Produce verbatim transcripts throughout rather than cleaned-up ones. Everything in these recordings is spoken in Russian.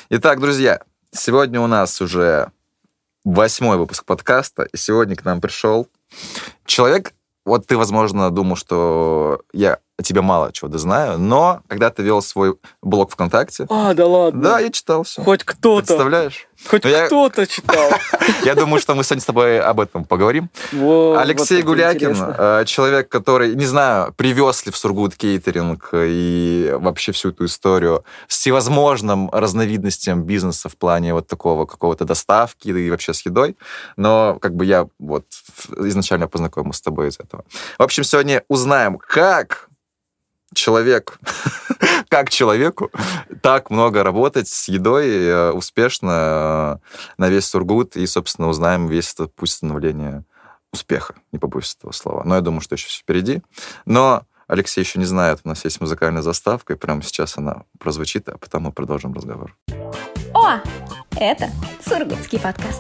Итак, друзья, сегодня у нас уже восьмой выпуск подкаста, и сегодня к нам пришел человек. Вот ты, возможно, думал, что я о тебе мало чего знаю, но когда ты вел свой блог ВКонтакте... А, да ладно? Да, я читал все. Хоть кто-то. Представляешь? Хоть я... кто-то читал. Я думаю, что мы сегодня с тобой об этом поговорим. Во, Алексей вот Гулякин, интересно. Человек, который, не знаю, привез ли в Сургут кейтеринг и вообще всю эту историю с всевозможным разновидностям бизнеса в плане вот такого какого-то доставки и вообще с едой. Но как бы я вот изначально познакомился с тобой из этого. В общем, сегодня узнаем, как человек, как человеку так много работать с едой успешно на весь Сургут, и, собственно, узнаем весь этот путь становления успеха, не побоюсь этого слова. Но я думаю, что еще все впереди. Но Алексей еще не знает, у нас есть музыкальная заставка, и прямо сейчас она прозвучит, а потом мы продолжим разговор. О, это сургутский подкаст.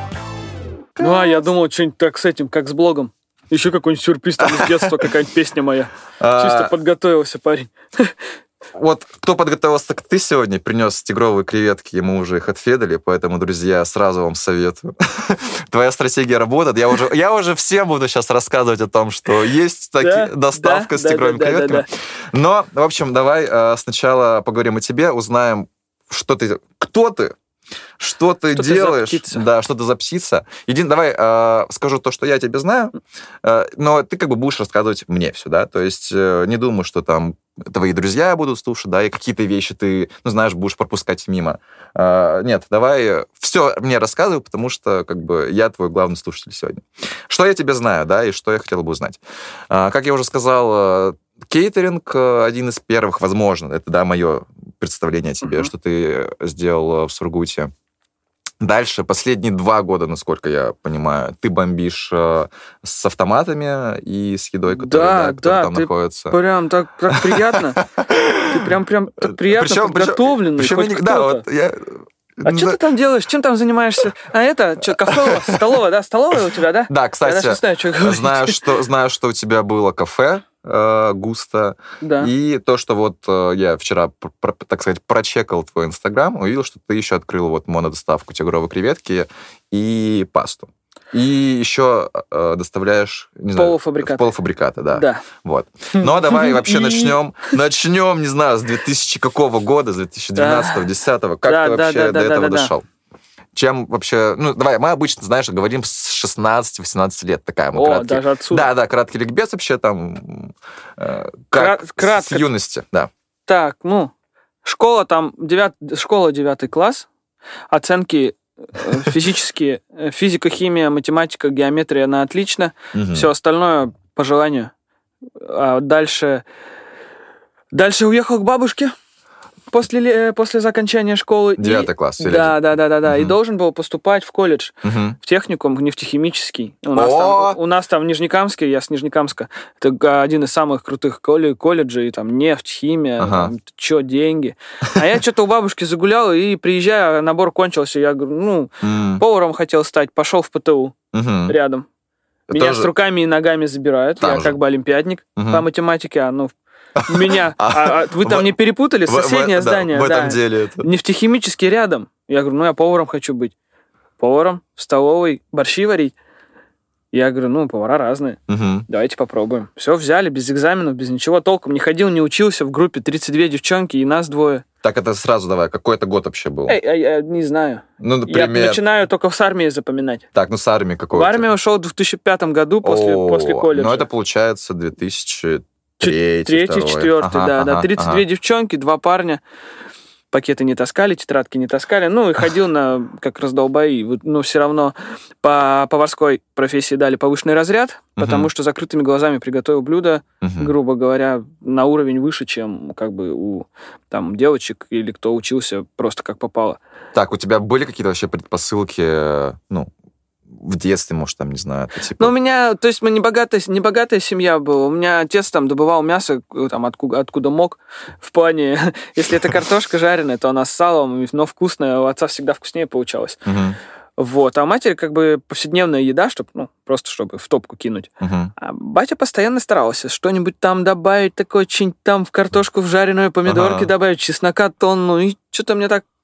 Ну, а я думал, что-нибудь так с этим, как с блогом. Еще какой-нибудь сюрприз там из детства, какая-нибудь песня моя. Чисто подготовился, парень. Вот кто подготовился, так ты сегодня принес тигровые креветки, ему уже их отфедали, поэтому, друзья, сразу вам советую. Твоя стратегия работает. Я уже, я уже всем буду сейчас рассказывать о том, что есть таки, да, доставка да, с тигровыми да, креветками. Да, да, да. Но, в общем, давай э, сначала поговорим о тебе, узнаем, что ты, кто ты, что ты что делаешь, ты да, что ты за птица. Един, давай э, скажу то, что я тебе знаю, э, но ты как бы будешь рассказывать мне все, да, то есть э, не думаю, что там твои друзья будут слушать, да, и какие-то вещи ты, ну, знаешь, будешь пропускать мимо. Э, нет, давай все мне рассказывай, потому что как бы я твой главный слушатель сегодня. Что я тебе знаю, да, и что я хотел бы узнать. Э, как я уже сказал, кейтеринг один из первых, возможно, это, да, мое представление о тебе, uh-huh. что ты сделал в Сургуте. Дальше, последние два года, насколько я понимаю, ты бомбишь э, с автоматами и с едой, которая, да, да, которая да, там ты находится. Прям так, так приятно. Ты прям, прям так приятно причем, подготовленный. Причем, причем да, вот я... А да. Что ты там делаешь? Чем там занимаешься? А это, что, кафе у вас? Столовая, да? Столовая у тебя, да? Да, кстати, я знаю, что знаю, что, знаю, что у тебя было кафе э, густо. Да. И то, что вот э, я вчера, про, так сказать, прочекал твой Инстаграм, увидел, что ты еще открыл вот монодоставку тигровой креветки и пасту. И еще э, доставляешь, не знаю, полуфабрикаты. Полуфабрикаты, да. Да. Вот. Ну, а давай вообще начнем, начнем, не знаю, с две тысячи какого года, с две тысячи двенадцатого, две тысячи десятого. Как да, ты да, вообще да, до да, этого да, дошел? Да. Чем вообще... Ну, давай, мы обычно, знаешь, говорим с шестнадцати-восемнадцати лет. Такая мы О, краткий, даже отсюда. Да, да, краткий ликбез вообще там... Э, как Крат, с юности, да. Так, ну, школа там, девят, школа девятый класс, оценки физические, физика, химия, математика, геометрия на отлично, угу. Все остальное по желанию. А дальше, дальше уехал к бабушке после, после окончания школы. Девятый класс. Да, да, да, да, да. Угу. И должен был поступать в колледж, угу. в техникум нефтехимический. У нас, там, у нас там в Нижнекамске, я с Нижнекамска, это один из самых крутых колледжей, там нефть, химия, ага. там, чё, деньги. А я что-то у бабушки загулял, и приезжаю, набор кончился, я говорю, ну, mm. поваром хотел стать, пошел в ПТУ угу. рядом. Меня Тоже... с руками и ногами забирают, там я же. Как бы олимпиадник угу. по математике, а ну... Меня. А, а вы там в, не перепутали? Соседнее в, здание. Да, в этом да. деле это. Нефтехимический рядом. Я говорю, ну я поваром хочу быть. Поваром в столовой борщи варить. Я говорю, ну, повара разные. Угу. Давайте попробуем. Все взяли, без экзаменов, без ничего толком. Не ходил, не учился. В группе тридцать две девчонки и нас двое. Так это сразу давай. Какой это год вообще был? Эй, эй, эй, не знаю. Ну, например... Я начинаю только с армии запоминать. Так, ну с армии какой? В армию ушел в две тысячи пятом году после, О, после колледжа. Ну, это получается две тысячи... Третий, третий четвертый, ага, да, ага, да. тридцать две ага. девчонки, два парня. Пакеты не таскали, тетрадки не таскали. Ну, и ходил на, как раздолбай. Ну, все равно по поварской профессии дали повышенный разряд, потому uh-huh. что закрытыми глазами приготовил блюдо, uh-huh. грубо говоря, на уровень выше, чем как бы у там девочек или кто учился просто как попало. Так, у тебя были какие-то вообще предпосылки, ну, в детстве, может, там, не знаю, это, типа... Ну, у меня, то есть, мы не богатая, не богатая семья была. У меня отец там добывал мясо, там, откуда, откуда мог. В плане, если это картошка жареная, то она с салом, но вкусная. У отца всегда вкуснее получалось. Uh-huh. Вот. А у матери как бы повседневная еда, чтобы, ну, просто чтобы в топку кинуть. Uh-huh. А батя постоянно старался что-нибудь там добавить, такое, что-нибудь там в картошку, в жареную, помидорки uh-huh. добавить, чеснока тонну. И что-то мне так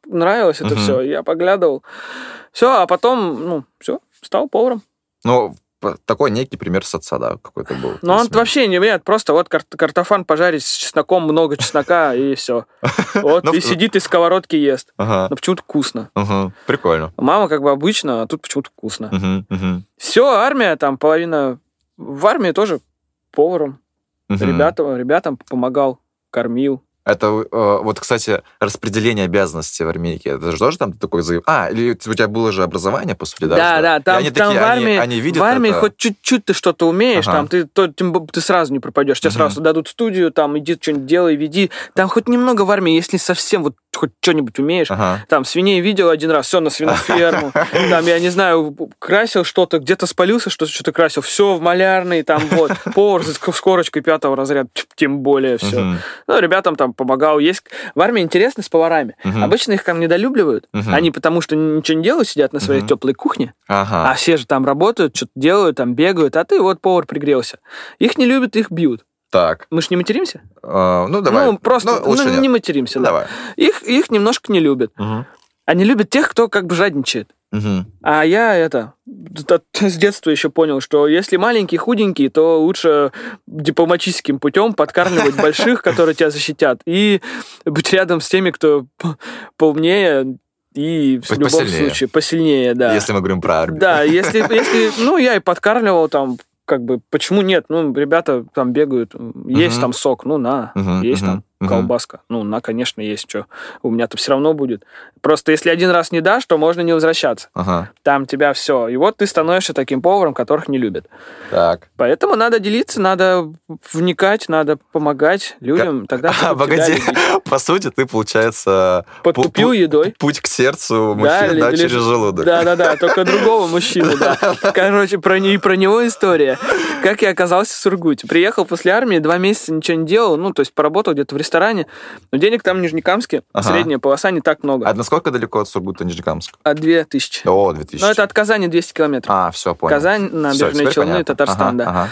нравилось это Мгм. все. Я поглядывал. Все, а потом, ну, все, стал поваром. Ну, п- такой некий пример с отца, да, какой-то был. Но То он есть, вообще не вариант, просто вот кар- картофан пожарить с чесноком, много чеснока, и все. Вот, Ну, и сидит, из сковородки ест. Ага, Но почему-то вкусно. ага, прикольно. Мама как бы обычно, а тут почему-то вкусно. Мгм, мгм, Все, армия, там половина... В армии тоже поваром. мгм. Ребята, ребятам помогал, кормил. Это э, вот, кстати, распределение обязанностей в армейке. Это же тоже там такой заеб... А, или у тебя было же образование, по сути, да? Да, что? да, И там, они там такие, в они- армии, они видят в армии это. хоть чуть-чуть ты что-то умеешь, Ага. там ты, то, тем бо- ты сразу не пропадешь. Тебе Мгм. сразу дадут студию, там иди что-нибудь делай, веди. Там хоть немного в армии, если совсем вот хоть что-нибудь умеешь. Ага. Там свиней видел один раз, все, на свиноферму. Там, я не знаю, красил что-то, где-то спалился, что-то что-то красил. Все в малярный, там вот, повар с с корочкой пятого разряда, тем более все. Мгм. Ну, ребятам там помогал. Есть... В армии интересно с поварами. Мгм. Обычно их там недолюбливают. Мгм. Они потому что ничего не делают, сидят на своей Мгм. теплой кухне. Ага. А все же там работают, что-то делают, там бегают, а ты вот повар пригрелся. Их не любят, их бьют. Так. Мы ж не материмся? Э, ну, давай. Ну, просто Ну, лучше ну, нет. не материмся, да. Давай. Их, их немножко не любят. Мгм. Они любят тех, кто как бы жадничает. Мгм. А я это т- т- с детства еще понял, что если маленький, худенький, то лучше дипломатическим путем подкармливать больших, которые тебя защитят, и быть рядом с теми, кто п- поумнее и в Быть любом посильнее. случае посильнее, да. Если мы говорим про армию. Да, если, если, ну, я и подкармливал там, как бы, почему нет? Ну, ребята там бегают, есть Мгм. там сок, ну, на, Мгм, есть мгм, там мгм. колбаска, ну, на, конечно, есть, что, у меня-то все равно будет. Просто если один раз не дашь, то можно не возвращаться. Ага. Там тебя все. И вот ты становишься таким поваром, которых не любят. Так. Поэтому надо делиться, надо вникать, надо помогать людям, тогда А, будут тебя погоди. любить. По сути, ты, получается... Подкупил пу- пу- едой. Путь к сердцу Да, мужчин, да, ли- через лишь- желудок. Да-да-да, только другого мужчины, да. Короче, про, не, про него история. Как я оказался в Сургуте. Приехал после армии, два месяца ничего не делал, ну, то есть поработал где-то в ресторане, но денег там в Нижнекамске, Ага. средняя полоса не так много. А насколько далеко от Сургута Нижнекамск? От две тысячи. О, две тысячи. Ну, это от Казани двести километров. А, все, понял. Казань, Всё, набережные теперь Челны, понятно. Татарстан, Ага, да. ага.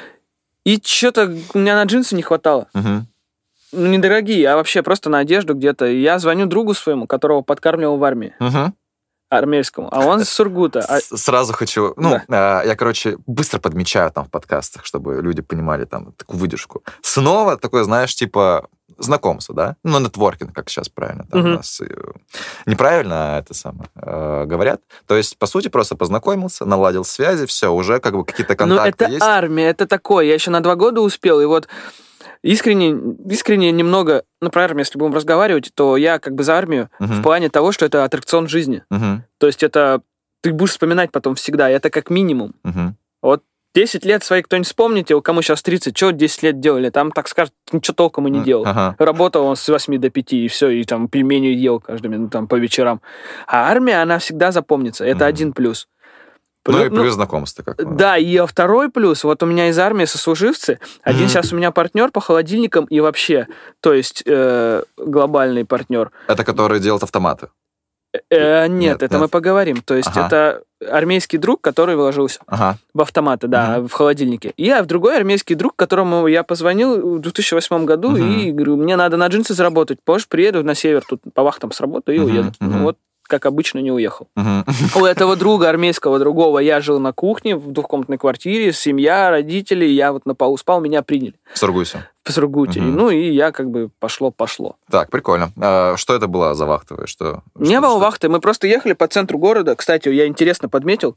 И что-то у меня на джинсы не хватало. Мгм. Ну, недорогие, а вообще просто на одежду где-то. И я звоню другу своему, которого подкармливал в армии, Мгм. армейскому, а он из Сургута. А- С- Сразу хочу... Ну, э, я, короче, быстро подмечаю там в подкастах, чтобы люди понимали там такую выдержку. Снова такое, знаешь, типа знакомство, да? Ну, нетворкинг, как сейчас правильно там Мгм. у нас. э, Неправильно это самое э, говорят. То есть, по сути, просто познакомился, наладил связи, все, уже как бы какие-то Ну, контакты это есть. армия, это такое. Я еще на два года успел, и вот искренне, искренне немного, ну, про армию, если будем разговаривать, то я как бы за армию Мгм. в плане того, что это аттракцион жизни. Мгм. То есть это ты будешь вспоминать потом всегда, это как минимум. Мгм. Вот десять лет своих кто-нибудь вспомните, у кому сейчас тридцать, что десять лет делали? Там так скажут, ничего толком и не делал. Ага. Работал он с восьми до пяти, и все, и там пельмени ел каждый минут, там, по вечерам. А армия, она всегда запомнится. Это Мгм. один плюс. Ну Плю- и плюс знакомство как бы. Да, и второй плюс, вот у меня из армии сослуживцы, один Мгм. сейчас у меня партнер по холодильникам и вообще, то есть э, глобальный партнер. Это который делает автоматы. Э, нет, Нет, это нет. мы поговорим. То есть Ага. это армейский друг, который вложился Ага. в автоматы, да, в холодильнике. И я другой армейский друг, которому я позвонил в две тысячи восьмом году Мгм. и говорю, мне надо на джинсы заработать, позже приеду на север, тут по вахтам сработаю и Мгм, уеду. мгм. Ну вот, как обычно, не уехал. Мгм. У этого друга армейского другого я жил на кухне в двухкомнатной квартире, семья, родители, я вот на полу спал, меня приняли В Сургуте. в Сургуте. Мгм. Ну и я как бы пошло-пошло. Так, прикольно. А что это было за вахтовое? Что, Не что- было что- вахты, мы просто ехали по центру города. Кстати, я интересно подметил.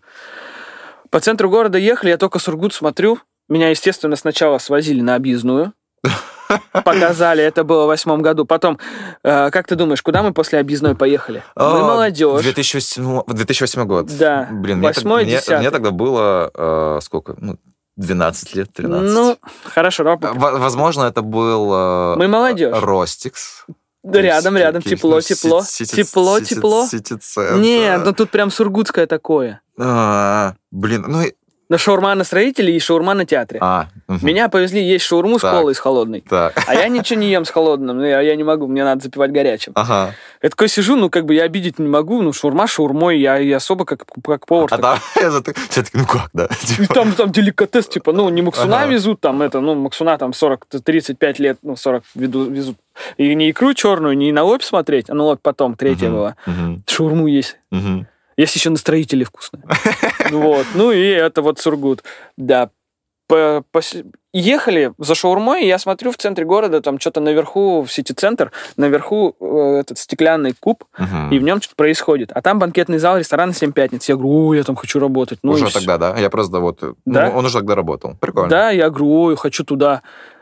По центру города ехали, я только Сургут смотрю. Меня, естественно, сначала свозили на объездную. Показали, это было в восьмом году. Потом, э, как ты думаешь, куда мы после объездной поехали? А, Мы молодежь. две тысячи восьмой две тысячи восьмой год. Да, Блин, мне, восьмой, так- мне- десятый. мне тогда было э, сколько? Ну, двенадцать лет, тринадцать. Ну, хорошо, давай. В- возможно, это был... э, Мы молодежь. Ростикс. Да, рядом, рядом, Какие- тепло, ну, тепло. Сити- Тепло, Сити- тепло. Сити-центр. Нет, ну тут прям сургутское такое. А, Блин, ну... и- На шаурма на строителе и шаурма на театре. А, мгм. Меня повезли есть шаурму с Так. колой с холодной. Так. А я ничего не ем с холодным, я, я не могу, мне надо запивать горячим. Ага. Я такой сижу, ну, как бы я обидеть не могу, ну, шаурма шаурмой, я и особо как, как повар. А так. там я зат- все таки ну как, да? И Типа, там, там деликатес, типа, ну, не Максуна Ага. везут, там, это, ну, Максуна там сорок тридцать пять лет, ну, сорок веду- везут И не икру черную, не на лобь смотреть, а на лобь потом, третья Мгм. была. Мгм. Шаурму есть. Мгм. Есть еще на строителе вкусная. Вот. Ну и это вот Сургут. Да. По- пос- Ехали за шаурмой, и я смотрю в центре города, там что-то наверху, в сити-центр, наверху э, этот стеклянный куб, Мгм. и в нем что-то происходит. А там банкетный зал ресторана «Семь пятниц». Я говорю, ой, я там хочу работать. Ну, и Уже всё. тогда, да? Я просто вот... ну, Да? он уже тогда работал. Прикольно. Да, я говорю, ой, хочу туда.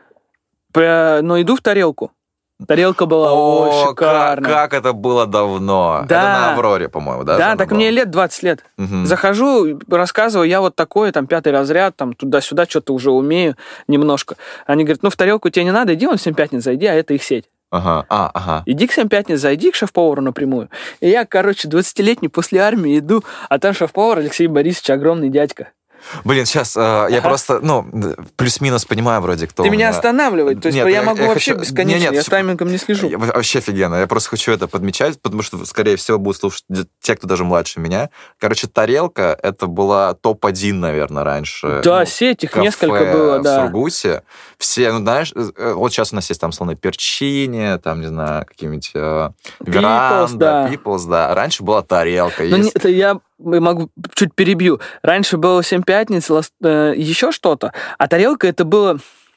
П- Но иду в тарелку. Тарелка была О, очень как, шикарная. как это было давно. Да. Это на Авроре, по-моему, да? Да, она так была? мне лет двадцать лет. Мгм. Захожу, рассказываю, я вот такой, там, пятый разряд, там, туда-сюда, что-то уже умею немножко. Они говорят, ну, в тарелку тебе не надо, иди вон в «Семь пятниц» зайди, а это их сеть. Ага, а, ага. Иди к «Семь пятниц», зайди к шеф-повару напрямую. И я, короче, двадцатилетний после армии иду, а там шеф-повар Алексей Борисович, огромный дядька. Блин, сейчас я Ага. просто, ну, плюс-минус понимаю вроде, кто Ты у меня меня. останавливай, то есть Нет, я, я- могу я вообще хочу- бесконечно, Не, нет, я всё- с таймингом не слежу. Я- Вообще офигенно. Я просто хочу это подмечать, потому что, скорее всего, будут слушать те, кто даже младше меня. Короче, тарелка, это была топ один, наверное, раньше. Да, ну, сеть их кафе несколько было, в да. Сургуте. Все, ну, знаешь, э, вот сейчас у нас есть там, словно, перчини, там, не знаю, какие-нибудь э, веранда, да. People's, да. Раньше была тарелка. Ну, есть- не- это я могу чуть перебью. Раньше было «Семь пятниц», лас- э, еще что-то, а тарелка это было...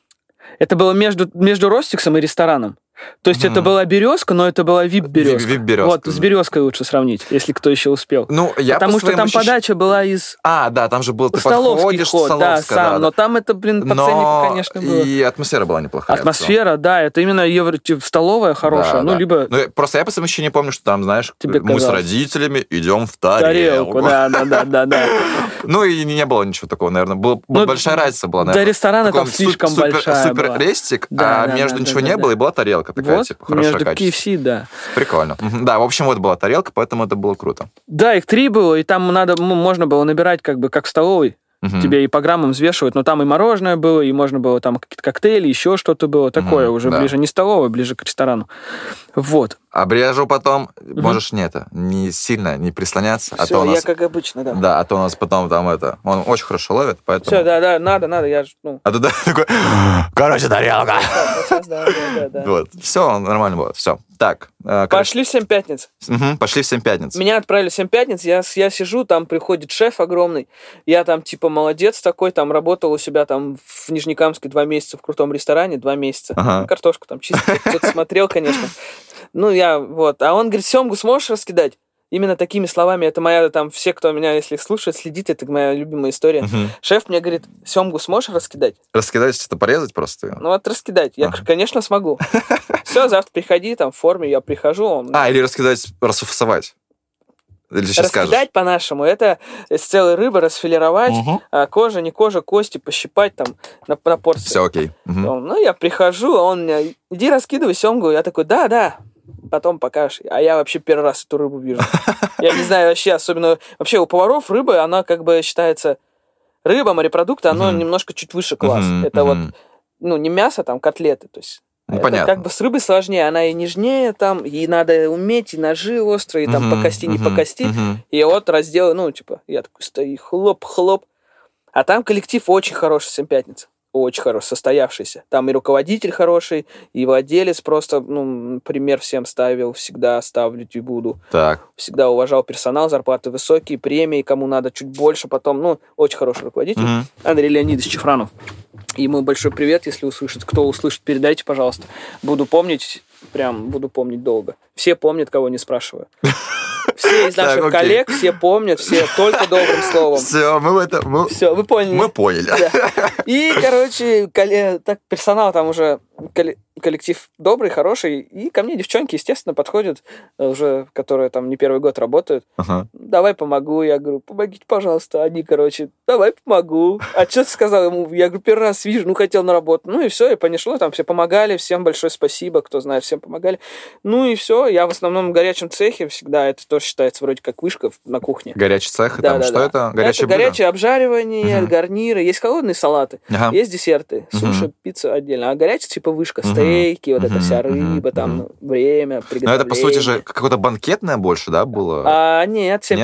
Это было между, между Ростиксом и рестораном. То есть Мгм. это была березка, но это была вип-березка. вип-березка. Вот, с березкой лучше сравнить, если кто еще успел. Ну, я Потому по что своим там ощущ- подача была из А, да, там же был, ты столовский подходишь, ход, да, столовская, сам. да, Но да. там это, блин, по Но ценнику, конечно, было. и атмосфера была неплохая. в целом. Атмосфера, да, это именно евро, типа, столовая хорошая. Да, ну, да. либо Ну, я- просто я по своему ощущению помню, что там, знаешь, Тебе мы с казалось. родителями идем в тарелку. тарелку, да, да, да, да, да. Ну, и не было ничего такого, наверное. Была, Ну, большая разница была, До наверное. ресторана там Такой слишком супер, большая Супер была. рестик, Да, а да, между да, ничего да, не да. было, и была тарелка такая, Вот, типа, хорошая, между качественная. кей эф си, да. Прикольно. Мгм. Да, в общем, вот была тарелка, поэтому это было круто. Да, их три было, и там надо, ну, можно было набирать, как бы, как в столовой. Мгм. Тебе и по граммам взвешивают, но там и мороженое было, и можно было там какие-то коктейли, еще что-то было такое, Мгм, уже да. ближе не столовая, ближе к ресторану. Вот. Обрежу потом. Можешь не это, не сильно не прислоняться, а то у нас... как обычно, да. Да, а то у нас потом там это... Он очень хорошо ловит, поэтому... Все, да, да, надо, надо, я ж, ну... А туда такой... Короче, тарелка. сейчас, да, да, да, да. Вот. Все, нормально было. Все. Так. э, короче, Пошли в «Семь пятниц». мгм, пошли в «Семь пятниц». Меня отправили в «Семь пятниц», я, с- я сижу, там приходит шеф огромный, я там типа молодец такой, там работал у себя там в Нижнекамске два месяца в крутом ресторане, два месяца. Ага. Ну, картошку там чисто что-то смотрел, конечно. Ну, я вот. А он говорит, семгу сможешь раскидать? Именно такими словами. Это моя, там, все, кто меня, если слушает, следит, это моя любимая история. Мгм. Шеф мне говорит, семгу сможешь раскидать? Раскидать, это порезать просто? её? Ну, вот раскидать. Я Ага. говорю, конечно, смогу. Все, завтра приходи, там, в форме, я прихожу, он... А, или раскидать, расфасовать. Или ты сейчас скажешь? Раскидать по-нашему, это с целой рыбы расфилировать, Мгм. а кожа, не кожа, кости пощипать там на, на порции. Все окей. Мгм. Он, Ну, я прихожу, а он мне, иди раскидывай семгу. Я такой, да, да, потом покажешь. А я вообще первый раз эту рыбу вижу. Я не знаю вообще, особенно... Вообще у поваров рыба, она как бы считается... Рыба, морепродукты, оно Мгм. немножко чуть выше класс. Мгм, Это вот, мгм. ну, не мясо, там, котлеты, то есть... Ну, это понятно. как бы с рыбой сложнее, она и нежнее, там, и надо уметь, и ножи острые, и там Мгм, по кости, не по мгм, кости. мгм. И вот раздел, ну, типа, я такой стою, хлоп-хлоп. А там коллектив очень хороший, «Семь пятниц». Очень хороший, состоявшийся. Там и руководитель хороший, и владелец просто, ну, пример всем ставил, всегда ставлю и буду. Так. Всегда уважал персонал, зарплаты высокие, премии, кому надо чуть больше потом. Ну, очень хороший руководитель. Мгм. Андрей Леонидович Чифранов. Ему большой привет, если услышит. Кто услышит, передайте, пожалуйста. Буду помнить, прям буду помнить долго. Все помнят, кого не спрашиваю. Все из Так, наших окей. коллег, все помнят, все только добрым словом. Все, мы в это... Мы, Все, вы поняли. мы поняли. Да. И, короче, коле- так персонал там уже коле- коллектив добрый, хороший. И ко мне девчонки, естественно, подходят, уже, которые там не первый год работают. Ага. Давай помогу. Я говорю, помогите, пожалуйста. Они, короче, давай помогу. А что ты сказал ему? Я говорю, первый раз вижу, ну, хотел на работу. Ну, и все, и понесло. Там все помогали. Всем большое спасибо, кто знает, всем помогали. Ну, и все. Я в основном в горячем цехе всегда. Это тоже считается вроде как вышка в- на кухне. Горячий цех, и Да, там да, что да. это? Горячее это блюдо? горячее обжаривание, Мгм. гарниры. Есть холодные салаты, Ага. есть десерты, Мгм. суши, пицца отдельно. А горячий типа вышка, Мгм. стейки, вот эта Мгм. вся Мгм. рыба, там Мгм. ну, время Но приготовления. это, по сути же, какое-то банкетное больше, да, было? А, нет, «Семь Нет?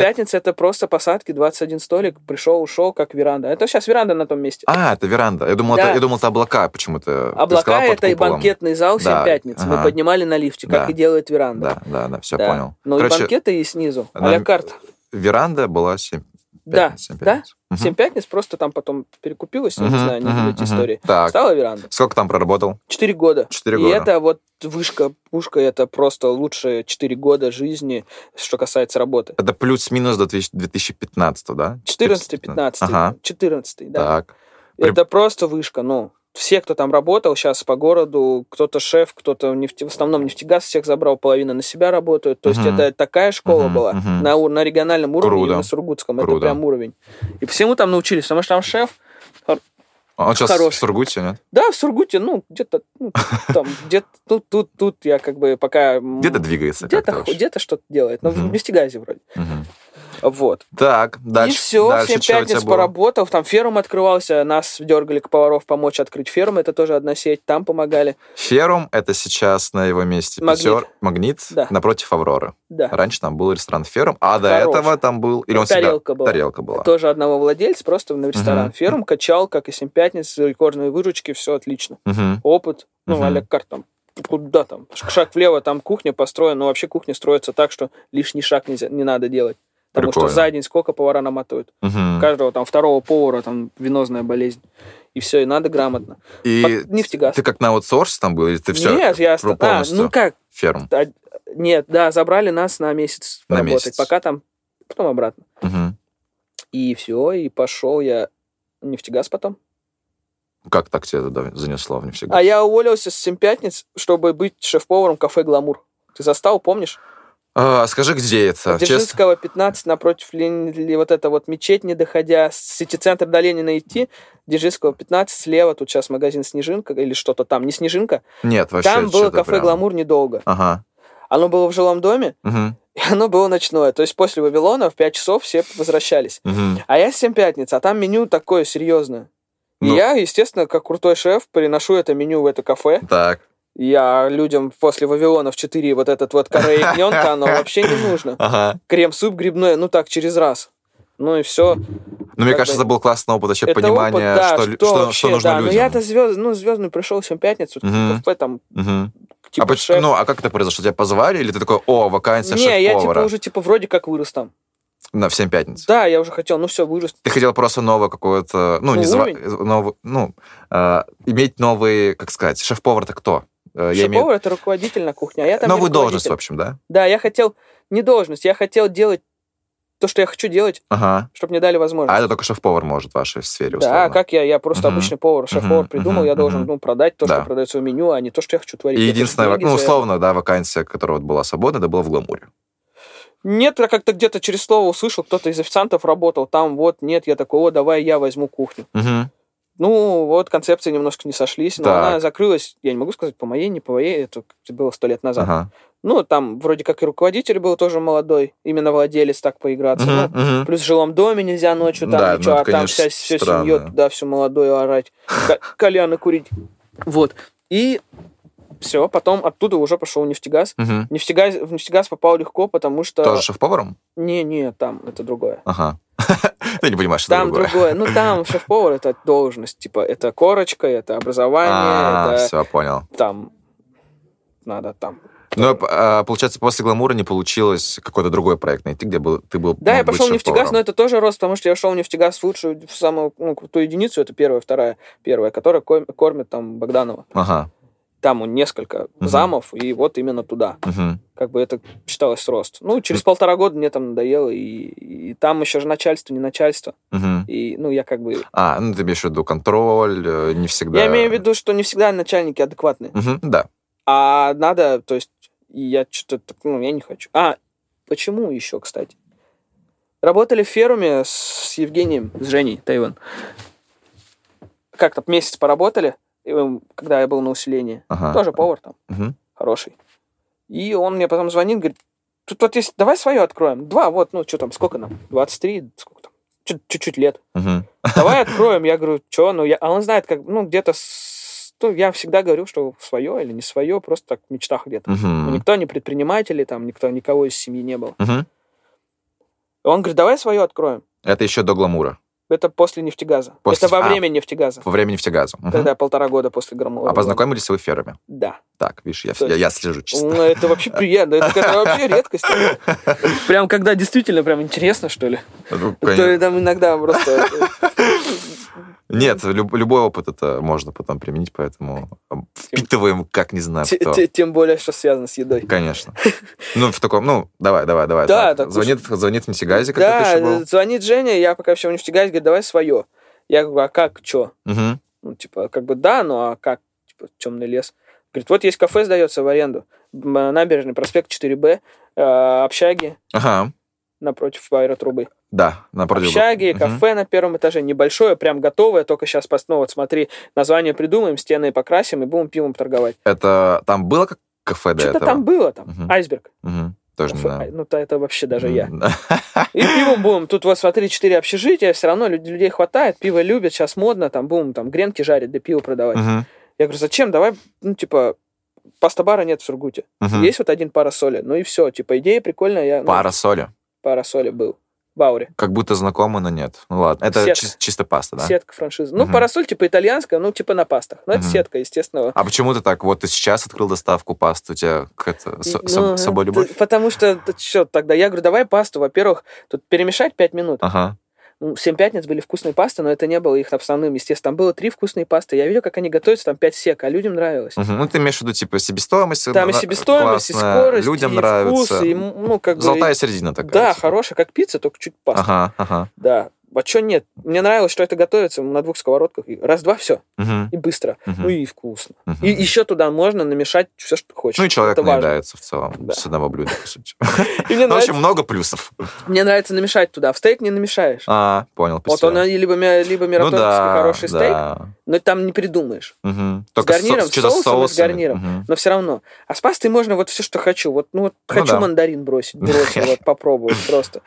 Семь-Пятница — это просто посадки, двадцать один столик, пришел, ушел, как веранда. Это сейчас веранда на том месте. А, это веранда. Я думал, Да. это, я думал, это облака почему-то. Ты Облака сказала, — под это и куполом. банкетный зал Да, Семь-Пятниц. Мы ага. поднимали на лифте, как Да. и делает веранда. Да, да, да, все Да. понял. Ну Короче, и банкеты и снизу. на- А-ля карт. веранда была семь. Да, Пятниц, семь да. пятниц. Мгм. Семь-Пятниц просто там потом перекупилась, я не Мгм, знаю, не мгм, люблю эти мгм. истории. Так. Стала веранда. Сколько там проработал? Четыре года. Четыре И года. это вот вышка, пушка, это просто лучшие четыре года жизни, что касается работы. Это плюс-минус до две тысячи пятнадцатого, да? четырнадцатый-пятнадцатый. Ага, четырнадцатый, да. так. При- Это просто вышка, ну. Все, кто там работал сейчас по городу, кто-то шеф, кто-то нефть... в основном нефтегаз всех забрал, половина на себя работают. То есть Мгм. это такая школа Мгм, была мгм. на, у- на региональном уровне, Круто. именно Сургутском. Это Круто. прям уровень. И всему там научились, потому что там шеф... Он сейчас Хороший. в Сургуте, нет? Да, в Сургуте, ну, где-то, ну, там, где-то тут, тут, тут я как бы пока... м, Где-то двигается Где-то, как-то ху- вообще. где-то что-то делает, но Мгм. в нефтегазе вроде. Мгм. Вот. Так, дальше. И все, дальше семь чё у тебя пятниц было? поработал, там ферум открывался, нас дергали к поваров помочь открыть ферму, это тоже одна сеть, там помогали. Ферум — это сейчас на его месте Магнит. Пятер- Магнит Да. напротив Авроры. Да. Раньше там был ресторан Ферум, а до Хороший. этого там был... Или он Тарелка всегда... была. Тарелка была. Тоже одного владельца, просто на ресторан. Мгм. Ферум качал, как и семь пятниц, рекордные выручки, все отлично. Мгм. Опыт, ну, Мгм. а-ля карт там. Куда там? Шаг влево, там кухня построена, но вообще кухня строится так, что лишний шаг нельзя, не надо делать. Потому Прикольно. что за день сколько повара наматывают? Мгм. У каждого там второго повара там венозная болезнь. И все, и надо грамотно. И Под нефтегаз. ты как на аутсорсе там был, или ты все Нет, я... оста- А, полностью ну как? ферм? А, Нет, да, забрали нас на месяц На поработать. месяц. Пока там, потом обратно. Мгм. И все, и пошел я в нефтегаз потом. Как так тебя туда занесло в нефтегаз? А я уволился с семь пятниц, чтобы быть шеф-поваром кафе «Гламур». Ты застал, помнишь? А, скажи, где это? Честно? Дзержинского, пятнадцать, напротив Лени- ли- вот это вот мечеть, не доходя, с сити-центр до Ленина идти, Дзержинского, пятнадцать, слева, тут сейчас магазин «Снежинка» или что-то там, не «Снежинка». Нет, вообще. Там было что-то кафе прям- «Гламур» недолго. Ага. Оно было в жилом доме, Мгм. и оно было ночное. То есть после Вавилона в пять часов все возвращались. Мгм. А я с семь пятниц, а там меню такое серьезное. И Ну. я, естественно, как крутой шеф, приношу это меню в это кафе. Так. Я людям после Вавилона в четыре вот этот вот каре ягненка, оно вообще не нужно. Ага. Крем-суп грибной, ну так, через раз. Ну и все. Ну, мне Как кажется, бы- это был классный опыт, вообще Это понимание, опыт, да, что, что, что, вообще, что нужно да. Но людям. я-то звезд, ну, звездный пришел в семь пятницу, Мгм. в кафе там, Мгм. типа а, поч- шеф. ну, а как это произошло? Тебя позвали, или ты такой, о, вакансия Не, я типа шеф-повара уже типа вроде как вырос там. на в семь пятниц? Да, я уже хотел, ну все, вырос. Ты хотел просто нового какого-то, ну, Ну, не зва- уровень. новый, ну, э, иметь новый, как сказать, шеф-повар-то кто? Э, я имею Шеф-повар — это руководитель на кухне, а я там не новую должность, руководитель. в общем, да? Да, я хотел, не должность, я хотел делать то, что я хочу делать, Ага. чтобы мне дали А возможность. это только шеф-повар может в вашей сфере, Да, условно. как я, я просто Мгм. обычный повар, шеф-повар Мгм, придумал, мгм, я должен мгм. ну, продать то, Да. что продается в меню, а не то, что я хочу творить. И Я хочу единственная, деньги ну, за это. условно, да, вакансия, которая вот была свободна, это была в «Гламуре». Нет, я как-то где-то через слово услышал, кто-то из официантов работал там, вот, нет, я такой, о, давай я возьму кухню. Мгм. Ну, вот, концепции немножко не сошлись, но Так. она закрылась, я не могу сказать, по моей, не по моей, это было сто лет назад. Ага. Ну, там вроде как и руководитель был тоже молодой, именно владелец так поиграться. Мгм, Ну, мгм. плюс в жилом доме нельзя ночью там Да, ничего, ну, это, а там конечно, вся, вся странно. семья туда, всю молодую орать, ка- кальяны курить. Вот. И все, потом оттуда уже пошел в нефтегаз. Мгм. Нефтегаз. В нефтегаз попал легко, потому что... Тоже шеф-поваром? Не-не, там, это другое. Ага. Ты не понимаешь, что Там другое. другое. Ну, там шеф-повар — это должность. Типа, это корочка, это образование, А, это все, понял. там... Надо там... Но, а, получается, после «Гламура» не получилось какой-то другой проект найти, где был, ты был Да, мог я быть пошел в нефтегаз, шеф-поваром. но это тоже рост, потому что я шел в нефтегаз в лучшую, в самую ну, крутую единицу, это первая, вторая, первая, которая кор- кормит там Богданова. Ага. Там у несколько Мгм. замов, и вот именно туда. Мгм. Как бы это считалось рост. Ну, через полтора года мне там надоело, и, и там еще же начальство, не начальство. Мгм. И, ну, я как бы... А, ну ты имеешь в виду контроль, э, не всегда... Я имею в виду, что не всегда начальники адекватные. Мгм, да. А надо, то есть, и я что-то, ну, я не хочу. А, почему еще, кстати? Работали в феруме с, с Евгением, с Женей Тайван. Как-то месяц поработали, и, м, когда я был на усилении. Ага. Тоже повар там, Мгм. хороший. И он мне потом звонит, говорит, тут вот есть, давай свое откроем. Два, вот, ну, что там, сколько нам? двадцать три, сколько там? Чуть- Чуть-чуть лет. Мгм. Давай откроем. Я говорю, что? Ну, я... А он знает, как, ну, где-то... С... Ну, я всегда говорю, что свое или не свое, просто так в мечтах где-то. Ну, Мгм. никто не предприниматели, там, никто, никого из семьи не было. Мгм. Он говорит, давай свое откроем. Это еще до гламура. Это после нефтегаза. После... Это во а, время нефтегаза. Во время нефтегаза. Угу. Тогда полтора года после гламура. А познакомились вы фермами? Да. Так, видишь, я, я, я слежу чисто. Ну, это вообще приятно. Это, это вообще редкость. Прям когда действительно прям интересно, что ли. Ну, то там иногда просто... Нет, люб, любой опыт это можно потом применить, поэтому впитываем, как не знаю кто. Тем более, что связано с едой. Конечно. Ну, в таком, ну, давай, давай, давай. Да, так, звонит, звонит в нефтегазе, как да, ты еще был. Звонит Женя, я пока еще в нефтегазе, говорит, давай свое. Я говорю, а как, что? Угу. Ну, типа, как бы да, ну а как? Типа, темный лес. Говорит, вот есть кафе, сдается в аренду. Набережный проспект четыре Б, общаги. Ага. Напротив аэротрубы. Да, напротив. Общаги, угу. кафе на первом этаже. Небольшое, прям готовое, только сейчас, ну вот смотри, название придумаем, стены покрасим и будем пивом торговать. Это там было как кафе до Что-то этого? там было, там, угу. айсберг. Угу. Тоже кафе, не знаю. Ну, то это вообще даже угу. я. И пивом будем. Тут вот смотри, четыре общежития, все равно людей хватает, пиво любят, сейчас модно, там будем там гренки жарить, да пиво продавать. Угу. Я говорю, зачем? Давай, ну, типа, паста-бара нет в Сургуте. Угу. Есть вот один парасоли. Ну и все. Типа, идея прикольная. Я, ну, Парасоли? Парасоли был. В Ауре. Как будто знакомо, но нет. Ну ладно. Это Сетка. чи- чисто паста, да? Сетка франшизы. Ну, Мгм. парасоль, типа, итальянская, ну, типа, на пастах. Но это Мгм. сетка, естественно. А почему ты так? Вот ты сейчас открыл доставку пасты, у тебя какая-то с, Ну, с собой любовь? т- Потому что, что тогда? Я говорю, давай пасту. Во-первых, тут перемешать пять минут. Ага. Ну, семь пятниц были вкусные пасты, но это не было их основным. Естественно, там было три вкусные пасты. Я видел, как они готовятся, там пять сек, а людям нравилось. Мгм. Ну, ты имеешь в виду, типа, себестоимость. Там и на- себестоимость, и классная, скорость, людям и нравится. вкус, и, ну, как бы... Золотая середина такая. Да, типа. хорошая, как пицца, только чуть паста. Ага, ага. Да. А что нет? Мне нравилось, что это готовится на двух сковородках. И раз-два, все. Мгм. И быстро. Мгм. Ну и вкусно. Мгм. И еще туда можно намешать все, что хочешь. Ну и человек это важно. наедается в целом Да. с одного блюда, по сути. И мне, Ну, в общем, нравится, много плюсов. мне нравится намешать туда. В стейк не намешаешь. А, понял, Вот спасибо. он либо, мя- либо Ну мираторгский да, хороший стейк, да. но там не придумаешь. Мгм. С Только гарниром, со- с что-то соусом и с соусами. гарниром. Мгм. Но все равно. А с пастой можно вот все, что хочу. Вот, ну вот Ну хочу да. мандарин бросить, бросил, вот попробовать просто.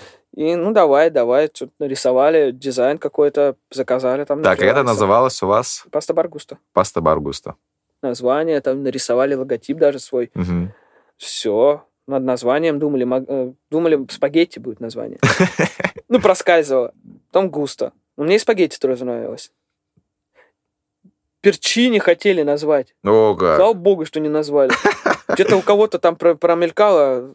И ну давай, давай, что-то нарисовали, дизайн какой-то, заказали там. Так, и это напивались. называлось у вас Паста Баргуста. паста Баргуста. Название, там нарисовали логотип даже свой. Мгм. Все. Над названием думали, мог- э, думали, спагетти будет название. Ну, проскальзывало. Потом густо. Мне и спагетти тоже нравилось. Перчини хотели назвать. О, как. Слава богу, что не назвали. Где-то у кого-то там про- промелькало.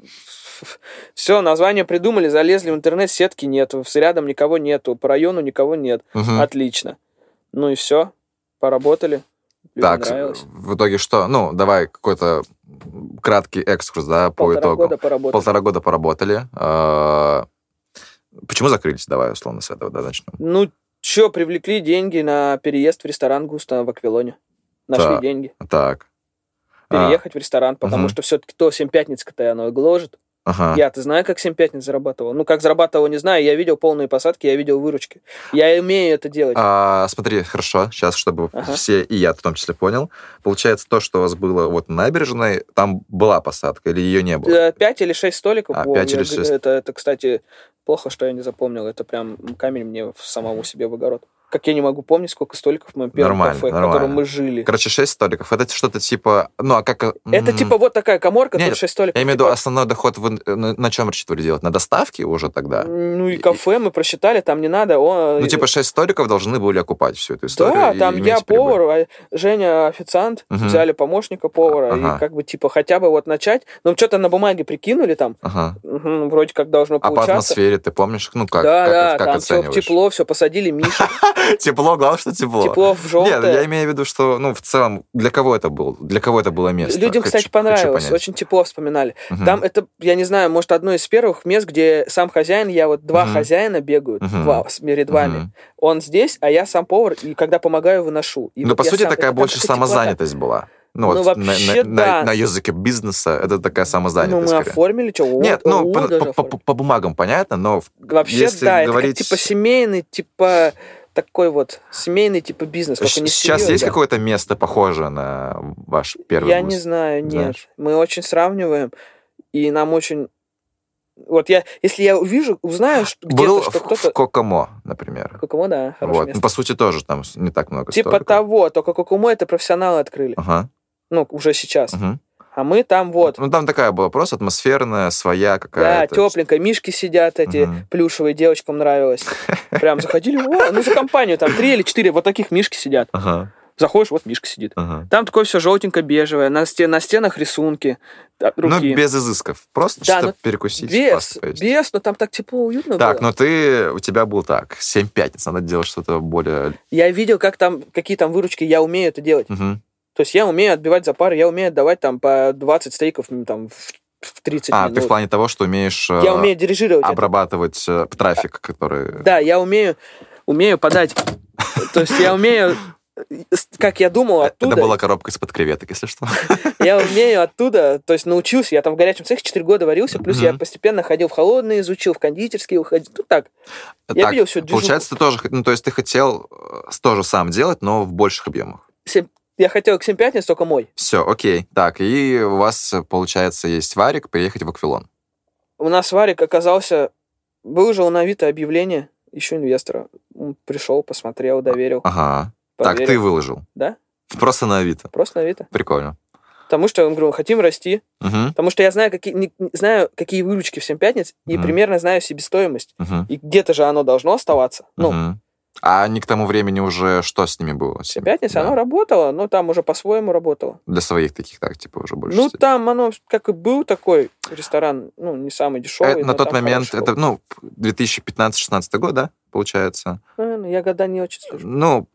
Все, название придумали, залезли в интернет, сетки нету, рядом никого нету, по району никого нет. Мгм. Отлично. Ну и все, поработали. Людям Так, нравилось. в итоге что? Ну, давай какой-то краткий экскурс, да, по Полтора итогу. года поработали. Полтора года поработали. А, Почему закрылись? Давай, условно, с этого да, начнем. Ну, что, привлекли деньги на переезд в ресторан Густа в Аквилоне. Нашли Так. деньги. Так. А, Переехать в ресторан, потому Мгм. что все-таки то семь пятниц-то оно гложет. Ага. Я, ты знаю, как семь пятниц зарабатывал? Ну, как зарабатывал, не знаю. Я видел полные посадки, я видел выручки. Я умею это делать. А, смотри, хорошо, сейчас, чтобы Ага. все, и я в том числе понял, получается, то, что у вас было вот на набережной, там была посадка или ее не было? Э, Пять или шесть столиков. А, Во, пять я или г- шесть. Это, это, кстати, плохо, что я не запомнил. Это прям камень мне в самому себе в огород. Как я не могу помнить, сколько столиков в моем первом Нормально, кафе, в нормально. котором мы жили. Короче, шесть столиков. Это что-то типа... Ну, а как... Это м, типа вот такая каморка, Нет, тут шесть столиков. Я имею в виду, типа. основной доход вы на, на чем рассчитывали делать? На доставке уже тогда? Ну и И- кафе мы просчитали, там не надо. О, Ну, типа, шесть столиков должны были окупать всю эту историю. да, и там иметь я прибыль. повар, а Женя официант, Мгм. взяли помощника повара, Ага. и как бы типа хотя бы вот начать. Ну, что-то на бумаге прикинули там, Ага. мгм, вроде как должно А по получаться. атмосфере ты помнишь? Ну, как, да, как, да, как там все оцениваешь? тепло, все посадили Мишу, Тепло, главное, что тепло. тепло в Нет, желтое. я имею в виду, что, ну, в целом, для кого это было? Для кого это было место? Людям, Хочу- кстати, хочу понравилось, понять. очень тепло вспоминали. Мгм. Там это, я не знаю, может, одно из первых мест, где сам хозяин, я вот два Мгм. хозяина бегают Мгм. два, с- перед вами. Мгм. Он здесь, а я сам повар, и когда помогаю, выношу. И Ну, вот по я сути, сам- такая это там больше такая теплота. самозанятость была. Ну, Ну, вот на- вообще, на, да. на- на языке бизнеса это такая Ну, самозанятость. мы скорее. оформили, что? Нет, ну, по, даже по- по- оформили. по бумагам понятно, но в- Вообще, если да, говорить... это как, типа семейный, типа такой вот семейный типа бизнес, только не Сейчас серьезно. есть какое-то место похожее на ваш первый Я вуз? не знаю, нет. Знаешь? Мы очень сравниваем, и нам очень... Вот я, если я увижу, узнаю что- Был где-то, что в, кто-то... в Кокомо, например. Кокомо, да, хорошее Вот. Ну, место. по сути, тоже там не так много Типа столиков. того, только Кокомо это профессионалы открыли. Ага. Ну, уже сейчас. Мгм. А мы там вот. Ну, там такая была просто атмосферная, своя Да, какая-то. тепленькая. Мишки сидят эти, Мгм. плюшевые, девочкам нравилось. Прям заходили, о, ну за компанию, там три или четыре вот таких мишки сидят. Ага, Заходишь, вот мишка сидит. ага. Там такое все желтенько-бежевое, на, стен, на стенах рисунки, да, Ну, руки. без изысков. Просто Да, что-то ну, перекусить. без, пасту поесть. без, но там так тепло, уютно Так, было. ну ты, у тебя был так, семь пятниц, надо делать что-то более... Я видел, как там, какие там выручки, я умею это делать. Мгм. То есть я умею отбивать за пары, я умею отдавать там по двадцать стейков ну, там, в в тридцать А, минут. ты в плане того, что умеешь э, Я умею дирижировать это. обрабатывать э, трафик, который... Да, я умею, умею подать. То есть я умею, с- как я думал оттуда, Это была коробка из-под креветок, если что. я умею оттуда, то есть научился, я там в горячем цехе четыре года варился, плюс я Мгм. постепенно ходил в холодные, изучил, в кондитерские уходил. Ну так, Я Так, видел всю движуху. получается, ты тоже, ну, то есть ты хотел э, тоже сам делать, но в больших объемах. семь- я хотел к семь пятниц, только мой. Все, окей. Так, и у вас, э, получается, есть варик, приехать в Аквилон. У нас Варик оказался, выложил на Авито объявление, ищу инвестора. Он пришел, посмотрел, доверил. Ага. Так, проверил. ты выложил. Да, Просто на Авито. просто на Авито. Прикольно. Потому что, он говорю, хотим расти. Угу, Потому что я знаю, какие, не- не- знаю, какие выручки в семь пятниц, и Мгм. примерно знаю себестоимость. угу, И где-то же оно должно оставаться. Ну, угу. А не к тому времени уже что с ними было? семь пятниц Да. оно работало, но там уже по-своему работало. Для своих таких, так, типа, уже больше. Ну, стиль. там оно как и был такой ресторан, ну, не самый дешевый. Э, но на тот там момент, хороший это, был. ну, две тысячи пятнадцатый-шестнадцатый год, да, получается? А, ну, я года не очень слежу. Ну,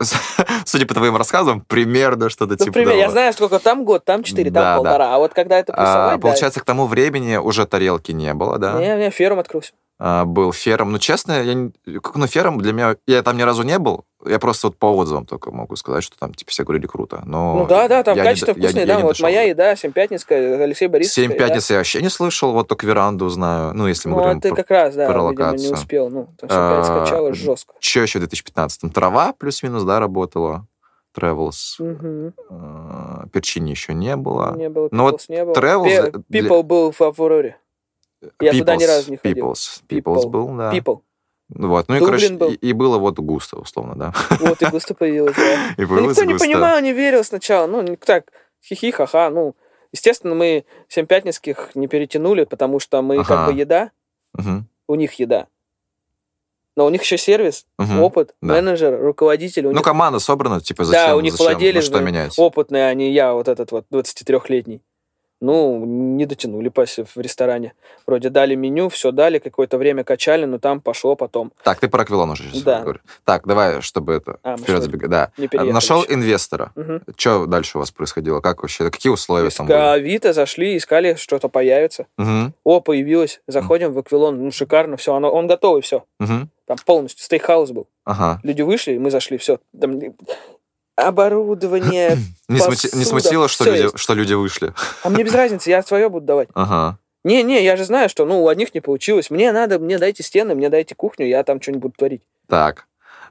судя по твоим рассказам, примерно что-то Ну, типа например, я того. знаю, сколько там год, там четыре, там Да, да. полтора. А вот когда это А, плюсовать, да, получается, к тому времени уже тарелки не было, да? не, не, ферм открылся. А, был ферм. Ну, честно, я не... как, ну, ферм для меня... Я там ни разу не был. Я просто вот по отзывам только могу сказать, что там, типа, все говорили круто. Но Ну да, да, там я не качество до- я не- вкусное, я да. не Вот дошел моя до- еда, семипятницкая, Алексей Борисович. Семь пятниц я вообще не слышал, вот только веранду знаю. Ну, если мы Ну, а говорим ты про... как раз, да, про видимо, не локацию. успел. Ну, там семь пятниц А, качалось жестко. Че еще в две тысячи пятнадцатом? Трава плюс-минус, да, работала. Travels. Мгм. А, Перчини еще не было. Не было, Ну, вот Peoples не было. Travels Пе- для- People был в Авроре. Я туда ни Peoples, разу не ходил. Peoples, Peoples People. был, да. People. Ну Вот. Ну и, Дублин короче, был. и, и было вот густо, условно, да. Вот и густо появилось, да. И Ну, появилось никто не густо. понимал, не верил сначала. Ну, не- так, хихи, ха-ха. Ну, естественно, мы семь пятницких не перетянули, потому что мы Ага. как бы еда, Мгм, у них еда. Но у них еще сервис, мгм. опыт, да. менеджер, руководитель. У Ну, них команда собрана, типа, зачем? Да, у них зачем? владелец, Ну, что да, менять? опытный, а не я, вот этот вот двадцатитрёхлетний. Ну, не дотянули пассив в ресторане. Вроде дали меню, все дали, какое-то время качали, но там пошло потом. Так, ты про Аквилон уже сейчас Да. говоришь. Так, давай, чтобы это А, мы вперед что, забегать. Да. не переехали Нашел еще. инвестора. Мгм. Что дальше у вас происходило? Как вообще? Какие условия там Из были? Авито зашли, искали, что-то появится. Мгм, О, появилось. Заходим в Аквилон. Ну, шикарно, все. Он готовый, все. мгм. Там полностью стейкхаус был. Ага. Люди вышли, и мы зашли, все. Там оборудование. Не, смути- не посуда, смутило, что всё люди, есть. что люди вышли? А мне без разницы, я свое буду давать. Ага. Не-не, я же знаю, что ну у одних не получилось. Мне надо, мне дайте стены, мне дайте кухню, я там что-нибудь буду творить. Так.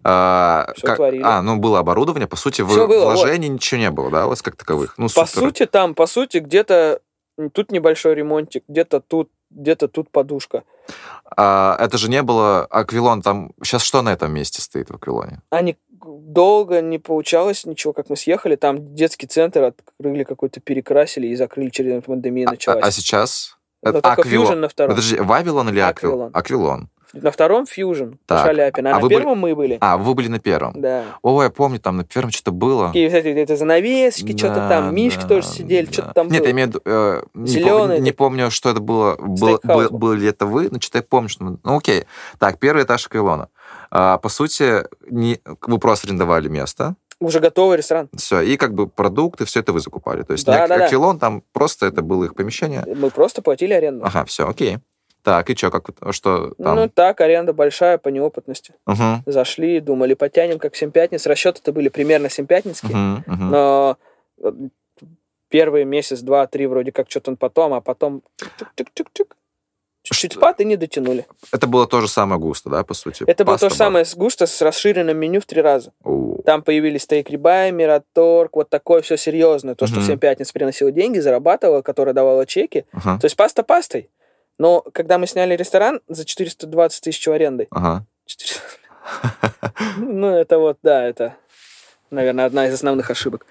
А, Всё как- творили. а, ну было оборудование, по сути, вы- Всё было, вот. вложений ничего не было, да, у вас как таковых? Ну, По супер. сути, там, по сути, где-то тут небольшой ремонтик, где-то тут, где-то тут подушка. А, это же не было Аквилон, там сейчас что на этом месте стоит в Аквилоне? Они долго не получалось ничего, как мы съехали. Там детский центр открыли какой-то, перекрасили и закрыли, через пандемию А, началась. а сейчас? Но Это только Аквилон. Фьюжн на втором. Подожди, Вавилон или Аквилон? Аквилон. Аквилон. На втором Фьюжн, Так, Шаляпин. А, а на вы были- первом мы были. А, вы были на первом. Да. О, я помню, там на первом что-то было. Такие, кстати, это занавески, что-то Да, там, мишки да, тоже сидели, да. что-то там Нет, было. я имею в виду, э, не, Зелёный пом- не такой. помню, что это было. Был, Стейкхаус был, был. был ли это вы, но что-то я помню, что... мы- Ну, окей. Так, первый этаж Аквилона. А, по сути, не, вы просто арендовали место, Уже готовый ресторан. все, и как бы продукты, все это вы закупали. То есть Да, не да, да. Аквилон, там просто это было их помещение. Мы просто платили аренду. Ага, все, окей. Так, и что, как вы- что там? Ну так, аренда большая по неопытности. Мгм, Зашли, думали, потянем как семь пятниц. Расчеты-то были примерно семь пятницкие. мгм, мгм. Но э, первый месяц, два, три вроде как что-то потом, а потом чик-чик-чик-чик. Чуть-чуть Что- спад и не дотянули. Это было то же самое густо, да, по сути? Это было то Паста же самое с густо с расширенным меню в три раза. бар. О, Там появились стейк рибай, мираторг, вот такое все серьезное. То, что Мгм. в семь пятниц приносило деньги, зарабатывала, которая давала чеки. ага, То есть паста пастой. Но когда мы сняли ресторан за четыреста двадцать тысяч аренды, ага. четыреста ну, это вот, да, это наверное, одна из основных ошибок.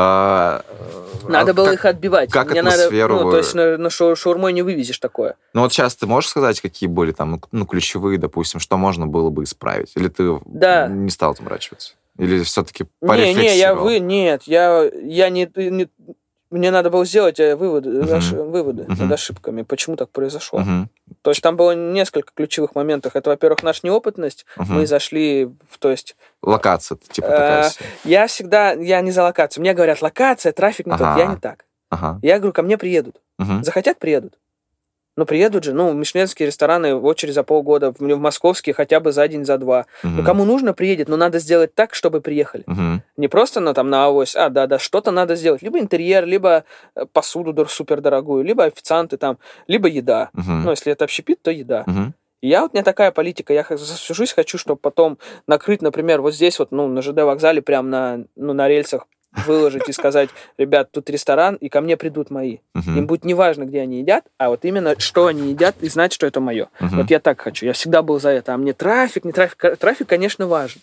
А, Надо а было как, их отбивать. Как Мне атмосферу надо, ну, вы... то есть на, на шау- шаурмой не вывезешь такое. Ну вот сейчас ты можешь сказать, какие были там, ну, ключевые, допустим, что можно было бы исправить? Или ты Да. не стал заморачиваться? Или все-таки Не, порефлексировал? не, я вы, нет, я, я не, не, мне надо было сделать выводы, Мгм. ош- выводы Мгм. над ошибками, почему так произошло. Мгм. То есть там было несколько ключевых моментов. Это, во-первых, наша неопытность. Мгм. Мы зашли, в, то есть Локация, типа э, такая. себе. я всегда, я не за локацию. Мне говорят, локация, трафик не тот. Ага. Я не так. Ага. Я говорю, ко мне приедут. Мгм. Захотят, приедут. Ну, приедут же. Ну, мишленские рестораны в очередь за полгода, в в московские хотя бы за день, за два. Мгм. Ну, кому нужно, приедет, но надо сделать так, чтобы приехали. Мгм. Не просто на, там, на авось, а, да-да, что-то надо сделать. Либо интерьер, либо э, посуду дор- супердорогую, либо официанты там, либо еда. Мгм. Ну, если это общепит, то еда. Мгм. И я вот, у меня такая политика, я х- засижусь, хочу, чтобы потом накрыть, например, вот здесь вот, ну, на ЖД вокзале, прям на, ну, на рельсах выложить и сказать, ребят, тут ресторан, и ко мне придут мои. Мгм. Им будет неважно, где они едят, а вот именно, что они едят, и знать, что это мое. Мгм. Вот я так хочу. Я всегда был за это. А мне трафик, не трафик. Ка- Трафик, конечно, важен.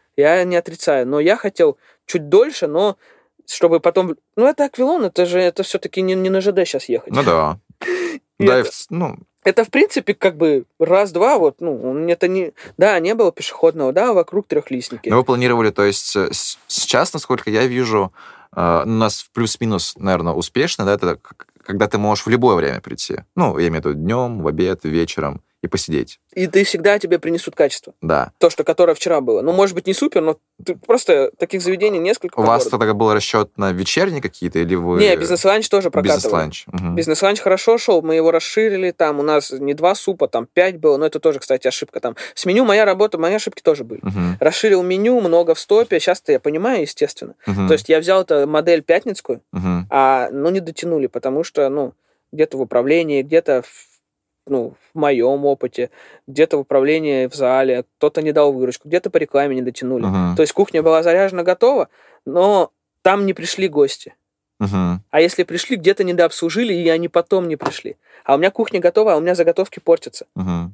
Я не отрицаю. Но я хотел чуть дольше, но чтобы потом... Ну, это Аквилон, это же это все-таки не, не на ЖД сейчас ехать. Ну да. И Да, и это- в ц- ну, Это, в принципе, как бы раз-два, вот, ну, он- это не... Да, не было пешеходного, да, вокруг трехлистники. но вы планировали, то есть э, с- сейчас, насколько я вижу, э, у нас в плюс-минус, наверное, успешно, да, это к- когда ты можешь в любое время прийти. Ну, я имею в виду днем, в обед, вечером и посидеть. И ты всегда тебе принесут качество. Да. То, что которое вчера было. Ну, может быть, не супер, но ты- просто таких заведений несколько У по вас городу. тогда был расчет на вечерние какие-то, или вы... Не, бизнес-ланч тоже прокатывали. Бизнес-ланч. Мгм. Бизнес-ланч хорошо шел, мы его расширили, там у нас не два супа, там пять было, но это тоже, кстати, ошибка. Там с меню моя работа, мои ошибки тоже были. Мгм. Расширил меню, много в стопе, сейчас-то я понимаю, естественно. Мгм. То есть я взял эту модель пятницкую, Мгм. а, ну, не дотянули, потому что, ну, где-то в управлении, где-то в, ну, в моем опыте, где-то в управлении в зале, кто-то не дал выручку, где-то по рекламе не дотянули. Мгм. То есть кухня была заряжена, готова, но там не пришли гости. Мгм. А если пришли, где-то недообслужили, и они потом не пришли. А у меня кухня готова, а у меня заготовки портятся. Мгм.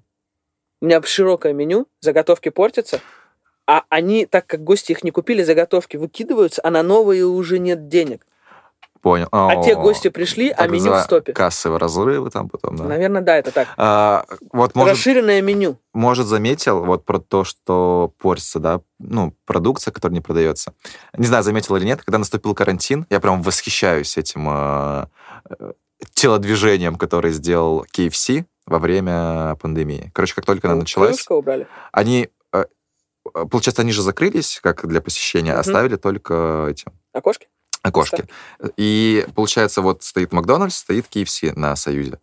У меня широкое меню, заготовки портятся, а они, так как гости их не купили, заготовки выкидываются, а на новые уже нет денег. Понял. А те О, гости пришли, а так меню в называемые стопе. Кассовые разрывы там потом, да. Наверное, да, это так. А, вот, может, Расширенное меню. может, заметил вот про то, что портится, да, ну, продукция, которая не продается. Не знаю, заметил или нет, когда наступил карантин, я прям восхищаюсь этим э, э, телодвижением, которое сделал кей эф си во время пандемии. Короче, как только она началась, Крылышко убрали. они, э, э, получается, они же закрылись, как для посещения, Мгм. оставили только эти Окошки? окошки. И, получается, вот стоит Макдональдс, стоит кей эф си на Союзе.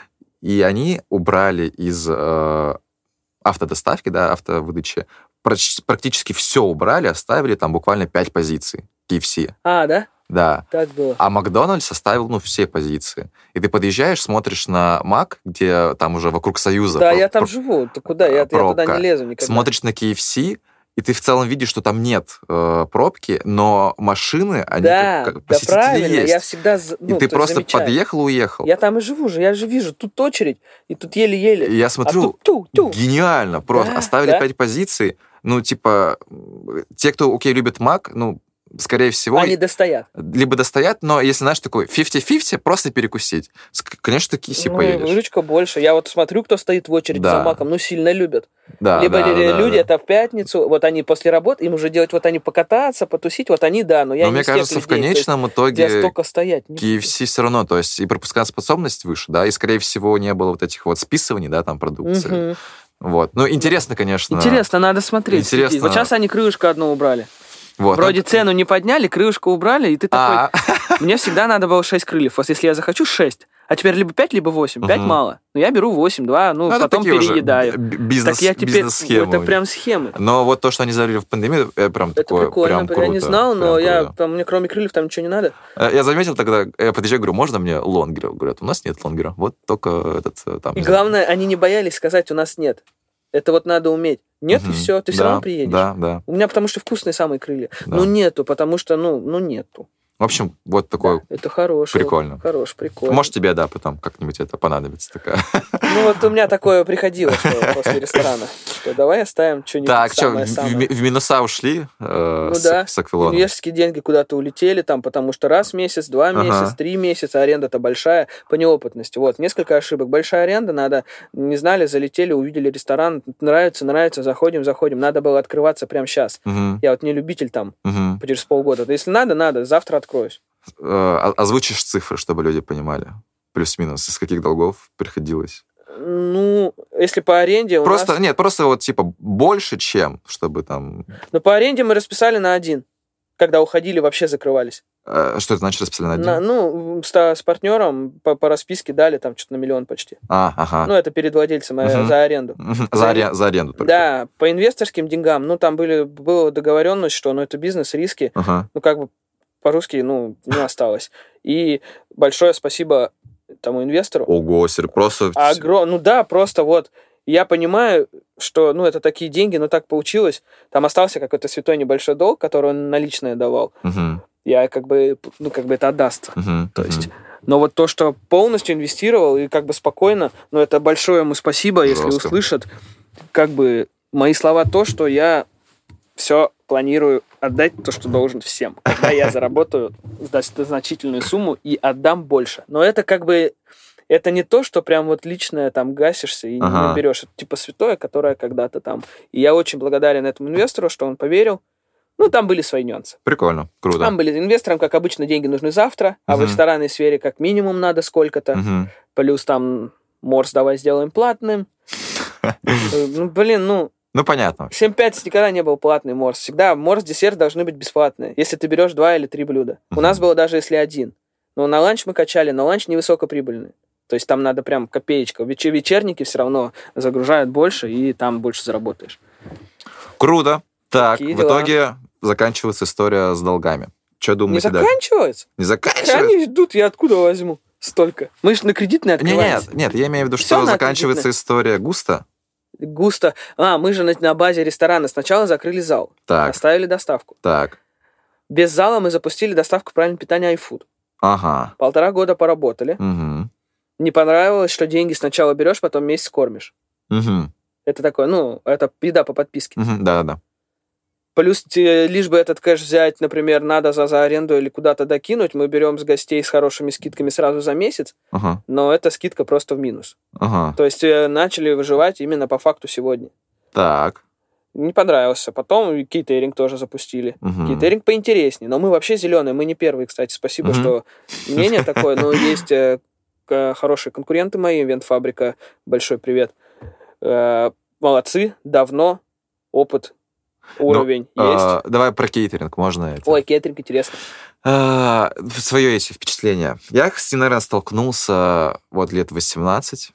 И они убрали из э, автодоставки, да, автовыдачи, прач- практически все убрали, оставили там буквально пять позиций кей эф си. А, да? Да. Так было. А Макдональдс оставил, ну, все позиции. И ты подъезжаешь, смотришь на Мак, где там уже вокруг Союза. Да, про- я там про- живу. Ты куда? Я, я туда пробка. не лезу никогда. Смотришь на кей эф си, и ты в целом видишь, что там нет э, пробки, но машины, они да, как, как да, посетители правильно. есть. Я всегда, з- И ну, ты то просто замечаю. подъехал и уехал. Я там и живу же, я же вижу, тут очередь, и тут еле-еле. И я А смотрю, тут тю-тю. гениально, просто Да, оставили да. пять позиций. Ну, типа, м, те, кто, окей, любит Мак, ну, скорее всего, Они достоят. либо достоят, но если, знаешь, такой пятьдесят на пятьдесят, просто перекусить. Ск- Конечно, ты киси Ну, поедешь. выручка больше. Я вот смотрю, кто стоит в очереди Да. за маком, ну, сильно любят. Да, Либо да, ли- да, люди, да. это в пятницу, вот они после работы, им уже делать, вот они покататься, потусить, вот они, да, но я Но не мне из тех кажется, в людей, то есть, конечном где итоге столько стоять. не кей эф си все равно, то есть и пропускная способность выше, да, и, скорее всего, не было вот этих вот списываний, да, там, продукции. Мгм. Вот. Ну, интересно, конечно. Интересно, надо смотреть. Интересно. следить. Вот сейчас они крылышко одно убрали. Вот. Вроде Ну, цену не подняли, крылышко убрали, и ты такой... а, Мне всегда надо было шесть крыльев. Вот если я захочу шесть, а теперь либо пять, либо восемь. пять Мгм. мало. Но я беру восемь, два, ну, ну, это потом такие уже переедаю. б- бизнес, Так я теперь... бизнес-схемы. Это прям схемы. Но вот то, что они завели в пандемию, это прям Это такое, прикольно. прям круто. Я не знал, но прям я, круто. там, мне кроме крыльев там ничего не надо. Э, Я заметил тогда, я подъезжаю, говорю, можно мне лонгера? Говорят, у нас нет лонгера, вот только этот э, там... И не знаю. главное, они не боялись сказать, у нас нет. Это вот надо уметь. Нет, и Мгм. все, ты все Да, равно приедешь. Да, да. У меня потому что вкусные самые крылья. Да. Ну, нету, потому что, ну, ну, нету. В общем, вот такой... Да, это хороший. Прикольно. Хороший, прикольно. Может, тебе, да, потом как-нибудь это понадобится такая. Ну, вот у меня такое приходило, что после ресторана. Что давай оставим что-нибудь Так, что, самое-самое. в, в минуса ушли э, Ну с, да, с Аквилоном? инвесторские деньги куда-то улетели, там, потому что раз в месяц, два Ага. месяца, три месяца, аренда-то большая по неопытности. Вот, несколько ошибок. Большая аренда, надо, не знали, залетели, увидели ресторан, нравится, нравится, заходим, заходим. Надо было открываться прямо сейчас. Мгм, Я вот не любитель там мгм. через полгода. Если надо, надо, завтра откроюсь. Э, Озвучишь цифры, чтобы люди понимали. Плюс-минус, из каких долгов приходилось. Ну, если по аренде у Просто, нас... нет, просто вот типа больше, чем, чтобы там... Ну, по аренде мы расписали на один. Когда уходили, вообще закрывались. э, Что это значит, расписали на один? На- ну, с, с партнером по, по расписке дали там что-то на миллион почти. А, ага. Ну, это перед владельцем э, Мгм. за аренду. Мгм. За, аре- за аренду только. Да, по инвесторским деньгам, ну, там были, была договоренность, что ну, это бизнес, риски, Ага. ну, как бы по-русски, ну, не осталось. И большое спасибо тому инвестору. Ого, Сер, просто... Огром... Ну да, просто вот я понимаю, что, ну, это такие деньги, но так получилось. Там остался какой-то святой небольшой долг, который он наличное давал. Мгм, Я как бы, ну, как бы это отдастся. мгм, То есть, мгм. но вот то, что полностью инвестировал и как бы спокойно, ну, это большое ему спасибо, если Жестко. услышат, как бы мои слова то, что я все планирую отдать то, что должен всем. Когда я заработаю зна- значительную сумму и отдам больше. Но это как бы, это не то, что прям вот личное там гасишься и Ага. не берешь. Это типа святое, которое когда-то там. И я очень благодарен этому инвестору, что он поверил. Ну, там были свои нюансы. Прикольно, круто. Там были инвесторам, как обычно, деньги нужны завтра, а в Мгм. ресторанной сфере как минимум надо сколько-то. Мгм. Плюс там морс давай сделаем платным. Э, Ну, блин, ну, Ну, понятно. семь пять никогда не был платный морс. Всегда морс, десерт должны быть бесплатные. Если ты берешь два или три блюда. У Мгм. нас было даже если один. Но на ланч мы качали, но ланч невысокоприбыльный. То есть там надо прям копеечка. Веч- вечерники все равно загружают больше, и там больше заработаешь. Круто. Так, Такие в дела. итоге заканчивается история с долгами. Что Не думаете дальше? заканчивается? Не заканчивается? Они ждут, я откуда возьму столько? Мы же на кредитной Не, открывались. нет, нет, я имею в виду, Всё что на заканчивается кредитной. история густо. Густо. А, мы же на, на базе ресторана сначала закрыли зал. Так, Оставили доставку. так, Без зала мы запустили доставку правильного питания iFood. ага. Полтора года поработали. Угу. Не понравилось, что деньги сначала берешь, потом месяц кормишь. Угу. Это такое, ну, это еда по подписке. Угу. Да-да-да. Плюс те- лишь бы этот кэш взять, например, надо за, за аренду или куда-то докинуть, мы берем с гостей с хорошими скидками сразу за месяц, Ага, но эта скидка просто в минус. ага. То есть э, начали выживать именно по факту сегодня. Так. Не понравился. Потом и кейтеринг тоже запустили. Мгм. Кейтеринг поинтереснее. Но мы вообще зеленые, мы не первые, кстати. Спасибо, Мгм. что мнение такое. Но есть э, к- хорошие конкуренты мои, Ивент-фабрика, большой привет. Э, молодцы, давно, опыт, уровень Ну, есть. а, давай про кейтеринг, можно это? Ой, кейтеринг интересно. А, свое эти впечатления. Я с ним, наверное, столкнулся вот лет восемнадцать.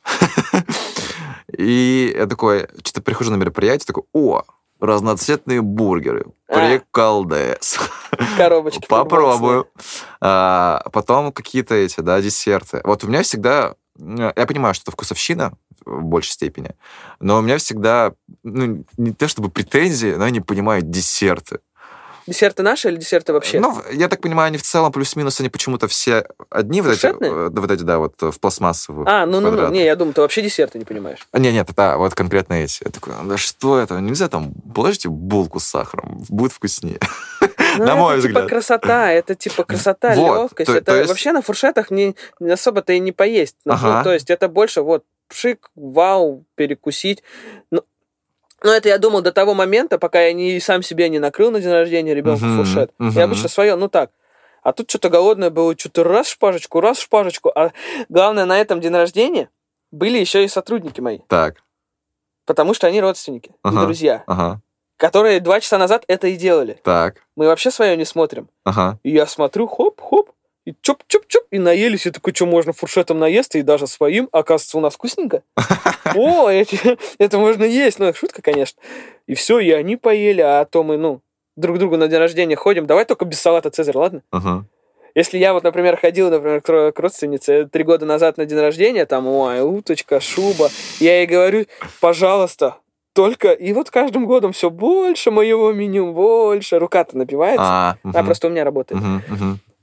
И я такой, что-то прихожу на мероприятие, такой, о, разноцветные бургеры. А. Приколдес. Коробочки. Попробую. А, потом какие-то эти, да, десерты. Вот у меня всегда... Я понимаю, что это вкусовщина в большей степени, но у меня всегда, ну, не то чтобы претензии, но я не понимаю десерты. Десерты наши или десерты вообще? Ну, я так понимаю, они в целом плюс-минус, они почему-то все одни, вот эти, Фуршетные? э, да, вот эти, да, вот в пластмассовую. а, ну, ну, ну, квадратную. не, я думаю, ты вообще десерты не понимаешь. А, не, нет, это вот конкретно эти. Я такой, да что это? Нельзя там, положите булку с сахаром, будет вкуснее. Ну, На это мой типа взгляд. красота, это типа красота, Вот, легкость. то- это то есть- вообще на фуршетах не, не особо-то и не поесть. Ну, Ага. то есть это больше вот пшик, вау, перекусить. Ну, но это я думал до того момента, пока я не, сам себе не накрыл на день рождения ребенка Мгм, фуршет. мгм. Я обычно свое, ну так. А тут что-то голодное было, что-то раз шпажечку, раз шпажечку. А главное, на этом день рождения были еще и сотрудники мои. Так, Потому что они родственники Ага. и друзья, ага, которые два часа назад это и делали. так, Мы вообще свое не смотрим. ага. И я смотрю, хоп-хоп, и чоп-чоп-чоп, и наелись, и такой, что можно фуршетом наесться, и даже своим, оказывается, у нас вкусненько. О, эти- это можно есть. Ну, шутка, конечно. И все, и они поели, а то мы, ну, друг к другу на день рождения ходим. Давай только без салата Цезарь, ладно? Ага. Если я вот, например, ходил, например, к ро- к родственнице три года назад на день рождения, там, ой, уточка, шуба, я ей говорю, пожалуйста, только... И вот каждым годом все больше моего меню, больше. Рука-то напивается. А, Она мгм, просто у меня работает. мгм, мгм.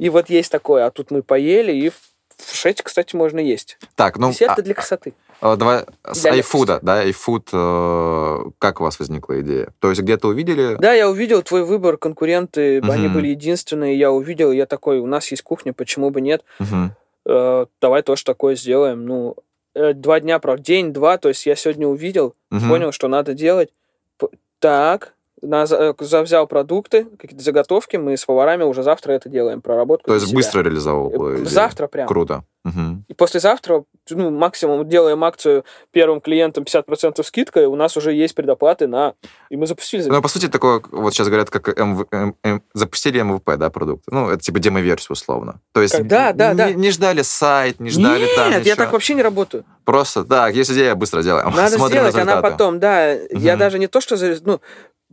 И вот есть такое, а тут мы поели, и в фуршете, кстати, можно есть. Так, ну... Десерты а, для красоты. а, давай с Для iFood, да, iFood, э, как у вас возникла идея? То есть где-то увидели... Да, я увидел твой выбор, конкуренты, Мгм. они были единственные, я увидел, я такой, у нас есть кухня, почему бы нет? Мгм. Э, давай тоже такое сделаем. Ну, э, два дня, правда, день-два, то есть я сегодня увидел, Мгм. понял, что надо делать. П- Так, на- за- взял продукты, какие-то заготовки, мы с поварами уже завтра это делаем, проработку. То для есть себя. быстро реализовал Э, идею. Завтра прям. Круто. Мгм. И послезавтра, ну, максимум делаем акцию первым клиентам пятьдесят процентов скидка, и у нас уже есть предоплаты на... И мы запустили. Ну, по сути, такое, вот сейчас говорят, как эм вэ- эм- эм- запустили эм вэ пэ, да, продукт. Ну, это типа демо-версию, условно. То есть Как- да, да, не, да. не ждали сайт, не ждали Нет, там я ничего. так вообще не работаю. Просто, так, есть идея, быстро делаем. Надо Смотрим сделать, она результаты. потом, да. Я Мгм. даже не то, что... за- Ну,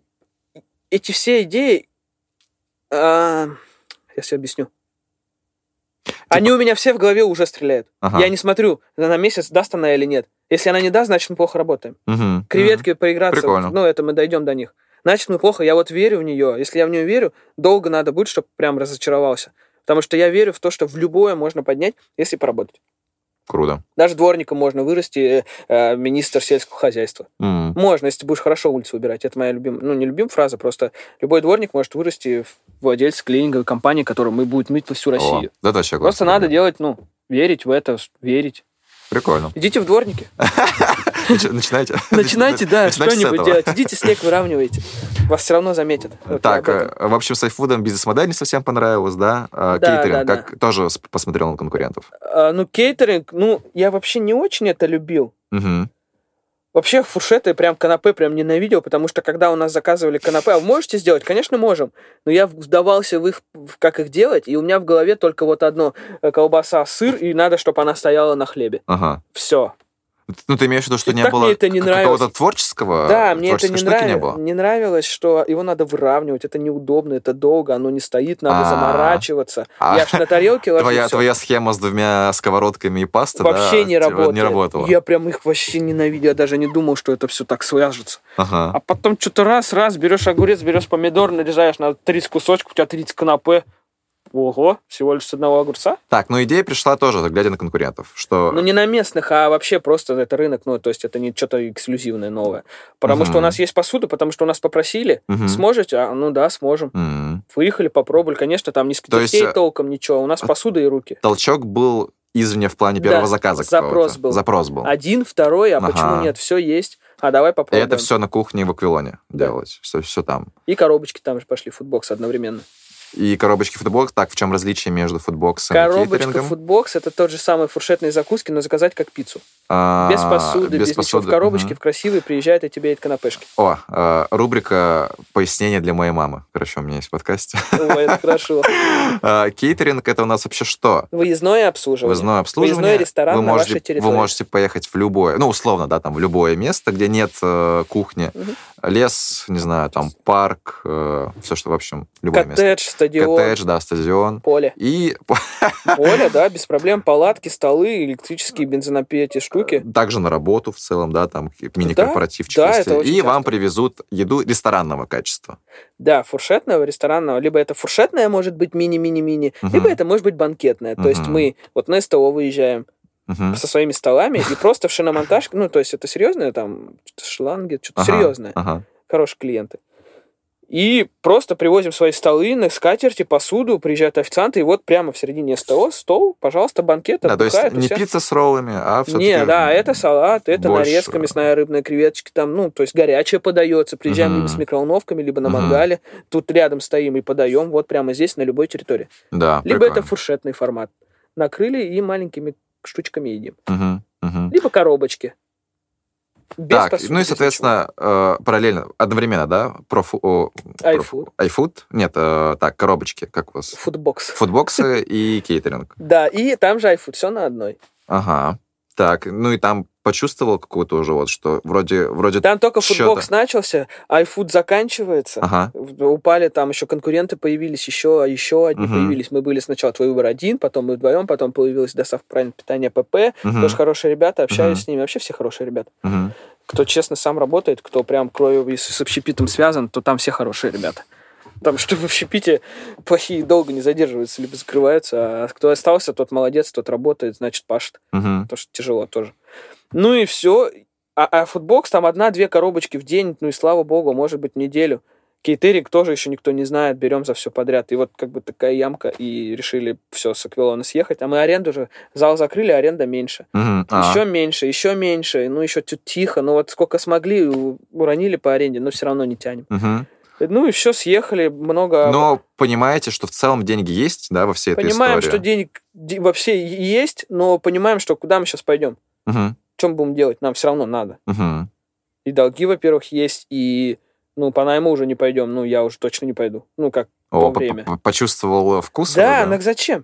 эти все идеи... а, я себе объясню. Они у меня все в голове уже стреляют. Ага. Я не смотрю, на месяц даст она или нет. Если она не даст, значит, мы плохо работаем. Мгм. Креветки поиграться, Прикольно. ну, это мы дойдем до них. Значит, мы плохо. Я вот верю в нее. Если я в нее верю, долго надо будет, чтобы прям разочаровался. Потому что я верю в то, что в любое можно поднять, если поработать. Круто. Даже дворником можно вырасти, э, министр сельского хозяйства. М. Можно, если ты будешь хорошо улицу убирать. Это моя любимая, ну, не любимая фраза, просто любой дворник может вырасти в владельца клининговой компании, которая мы будет мыть всю О, Россию. это вообще Просто классно. надо делать, ну, верить в это, верить. Прикольно. Идите в дворники. Начи- Начинайте. Начинайте, да, Начинайте с что-нибудь этого. делать. Идите снег выравнивайте. Вас все равно заметят. Вот я Так, об этом. э, в общем, с iFood бизнес-модель не совсем понравилась, да? А, Да, Кейтеринг, да, как тоже с- посмотрел на конкурентов. А, ну, кейтеринг, ну, я вообще не очень это любил. Мгм. Вообще фуршеты, прям канапе прям ненавидел, потому что когда у нас заказывали канапе, а вы можете сделать? Конечно, можем. Но я вдавался в их, в как их делать, и у меня в голове только вот одно: э, колбаса, сыр, и надо, чтобы она стояла на хлебе. Ага. Все. Ну, ты имеешь в виду, что И не так было мне это не к- какого-то нравилось. творческого, Да, мне это творческой не, штуки не нравилось. было? Не нравилось, что его надо выравнивать, это неудобно, это долго, оно не стоит, надо А. заморачиваться. А. Я ж на тарелке ложу. Твоя, всё. твоя схема с двумя сковородками и пастой, Вообще да, не типа, работает. не работала? Я прям их вообще ненавидел. Я даже не думал, что это все так свяжется. Ага. А потом что-то раз, раз, берешь огурец, берешь помидор, нарезаешь на тридцать кусочков, у тебя тридцать канапе. Ого, всего лишь с одного огурца? Так, ну идея пришла тоже, глядя на конкурентов, что... Ну, не на местных, а вообще просто это рынок, ну, то есть это не что-то эксклюзивное новое. Потому Мгм. что у нас есть посуда, потому что у нас попросили. Мгм. Сможете? А, ну да, сможем. М. Выехали, попробовали. Конечно, там не То есть, скатертей э, толком, ничего. У нас посуда и руки. Толчок был извне в плане Да, первого заказа запрос какого-то. был. Запрос был. Один, второй, а Ага. почему нет? Все есть. А давай И попробуем. это все на кухне в Аквилоне Да. делать. Все, все там. И коробочки там же пошли, фудбокс одновременно. И коробочки футбокс. Так, в чем различие между футбоксом и Коробочка кейтерингом? фудбокс — это тот же самый фуршетные закуски, но заказать как пиццу. А, Без посуды, без, ничего. В коробочке, Мгм. в красивой, приезжает и тебе эти канапешки. О, э, рубрика «Пояснение для моей мамы». Короче, у меня есть в подкасте. Ой, это хорошо. А, Кейтеринг — это у нас вообще что? Выездное обслуживание. Выездное обслуживание. Выездной ресторан вы на можете, вашей территории. Вы можете поехать в любое, ну, условно, да, там, в любое место, где нет э, кухни, Мгм. лес, не знаю, там, парк, все, что, в общем, любое место. Коттедж, стадион, Коттедж, да, стадион. поле. И Поле, да, без проблем. Палатки, столы, электрические бензонапи, эти штуки. также на работу в целом, да, там, мини-корпоративчик. да, если- это очень И вам часто. привезут еду ресторанного качества. Да, фуршетного, ресторанного. Либо это фуршетное может быть мини-мини-мини, Мгм. либо это может быть банкетное. То есть Мгм. мы вот на СТО выезжаем Мгм. со своими столами и просто в шиномонтаж, ну, то есть это серьезное, там, что-то шланги, что-то Ага, серьезное. ага. Хорошие клиенты. И просто привозим свои столы, на скатерти, посуду, приезжают официанты, и вот прямо в середине СТО стол, пожалуйста, банкет, Да, то есть отдыхают, и не всё. пицца с роллами, а все-таки... Не, да, это салат, это больше- нарезка, мясная, рыбная, креветочки, там, ну, то есть горячее подается, приезжаем Мгм. либо с микроволновками, либо на Мгм. мангале, тут рядом стоим и подаем, вот прямо здесь, на любой территории. Да, Либо прикольно. это фуршетный формат. Накрыли и маленькими штучками едим. Мгм, мгм. Либо коробочки. Без Так, посуды, ну и, без соответственно, э, параллельно, одновременно, да, про фу- о, про iFood. iFood? Нет, э, так, коробочки, как у вас? ничего. Фудбокс. Фудбоксы и кейтеринг. Да, и там же iFood, все на одной. Ага. Так, ну и там почувствовал какую-то уже вот, что вроде... вроде Там только счёта. фудбокс начался, iFood заканчивается. Ага. Упали, там еще конкуренты появились, еще, еще одни Мгм. появились. Мы были сначала твой выбор один, потом мы вдвоем, потом появилась доставка правильного питания ПП. Мгм. Тоже хорошие ребята, общаюсь Мгм. с ними. Вообще все хорошие ребята. Мгм. Кто честно сам работает, кто прям кровью и с общепитом связан, то там все хорошие ребята. Там, что в общепите плохие долго не задерживаются, либо закрываются, а кто остался, тот молодец, тот работает, значит, пашет. Мгм. Потому что тяжело тоже. Ну и все. А, а фудбокс там одна-две коробочки в день, ну и слава богу, может быть, в неделю. Кейтеринг тоже еще никто не знает, берем за все подряд. И вот как бы такая ямка, и решили все с Аквилона съехать. А мы аренду же, зал закрыли, аренда меньше. Мгм. А, Еще меньше, еще меньше, ну еще чуть тихо. Ну вот сколько смогли, у- уронили по аренде, но все равно не тянем. мгм. Ну и все, съехали, много... Но понимаете, что в целом деньги есть, да, во всей этой Понимаем, истории? что денег де- вообще есть, но понимаем, что куда мы сейчас пойдем. Мгм. Что мы будем делать? Нам все равно надо. Мгм. И долги, во-первых, есть, и ну, по найму уже не пойдем. Ну, я уже точно не пойду. Ну, как в О, то по- время. по- почувствовал вкус? Да, его, так зачем?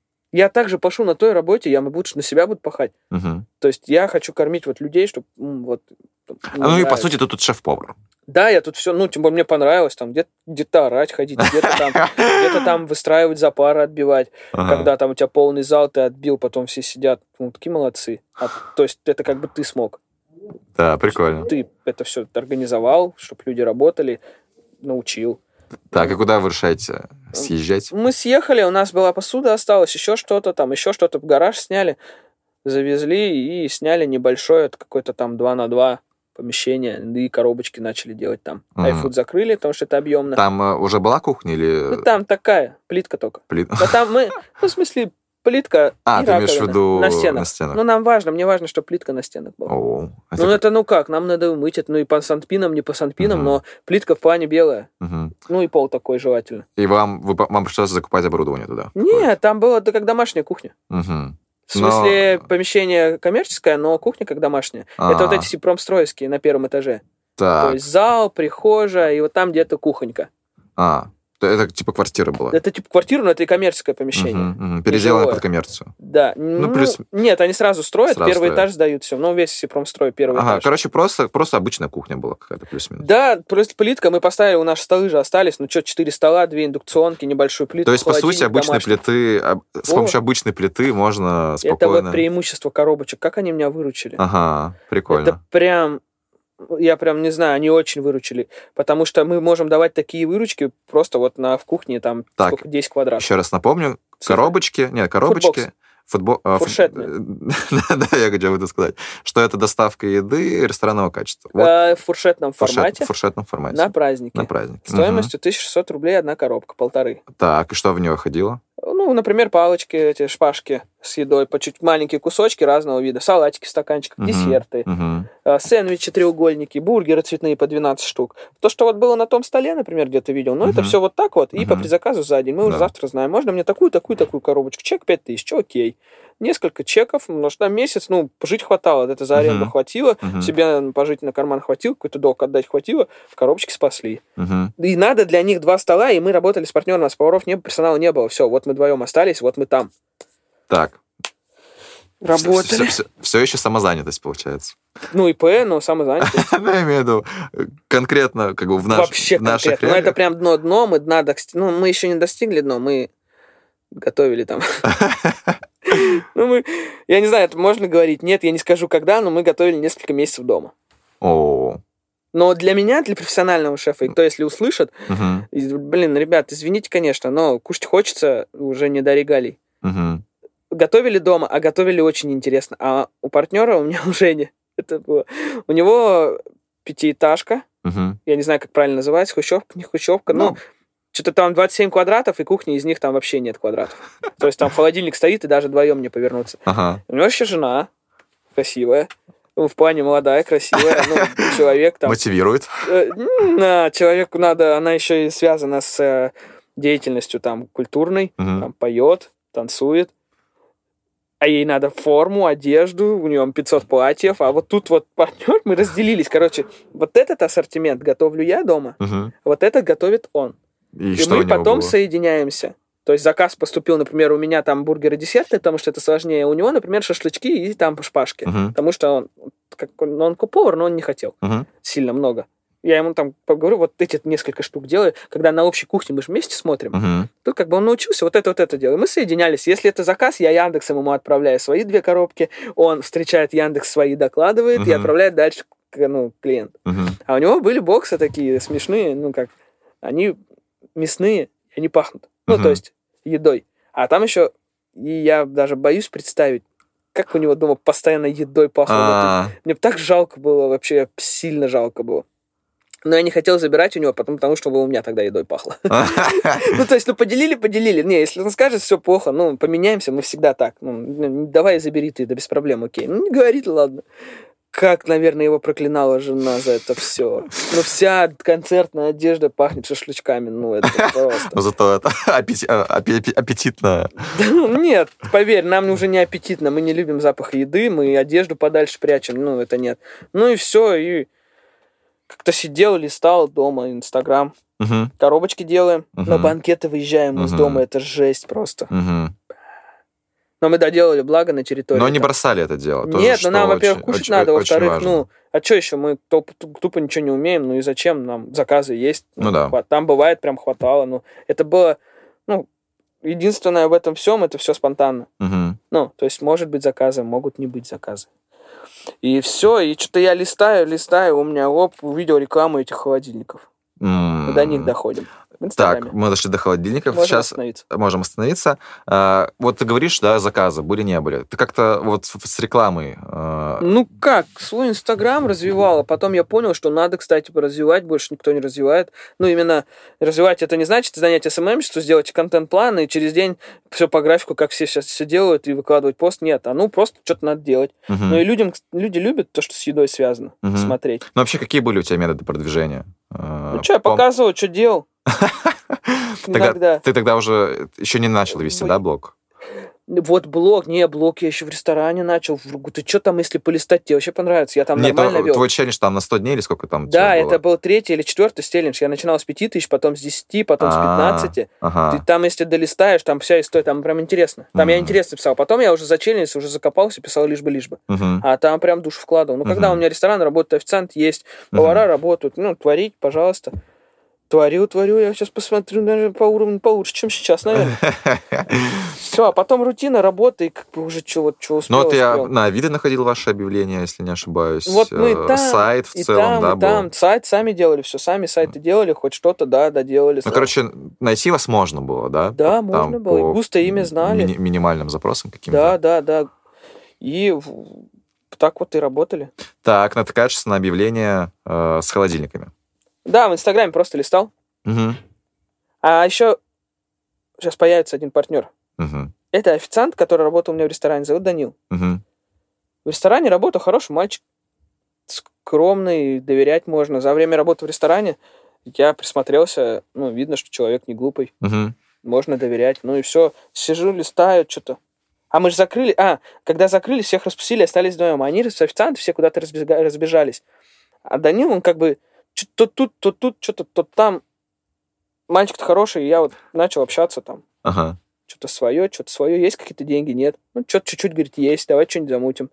Я также пошу на той работе, я буду на себя буду пахать. Мгм. То есть я хочу кормить вот людей, чтобы вот... А, ну и по сути ты тут шеф-повар. Да, я тут все, ну, тем более мне понравилось, там где-то, где-то орать ходить, где-то там, где-то там выстраивать запары, отбивать. Ага. Когда там у тебя полный зал, ты отбил, потом все сидят, ну, такие молодцы. А, то есть это как бы ты смог. Да, прикольно. Ты это все организовал, чтобы люди работали, научил. Так, и куда вы решаете съезжать? Мы съехали, у нас была посуда осталась, еще что-то там, еще что-то в гараж сняли, завезли и сняли небольшое, это какое-то там два на два помещение, да и коробочки начали делать там. Мгм. Айфуд закрыли, потому что это объемно. Там э, уже была кухня или... Ну, там такая, плитка только. плит- Да там мы, ну, в смысле, плитка А, и ты имеешь в раковина виду на стенах. на стенах? Ну, нам важно, мне важно, чтобы плитка на стенах была. О, это Ну, как- это ну как, нам надо умыть это, ну и по сантпинам, не по сантпинам, Мгм. но плитка в плане белая. Мгм. Ну и пол такой желательно. И вам, вы, вам пришлось закупать оборудование туда? Нет, там было это как домашняя кухня. Мгм. В смысле, Но- помещение коммерческое, но кухня как домашняя. А. Это вот эти сипромстройские на первом этаже. То Так, есть зал, прихожая, и вот там где-то кухонька. а, то это типа квартира была? Это типа квартира, но это и коммерческое помещение. Мгм, мгм. Переделано Нежилое. под коммерцию. Да. Ну, плюс- Нет, они сразу строят, Сразу первый строят. этаж сдают, все. Ну, весь Сипромстрой первый Ага, этаж. короче, просто, просто обычная кухня была какая-то, плюс-минус. Да, просто плитка, мы поставили, у нас столы же остались, ну что, четыре стола, две индукционки, небольшую плитку, То есть, по сути, холодильник обычной домашний. плиты, об- с О. помощью обычной плиты можно Это спокойно... вот преимущество коробочек. Как они меня выручили? Ага, прикольно. Это прям... Я прям не знаю, они очень выручили. Потому что мы можем давать такие выручки просто вот на в кухне, там, Так, сколько, десять квадратов. Еще раз напомню, Цифры. коробочки, нет, коробочки, футбо... а, фу- Фуршетные. Да, я хотел это сказать. Что это доставка еды ресторанного качества. Вот Э, в фуршетном фуршет- формате в фуршетном формате. на празднике. На праздник. Стоимостью тысяча шестьсот рублей одна коробка, полторы. Мгм. Так, и что в нее ходило? Ну, например, палочки, эти шпажки с едой, по чуть маленькие кусочки разного вида, салатики в стаканчиках, Мгм. десерты, Мгм. э, сэндвичи, треугольники, бургеры цветные по двенадцать штук. То, что вот было на том столе, например, где ты видел, ну, это Мгм. все вот так вот, и по Мгм. предзаказу за день. Мы уже Да. завтра знаем, можно мне такую, такую, такую коробочку, чек пять тысяч, окей. Несколько чеков, потому что на месяц, ну, жить хватало, это за аренду Мгм. хватило, Мгм. себе пожить на карман хватило, какой-то долг отдать хватило, коробочки спасли. Мгм. И надо для них два стола, и мы работали с партнером, у нас поваров не было, персонала не было. Все, вот мы вдвоем остались, вот мы там. Так. Работали. Все еще самозанятость, получается. Ну, ИП, но самозанятость. Ну, я имею в виду э, конкретно как бы в, наш- Вообще в наших конкретно. Ну, это реалиях. прям дно-дно, мы дна достигли. Ну, мы еще не достигли дно, мы готовили там. Ну, мы... Я не знаю, это можно говорить? Нет, я не скажу когда, но мы готовили несколько месяцев дома. О, Но для меня, для профессионального шефа, и кто если услышит, мгм, и, блин, ребят, извините, конечно, но кушать хочется уже не до регалий. мгм. Готовили дома, а готовили очень интересно. А у партнера, у меня у Жени, это было, у него пятиэтажка, Мгм. я не знаю, как правильно называется, хрущевка, не хрущевка, ну, Ну. что-то там двадцать семь квадратов, и кухни из них там вообще нет квадратов. То есть там холодильник стоит, и даже вдвоем не повернуться. Ага. У него еще жена красивая, ну, в плане молодая, красивая, ну, человек там... Мотивирует. Э, м, да, человеку надо, она еще и связана с э, деятельностью там культурной, Мгм. там поет, танцует, а ей надо форму, одежду, у нее пятьсот платьев, а вот тут вот партнер, мы разделились, короче, вот этот ассортимент готовлю я дома, Мгм. вот этот готовит он, И, и, что у мы него потом было? соединяемся. То есть заказ поступил, например, у меня там бургеры, десерты, потому что это сложнее, у него, например, шашлычки и там шпажки, Мгм. потому что он, как, он, он повар, но он не хотел Мгм. сильно много. Я ему там поговорю, вот эти несколько штук делаю, когда на общей кухне мы же вместе смотрим. Мгм. Тут как бы он научился вот это, вот это делать. Мы соединялись. Если это заказ, я Яндексом ему отправляю свои две коробки, он встречает Яндекс свои, докладывает и Мгм. отправляет дальше к ну, клиенту. Мгм. А у него были боксы такие смешные, ну как, они мясные, и они пахнут. Ну, Мгм. то есть едой. А там еще, и я даже боюсь представить, как у него дома постоянно едой пахло. Вот А, и мне так жалко было, вообще сильно жалко было. Но я не хотел забирать у него, потому, потому что у меня тогда едой пахло. Ну, то есть, ну, поделили, поделили. Не, если он скажет, все плохо, ну, поменяемся, мы всегда так. Ну, давай забери ты, да без проблем, окей. Ну, не говорит, ладно. Как, наверное, его проклинала жена за это все. Ну, вся концертная одежда пахнет шашлычками. Ну, это просто... Но зато это аппети- а, аппе- аппетитно. Да, ну, нет, поверь, нам уже не аппетитно. Мы не любим запах еды, мы одежду подальше прячем. Ну, это нет. Ну, и все, и... Как-то сидел, листал дома Инстаграм. Мгм, Коробочки делаем. Мгм. На банкеты выезжаем из Мгм. дома. Это жесть просто. мгм. Но мы доделали, благо, на территории. Но не там. бросали это дело. тоже, Нет, ну что нам, очень- во-первых, кушать очень- надо, очень во-вторых, важно. ну, а что еще? Мы топ- тупо ничего не умеем, ну и зачем нам заказы есть? Ну да. хват- Там бывает прям хватало. Ну, это было, ну, единственное в этом всем, это все спонтанно. Мгм. Ну, то есть, может быть заказы, могут не быть заказы. И все, и что-то я листаю, листаю, у меня, оп, увидел рекламу этих холодильников. М. Мы до них доходим. В Инстаграме. Так, мы дошли до холодильников. Можно Сейчас остановиться. можем остановиться. А, вот ты говоришь, да, заказы были, не были. Ты как-то вот с с рекламой... а, Ну как, свой Инстаграм развивала. Потом я понял, что надо, кстати, развивать. Больше никто не развивает. Ну, именно развивать это не значит занять эс эм эм, что сделать контент-план и через день все по графику, как все сейчас все делают, и выкладывать пост. Нет, а ну просто что-то надо делать. мгм. Ну и людям, люди любят то, что с едой связано, Мгм. смотреть. Ну, вообще, какие были у тебя методы продвижения? А, Ну что, я пом- показывал, что делал. Тогда, Иногда. ты тогда уже еще не начал вести, Ой. да, блог? Вот блог, не, блог я еще в ресторане начал. Ты что там, если полистать, тебе вообще понравится? Я там Нет, нормально ну, вел. твой челлендж там на сто дней или сколько там у Да, тебя было? это был третий или четвертый челлендж. Я начинал с пяти тысяч, потом с десяти, потом с А, пятнадцати. ага. Ты там, если долистаешь, там вся история, там прям интересно. Там я Мгм. интересно писал. Потом я уже за челлендж уже закопался, писал лишь бы, лишь бы. Мгм. А там прям душу вкладывал. Ну, когда Мгм. у меня ресторан, работает официант, есть, Мгм. повара работают. Ну, творить, пожалуйста. Творю, творю, я сейчас посмотрю, даже по уровню получше, чем сейчас, наверное. Все, а потом рутина, работа, и как бы уже что вот, что Ну, успел, вот я успел. на Авито находил ваши объявления, если не ошибаюсь. Вот мы и Э, там, Сайт в и целом, там, да, и там. был. Сайт сами делали, все сами сайты делали, хоть что-то, да, доделали. Ну, сразу. короче, найти вас можно было, да? Да, Там можно было. И по густо имя знали. мини- минимальным запросам каким-то. Да, да, да. И в- так вот и работали. Так, натыкаешься на объявление э, с холодильниками. Да, в Инстаграме просто листал. Мгм. А еще сейчас появится один партнер. Мгм. Это официант, который работал у меня в ресторане, зовут Данил. Мгм. В ресторане работал хороший мальчик, скромный, доверять можно. За время работы в ресторане я присмотрелся, ну, видно, что человек не глупый, Мгм. можно доверять. Ну и все, сижу, листаю, что-то. А мы же закрыли... А, когда закрыли, всех распустили, остались вдвоем. А они, официанты, все куда-то разбега- разбежались. А Данил, он как бы то тут, то тут, что-то, то там. Мальчик-то хороший, и я вот начал общаться там. Ага. Что-то свое, что-то свое. Есть какие-то деньги? Нет. Ну, что-то чуть-чуть, говорит, есть. Давай что-нибудь замутим.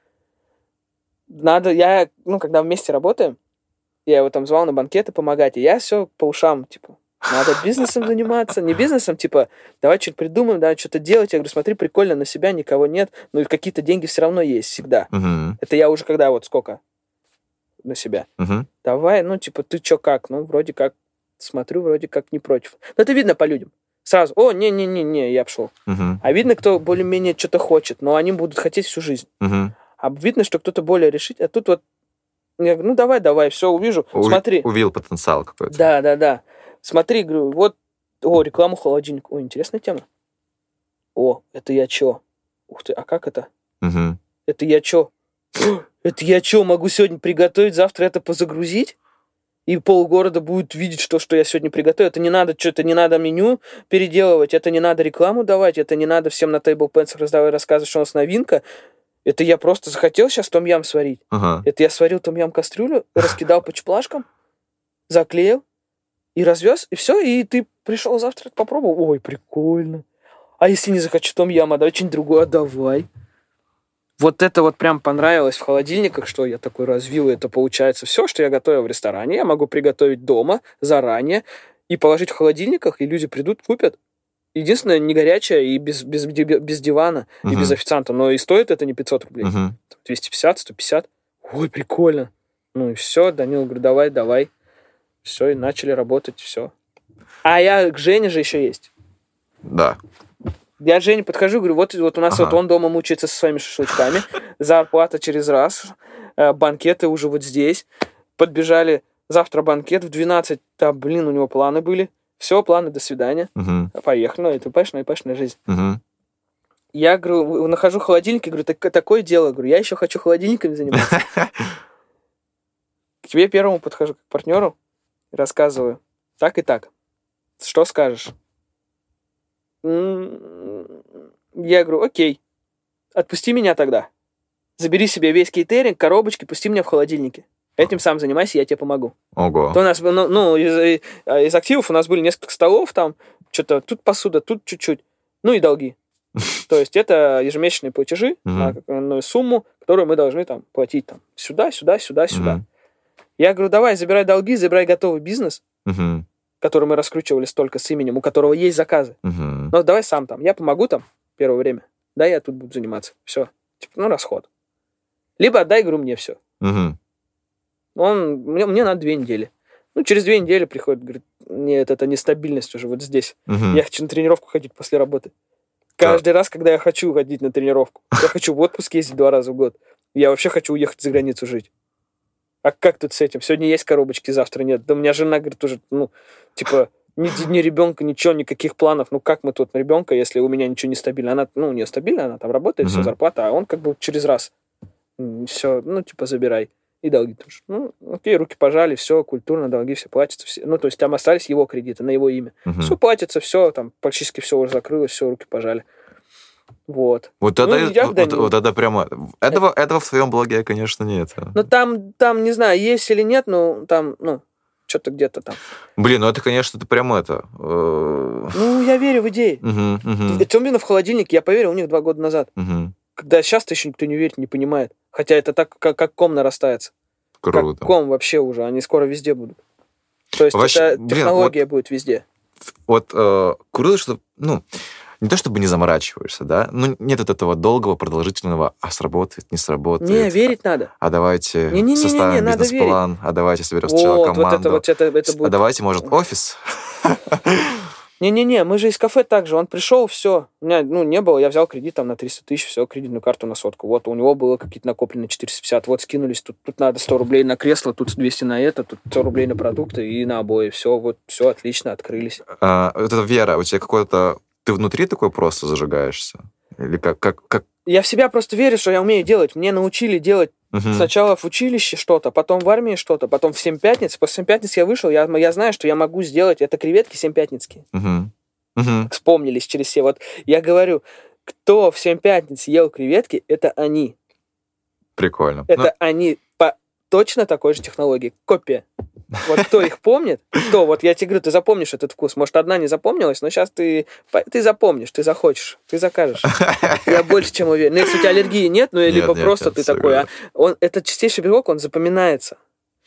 Надо, я, ну, когда вместе работаем, я его там звал на банкеты помогать, и я все по ушам, типа, надо бизнесом заниматься. Не бизнесом, типа, давай что-то придумаем, давай что-то делать. Я говорю, смотри, прикольно, на себя никого нет, ну и какие-то деньги все равно есть всегда. Мгм. Это я уже когда вот сколько на себя. Мгм. Давай, ну, типа, ты чё как? Ну, вроде как, смотрю, вроде как не против. Но это видно по людям. Сразу, о, не-не-не-не, я пошел. Мгм. А видно, кто более-менее что-то хочет, но они будут хотеть всю жизнь. Мгм. А видно, что кто-то более решит, а тут вот, я говорю, ну, давай, давай, все, увижу, Уви- смотри. Увидел потенциал какой-то. Да, да, да. Смотри, говорю, вот, о, рекламу холодильник. О, интересная тема. О, это я чё? Ух ты, а как это? Мгм. Это я чё? Это я чё, могу сегодня приготовить, завтра это позагрузить? И полгорода будет видеть, что, что я сегодня приготовил. Это не надо, что-то не надо меню переделывать, это не надо рекламу давать, это не надо всем на тейбл-пенсах раздавать, рассказывать, что у нас новинка. Это я просто захотел сейчас том-ям сварить. Ага. Это я сварил том-ям кастрюлю, раскидал по чеплашкам, заклеил и развез, и все, и ты пришел завтра, попробовал. Ой, прикольно. А если не захочу том-яма, давай что-нибудь другое, давай. Вот это вот прям понравилось в холодильниках, что я такой развил, и это получается все, что я готовил в ресторане, я могу приготовить дома заранее и положить в холодильниках, и люди придут, купят. Единственное, не горячее и без, без, без дивана, и Мгм. без официанта, но и стоит это не пятьсот рублей. Мгм. двести пятьдесят, сто пятьдесят. Ой, прикольно. Ну и все, Данил говорит, давай, давай. Все, и начали работать, все. А я к Жене же еще есть. Да. Я Жене подхожу, говорю, вот, вот у нас Ага. вот он дома мучается со своими шашлычками, зарплата через раз, э, банкеты уже вот здесь. Подбежали, завтра банкет в двенадцать, да, блин, у него планы были. Все, планы, до свидания. Мгм. Поехали. Ну, это пэшная, пэшная жизнь. Мгм. Я, говорю, нахожу холодильник и говорю, так, такое дело. Говорю, я еще хочу холодильниками заниматься. К тебе первому подхожу как к партнеру и рассказываю. Так и так. Что скажешь? М, Я говорю, окей, отпусти меня тогда. Забери себе весь кейтеринг, коробочки, пусти меня в холодильнике. Этим сам занимайся, я тебе помогу. Ого. То у нас, ну, ну, из, из активов у нас были несколько столов, там, что-то тут посуда, тут чуть-чуть. Ну и долги. То есть это ежемесячные платежи Мгм. на какую-то сумму, которую мы должны там платить там сюда, сюда, сюда, сюда. Мгм. Я говорю, давай, забирай долги, забирай готовый бизнес, Мгм. который мы раскручивали столько с именем, у которого есть заказы. Мгм. Ну, давай сам там. Я помогу там первое время. Да, я тут буду заниматься. Все. Типа, ну, расход. Либо отдай, говорю, мне все. Мгм. Он, мне, мне надо две недели. Ну, через две недели приходит, говорит, нет, это нестабильность уже вот здесь. Мгм. Я хочу на тренировку ходить после работы. Каждый раз, когда я хочу ходить на тренировку, я хочу в отпуск ездить два раза в год. Я вообще хочу уехать за границу жить. А как тут с этим? Сегодня есть коробочки, завтра нет. Да у меня жена говорит уже, ну, типа, ни, ни ребенка, ничего, никаких планов. Ну, как мы тут на ребенка, если у меня ничего не стабильно? Она, ну, у нее стабильно, она там работает, все, Мгм. зарплата, а он как бы через раз. Все, ну, типа, забирай. И долги тоже. Ну, окей, руки пожали, все, культурно, долги все платятся. Все. Ну, то есть там остались его кредиты на его имя. Мгм. Все платится, все, там практически все уже закрылось, все, руки пожали. Вот. Вот это, Ну, я вот, Данил. вот это прямо... Этого, этого в твоем блоге я, конечно, нет. Ну, там, там, не знаю, есть или нет, но там, ну, что-то где-то там. Блин, ну это, конечно, это прямо это... э, Ну, я верю в идеи. мгм, мгм, Это именно в холодильнике, я поверил у них два года назад. мгм. Когда сейчас-то еще никто не верит, не понимает. Хотя это так, как, как ком нарастается. Круто. Как ком вообще уже, они скоро везде будут. То есть Вообще, эта блин, технология будет везде. Вот э, круто, что, ну, не то чтобы не заморачиваешься, да, ну, нет вот этого долгого, продолжительного, а сработает, не сработает. Не, верить надо. А давайте Не-не-не-не-не, составим надо бизнес-план, а давайте соберем сначала Вот, вот команду, это вот это, это а будет. давайте, может, офис? Не-не-не, мы же из кафе также. Он пришел, все. У меня, ну, не было, я взял кредит там на триста тысяч, все, кредитную карту на сотку. Вот, у него было какие-то накоплены четыреста пятьдесят. Вот, скинулись, тут, тут надо сто рублей на кресло, тут двести на это, тут сто рублей на продукты и на обои. Все, вот, все отлично, открылись. А, вот эта вера, у тебя какой-то... Ты внутри такой просто зажигаешься? Или как... как, как... Я в себя просто верю, что я умею делать. Мне научили делать Мгм. сначала в училище что-то, потом в армии что-то, потом в семь пятниц. После семь пятниц я вышел, я, я знаю, что я могу сделать. Это креветки семь пятницкие. Мгм. Мгм. Вспомнились через все. Вот я говорю, кто в семь пятниц ел креветки, это они. Прикольно. Это Ну, они по точно такой же технологии. Копия. Вот кто их помнит, кто, вот я тебе говорю, ты запомнишь этот вкус. Может, одна не запомнилась, но сейчас ты, по- ты запомнишь, ты захочешь, ты закажешь. Я больше чем уверен. Ну, если у тебя аллергии нет, ну, Нет, либо нет, просто нет, ты всё такой, а верно. он, это чистейший белок, он запоминается.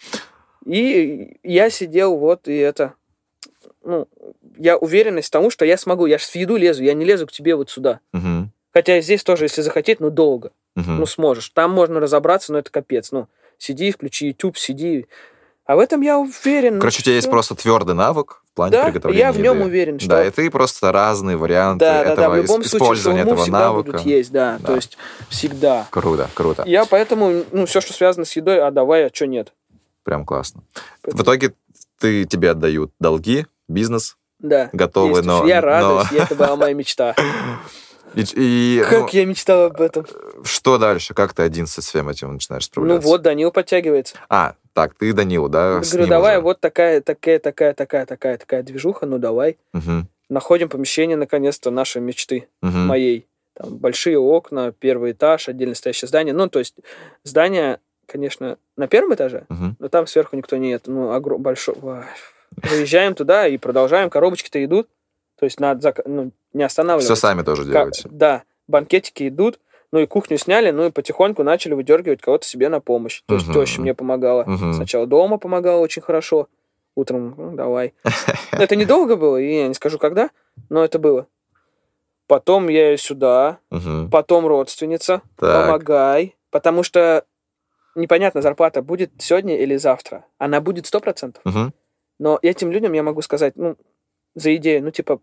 И я сидел вот, и это, ну, я уверенность в тому, что я смогу, я же в еду лезу, я не лезу к тебе вот сюда. мгм. Хотя здесь тоже, если захотеть, ну, долго. Мгм. Ну, сможешь. Там можно разобраться, но это капец. Ну, сиди, включи YouTube, сиди. А в этом я уверен. ну, Короче, у тебя есть всё. просто твердый навык в плане Да, приготовления я в нем еды. уверен, что- Да, и ты просто разные варианты Да, да, да, этого в любом ис- случае использования шаурму этого всегда навыка. будут есть, да, Да. то есть всегда. Круто, круто. Я поэтому, ну, все, что связано с едой, а давай, а что нет. Прям классно. В Поэтому- итоге ты, тебе отдают долги, бизнес, Да. готовы, есть но- уж. Я но- радуюсь, и это была моя мечта. и, и, Как ну, я мечтал об этом. что дальше? Как ты один со всем этим начинаешь Ну справляться? вот, Данил подтягивается. А, так, ты Данилу, да? с Говорю, ним давай, уже? вот такая, такая, такая, такая, такая, такая движуха, ну давай. Мгм, Находим помещение, наконец-то, нашей мечты. мгм, моей. Там большие окна, первый этаж, отдельно стоящее здание. Ну, то есть здание, конечно, на первом этаже, мгм. но там сверху никто нет. Ну, огром... большой... Ой. Заезжаем туда и продолжаем. Коробочки-то идут. То есть надо зак... ну, не останавливаться. Все сами тоже Ка- делаете. Да, банкетики идут. Ну и кухню сняли, ну и потихоньку начали выдергивать кого-то себе на помощь. То есть Мгм. теща мне помогала. Мгм. Сначала дома помогала очень хорошо. Утром, ну, давай. Это недолго было, и я не скажу когда, но это было. Потом я ее сюда, Мгм. потом родственница, Так. помогай. Потому что непонятно, зарплата будет сегодня или завтра. Она будет сто процентов. Мгм. Но этим людям я могу сказать, ну, за идею, ну, типа,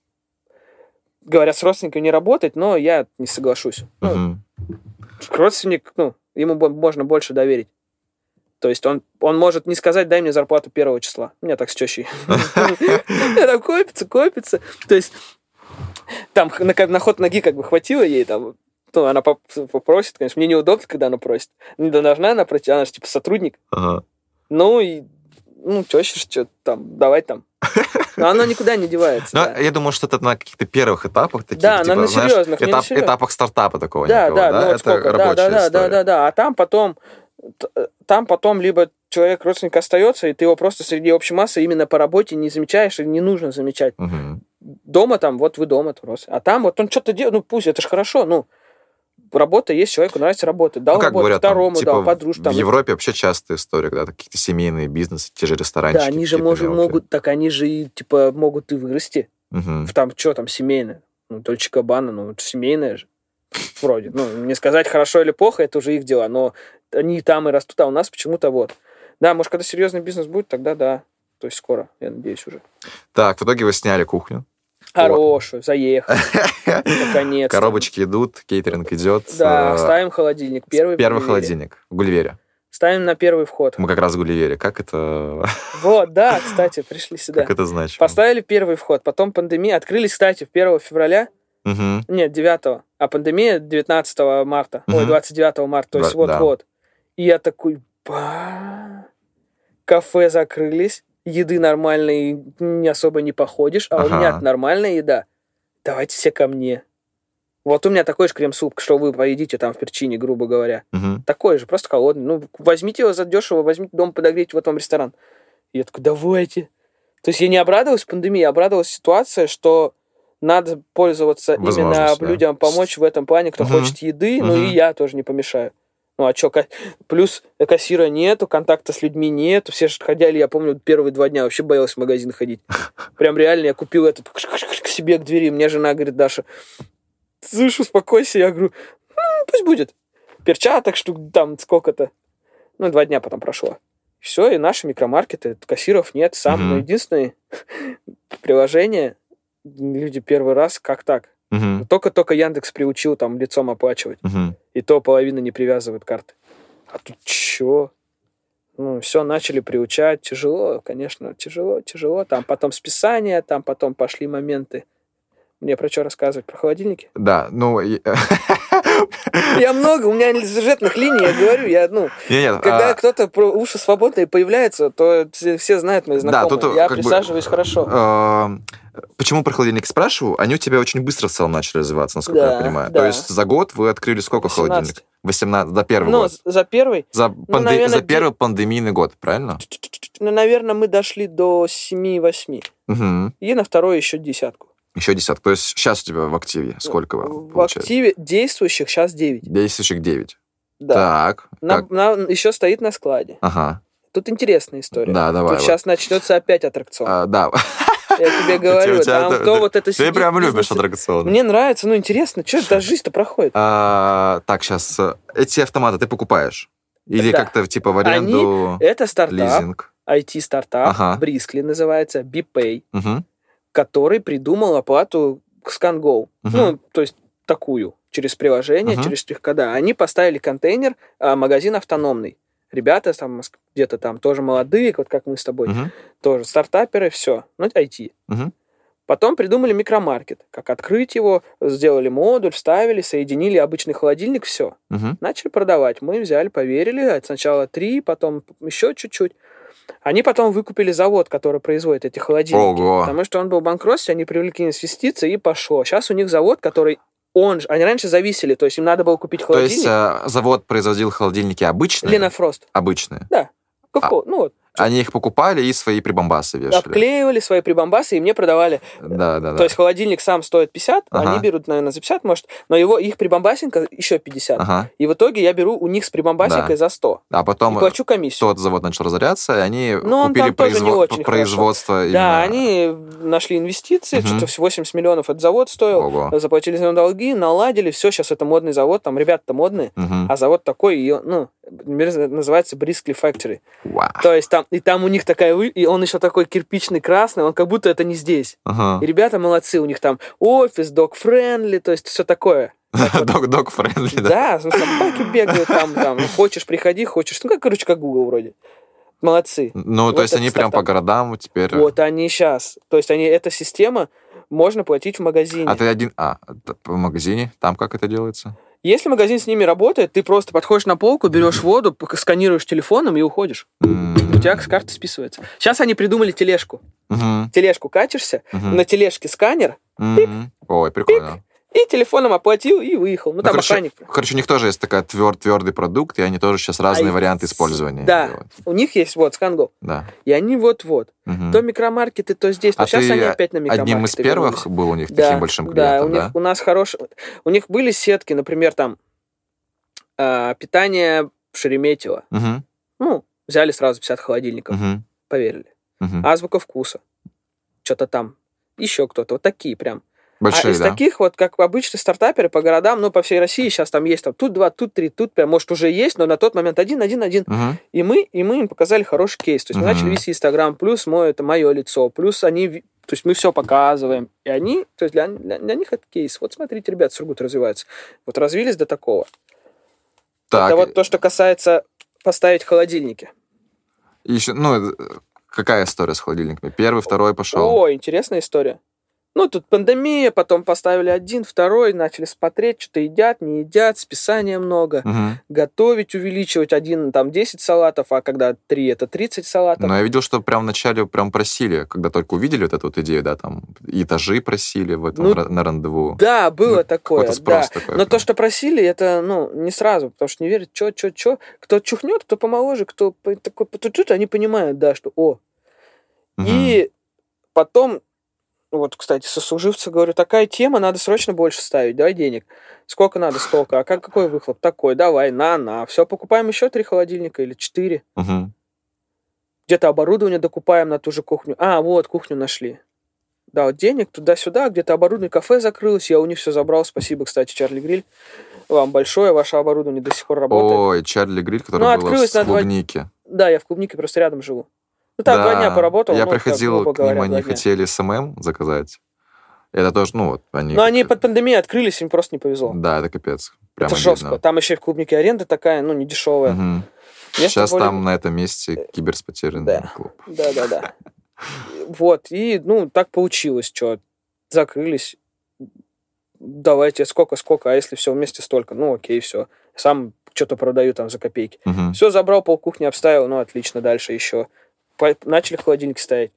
говорят, с родственниками не работать, но я не соглашусь. Ну, Мгм. родственник, ну, ему бо- можно больше доверить. То есть он, он может не сказать, дай мне зарплату первого числа. У меня так с тещей. Там копится, копится. То есть там на, на ход ноги как бы хватило ей, там, ну, она поп- попросит, конечно, мне неудобно, когда она просит. Не должна она просить, она же типа сотрудник. Ага. Ну, и, ну, теща что там, давай там. Но оно никуда не девается. Ну, да. я думаю, что это на каких-то первых этапах таких, Да, типа, на знаешь, серьезных, не на этап- серьезных. этапах стартапа такого Да, некого, да, да? ну вот Это сколько, да, рабочая да, да, история. да, да, да. А там потом, т- там потом либо человек, родственник остается, и ты его просто среди общей массы именно по работе не замечаешь, и не нужно замечать. Мгм. Дома там, вот вы дома, просто. А там вот он что-то делает, ну пусть, это же хорошо, ну, работа есть, человеку нравится работать. Дал Ну, как работу говорят, там, второму, типа, дал подружке. в Там, Европе вообще частая история, когда какие-то семейные бизнесы, те же ресторанчики. да, они же какие-то может, мелкие. могут, так они же и, типа, могут и вырасти. Мгм. В Там, что там, семейное? Ну, Дольче Габбана, ну, это семейное же. Вроде. Ну, не сказать хорошо или плохо, это уже их дела, но они и там и растут, а у нас почему-то вот. Да, может, когда серьезный бизнес будет, тогда да. То есть скоро, я надеюсь, уже. Так, в итоге вы сняли кухню. Хорошую, заехали. Наконец-то. Коробочки идут, кейтеринг идет. Да, э, ставим холодильник. Первый, в Первый Гулливере. холодильник в Гулливере. Ставим на первый вход. Мы как раз в Гулливере. Как это, Вот, да, кстати, пришли сюда. как это значит? Поставили первый вход, потом пандемия. Открылись, кстати, первого февраля. Мгм. Нет, девятого. А пандемия девятнадцатого марта. Ой, Мгм. двадцать девятого марта. То есть Да, да. вот-вот. И я такой... ба. Кафе закрылись. Еды нормальной не особо не походишь. А у Ага. меня нормальная еда. Давайте все ко мне. Вот у меня такой же крем-суп, что вы поедите там в перчине, грубо говоря. Мгм. Такой же, просто холодный. Ну, возьмите его за дешево, возьмите дома подогреть, вот вам ресторан. И я такой, давайте. То есть я не обрадовалась пандемии, обрадовалась ситуация, что надо пользоваться именно Возможность, да. людям, помочь в этом плане, кто Мгм. хочет еды, ну Мгм. и я тоже не помешаю. Ну а что, плюс кассира нету, контакта с людьми нету, все же ходили, я помню, первые два дня вообще боялась в магазин ходить. Прям реально, я купил это к себе к двери, мне жена говорит, Даша, слушай, успокойся, я говорю, «Ну, пусть будет. Перчаток штук там сколько-то. Ну, два дня потом прошло. Все, и наши микромаркеты, кассиров нет, сам, Мгм. но единственное приложение, люди первый раз, как так? Мгм. Только-только Яндекс приучил там лицом оплачивать. Мгм. И то половина не привязывает карты. А тут чё? Ну, все начали приучать. Тяжело, конечно, тяжело, тяжело. Там потом списание, там потом пошли моменты. Мне про что рассказывать? Про холодильники? Да, ну... и- Я много, у меня сюжетных линий, я говорю, я, ну, Нет, когда а, кто-то про уши свободные появляется, то все все знают мои Да, знакомые. тут я как бы, присаживаюсь хорошо. а, Почему про холодильник спрашиваю? Они у тебя очень быстро в целом начали развиваться, насколько Да, я понимаю. да. То есть за год вы открыли сколько восемнадцать. холодильников? восемнадцать, за первый Ну, год. з- за первый, За, панде- наверное, за де- первый пандемийный год, правильно? ну, наверное, мы дошли до семи-восьми. Угу. И на второй еще десятку. Еще десяток. То есть сейчас у тебя в активе сколько В получается? активе действующих сейчас девять. Действующих девять. Да. Так. На- так. на- еще стоит на складе. Ага. Тут интересная история. Да, давай. Тут вот. сейчас начнется опять аттракцион. А, да. Я тебе говорю, У тебя- там ты- то вот это Ты сидит, прям любишь бизнес- аттракционы. Мне нравится, ну интересно, что это жизнь-то проходит. А, так, сейчас. Эти автоматы ты покупаешь? Или Да. как-то типа в аренду, Это стартап, лизинг? ай ти-стартап, Ага. Брискли называется, BPay, Угу. который придумал оплату ScanGo. Мгм. Ну, то есть такую, через приложение, Мгм. через штрих-кода. Они поставили контейнер, а, магазин автономный. Ребята там где-то там тоже молодые, вот как мы с тобой, Угу. тоже стартаперы, все, ну, ай ти. Угу. Потом придумали микромаркет, как открыть его, сделали модуль, вставили, соединили обычный холодильник, все. Угу. Начали продавать. Мы взяли, поверили, сначала три, потом еще чуть-чуть. Они потом выкупили завод, который производит эти холодильники. Ого. Потому что он был в банкротстве, они привлекли инвестиции и пошло. Сейчас у них завод, который он же... Они раньше зависели, то есть им надо было купить То холодильник. есть а, завод производил холодильники обычные? Лена Фрост. Обычные. Да. Кока-кола. Ну вот. Они их покупали и свои прибамбасы вешали. Обклеивали свои прибамбасы и мне продавали. Да, да, да. То есть холодильник сам стоит пятьдесят, Ага. они берут, наверное, за пятьдесят, может, но его, их прибамбасинка еще пятьдесят. Ага. И в итоге я беру у них с прибамбасинкой Да. за сто. А потом И плачу комиссию. тот завод начал разоряться, и они Ну, он купили там тоже не произво- очень производство. Да, именно- они нашли инвестиции, Мгм. что-то восемьдесят миллионов этот завод стоил, Ого. заплатили за него долги, наладили, все, сейчас это модный завод, там ребята-то модные, Мгм. а завод такой, и он, ну, называется Briskly Factory. Вау. То есть там И там у них такая... вы- И он еще такой кирпичный красный, он как будто это не здесь. Ага. И ребята молодцы, у них там офис, dog-friendly, то есть все такое. Так вот. Dog dog friendly, да? Да, ну, собаки бегают там, там, хочешь, приходи, хочешь. Ну, как, короче, как Google вроде. Молодцы. Ну, Вот то есть это они прям по стартап. городам теперь... Вот они сейчас. То есть они, эта система, можно платить в магазине. А ты один... А, т- в магазине? Там как это делается? Если магазин с ними работает, ты просто подходишь на полку, берешь воду, п- сканируешь телефоном и уходишь. У тебя с карты списывается. Сейчас они придумали тележку. Мгм. Тележку катишься, Мгм. на тележке сканер, Мгм. Ой, прикольно. и телефоном оплатил, и выехал. Ну, Ну, там короче, охранник. короче, у них тоже есть такой твер- твердый продукт, и они тоже сейчас разные их варианты с- использования Да, делают. у них есть вот ScanGo. Да. И они вот-вот. Мгм. То микромаркеты, то здесь. Но А сейчас ты они опять на микромаркеты одним из первых вернулись. был у них Да, таким большим да, у, клиентом, них, да? у нас хорошие... У них были сетки, например, там а, питание в Шереметьево. Мгм. Ну, взяли сразу пятьдесят холодильников, Мгм. поверили. Мгм. Азбука вкуса. Что-то там. Еще кто-то. Вот такие прям. Большие, а из да? таких вот, как обычные стартаперы по городам, ну, по всей России сейчас там есть там тут два, тут три, тут прям, может, уже есть, но на тот момент один, один, один. Мгм. И мы, и мы им показали хороший кейс. То есть мы Мгм. начали вести Инстаграм, плюс мой, это мое лицо, плюс они, ви- то есть мы все показываем. И они, то есть для, для, для них это кейс. Вот смотрите, ребята, Сургут развиваются. Вот развились до такого. Так, Это вот то, что касается поставить холодильники. еще, ну, э, какая история с холодильниками? Первый, второй пошел. О, интересная история. Ну, тут пандемия, потом поставили один, второй, начали смотреть, что-то едят, не едят, списания много. Мгм. Готовить, увеличивать один, там, десять салатов, а когда три, это тридцать салатов. Но я видел, что прям вначале прям просили, когда только увидели вот эту вот идею, да, там, этажи просили в этом, Ну, ра- на рандеву. Да, было Ну, такое, какой-то спрос да. такой Но прям. то, что просили, это, ну, не сразу, потому что не верят, что, что, что. Кто чухнет, кто помоложе, кто по- такой, по чуть-чуть, они понимают, да, что, о. Мгм. И потом, вот, кстати, сослуживцу говорю, такая тема, надо срочно больше ставить, давай денег. Сколько надо, столько. А как, какой выхлоп? Такой, давай, на, на. Все, покупаем еще три холодильника или четыре. Мгм. Где-то оборудование докупаем на ту же кухню. А, вот, кухню нашли. Да, вот денег туда-сюда, где-то оборудование, кафе закрылось, я у них все забрал. Спасибо, кстати, Чарли Гриль. Вам большое, ваше оборудование до сих пор работает. Ой, Чарли Гриль, который Ну, был открылось с на два- клубники. Да, я в Клубнике просто рядом живу. Ну, там два Да, дня поработал. Я ну, так, приходил грубо к ним, говоря, они два дня. хотели СММ заказать. Это тоже, ну вот, они... Но они как- под пандемией открылись, им просто не повезло. Да, это капец. Прям Это обидно. жестко. Там еще и в Клубнике аренда такая, ну, не дешевая. Мгм. Место Сейчас более- там на этом месте киберспотерянный Да. клуб. Да, да, да. Вот, и, ну, так получилось, что закрылись. Давайте, сколько, сколько, а если все вместе столько? Ну, окей, все. Сам что-то продаю там за копейки. Мгм. Все, забрал, полкухни обставил, ну, отлично, дальше еще. По- Начали холодильник ставить.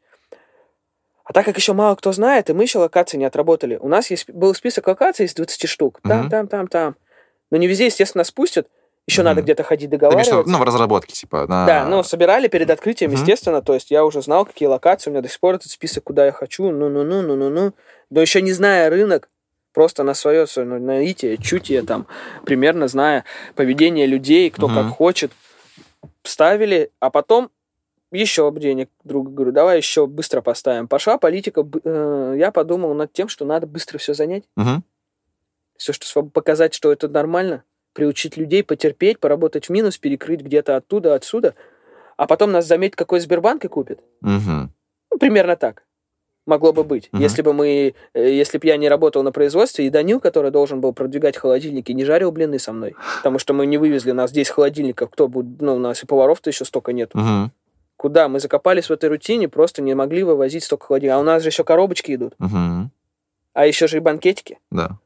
А так как еще мало кто знает, и мы еще локации не отработали. У нас есть, был список локаций из двадцати штук. Там, Мгм. там, там, там. Но не везде, естественно, спустят. Еще Мгм. надо где-то ходить Ты имеешь в виду, договариваться. ну, в разработке, типа. на- Да, ну, собирали перед открытием, Мгм. естественно, то есть я уже знал, какие локации, у меня до сих пор этот список, куда я хочу, ну-ну-ну, ну-ну-ну. Но еще не зная рынок, просто на свое ну, наитие, чутье, там, примерно зная поведение людей, кто Мгм. как хочет, ставили, а потом еще денег другу говорю, давай еще быстро поставим. Пошла политика, б- э, я подумал над тем, что надо быстро все занять, Мгм. все, что св- показать, что это нормально, приучить людей потерпеть, поработать в минус, перекрыть где-то оттуда, отсюда, а потом нас заметит, какой Сбербанк и купит. Мгм. Ну, примерно так. Могло бы быть. Мгм. Если бы мы, э, если бы я не работал на производстве, и Данил, который должен был продвигать холодильники, не жарил блины со мной, потому что мы не вывезли, у нас здесь холодильников, кто будет, ну, у нас и поваров-то еще столько нет. Мгм. Куда? Мы закопались в этой рутине, просто не могли вывозить столько холодильников. А у нас же еще коробочки идут, Мгм. а еще же и банкетики. Да.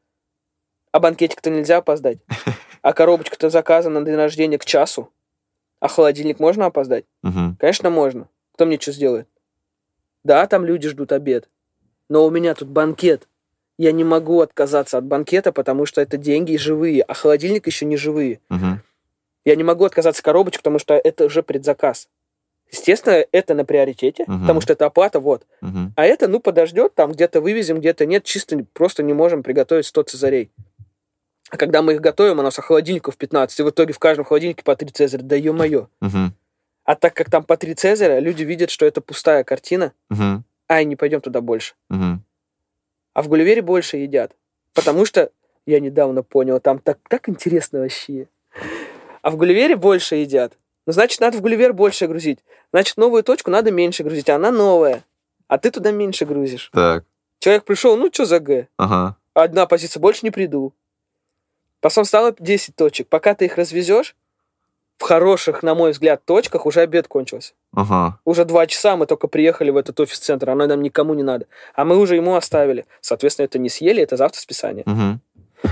А банкетик-то нельзя опоздать. А коробочка-то заказана на день рождения к часу. А холодильник можно опоздать? Мгм. Конечно, можно. Кто мне что сделает? Да, там люди ждут обед. Но у меня тут банкет. Я не могу отказаться от банкета, потому что это деньги живые, а холодильник еще не живые. Мгм. Я не могу отказаться от коробочек, потому что это уже предзаказ. Естественно, это на приоритете, Мгм. потому что это оплата, вот. Мгм. А это, ну, подождет, там где-то вывезем, где-то нет, чисто просто не можем приготовить сто цезарей. А когда мы их готовим, у нас холодильников пятнадцать, и в итоге в каждом холодильнике по три цезаря. Да ё-моё. Мгм. А так как там по три цезаря, люди видят, что это пустая картина, Мгм. ай, не пойдем туда больше. Мгм. А в Гулливере больше едят. Потому что, я недавно понял, там так, так интересно вообще. А в Гулливере больше едят. Ну, значит, надо в Гулливер больше грузить. Значит, новую точку надо меньше грузить, а она новая. А ты туда меньше грузишь. Так. Человек пришел, ну, что за Г? Ага. Одна позиция, больше не приду. Потом стало десять точек. Пока ты их развезешь, в хороших, на мой взгляд, точках уже обед кончился. Ага. Уже два часа мы только приехали в этот офис-центр, оно нам никому не надо. А мы уже ему оставили. Соответственно, это не съели, это завтра списание. Угу.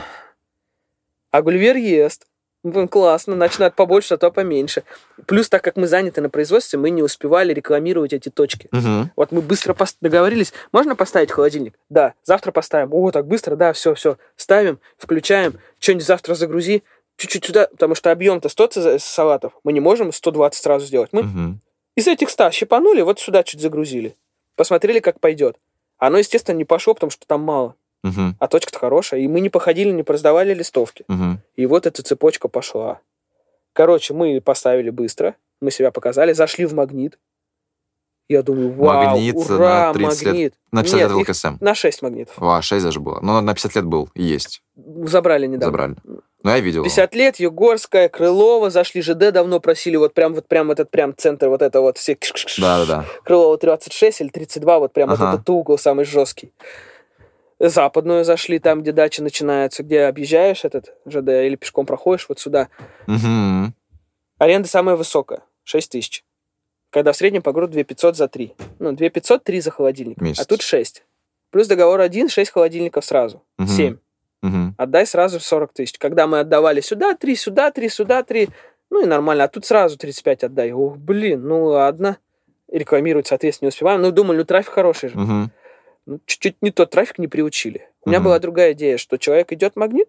А Гулливер ест. Ну, классно, значит, надо побольше, а то поменьше. Плюс, так как мы заняты на производстве, мы не успевали рекламировать эти точки. Угу. Вот мы быстро пос- договорились, можно поставить холодильник? Да, завтра поставим. О, так быстро, да, все, все. Ставим, включаем, что-нибудь завтра загрузи, чуть-чуть сюда, потому что объем-то сто салатов, мы не можем сто двадцать сразу сделать. Мы Угу. из этих ста щипанули, вот сюда чуть загрузили. Посмотрели, как пойдет. Оно, естественно, не пошло, потому что там мало. Угу. А точка-то хорошая. И мы не походили, не пораздавали листовки. Угу. И вот эта цепочка пошла. Короче, мы поставили быстро, мы себя показали, зашли в Магнит. Я думаю, вау, Магнит ура, на тридцать лет. Магнит. На пятьдесят Нет, лет их ЛКСМ. на шесть магнитов. О, шесть даже было. Ну, на пятьдесят лет был и есть. Забрали недавно. Забрали. Ну, я видел. его. пятьдесят лет, Югорская, Крылова, зашли ЖД, давно просили, вот прям вот прям этот прям центр, вот это вот все. Да-да-да. Крылова двадцать шесть или тридцать два, вот прям Ага. вот этот угол самый жесткий. Западную зашли, там, где дача начинается, где объезжаешь этот ЖД или пешком проходишь, вот сюда. Угу. Аренда самая высокая, шесть тысяч. Когда в среднем по городу две тысячи пятьсот за три. Ну, две тысячи пятьсот, три за холодильник. Месяц. А тут шесть. Плюс договор один, шесть холодильников сразу. Мгм. семь. Угу. Отдай сразу сорок тысяч. Когда мы отдавали сюда, три, сюда, три, сюда, три. Ну и нормально. А тут сразу тридцать пять отдай. Ох, блин, ну ладно. И рекламировать, соответственно, не успеваем. Ну, думали, ну трафик хороший же. Угу. Ну, чуть-чуть не тот трафик не приучили. У меня Мгм. была другая идея, что человек идет в Магнит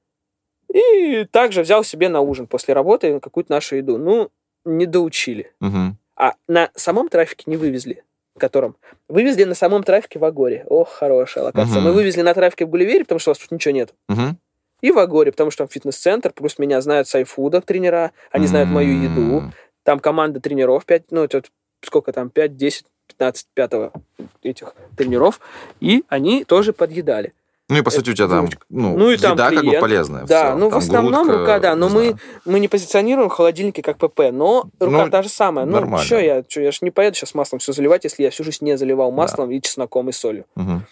и также взял себе на ужин после работы какую-то нашу еду. Ну, не доучили. Угу. А на самом трафике не вывезли, котором. Вывезли на самом трафике в Агоре. Ох, хорошая локация. Мгм. Мы вывезли на трафике в Гулливере, потому что у вас тут ничего нет. Угу. И в Агоре, потому что там фитнес-центр, плюс меня знают с айфуда тренера, они знают мою еду. Там команда тренеров, пять, ну, это сколько там, пять, десять, пятнадцать, пятого этих тренеров. И они тоже подъедали. Ну и по сути у тебя там, ну, Ну и там еда как бы клиент. полезная. в Да, целом. ну в Там основном грудка, рука, да, но не мы, знаю. мы не позиционируем холодильники как ПП, но рука Ну, та же самая. Ну, нормально. что я, чё, я ж не поеду сейчас маслом все заливать, если я всю жизнь не заливал маслом и чесноком и солью. Мгм.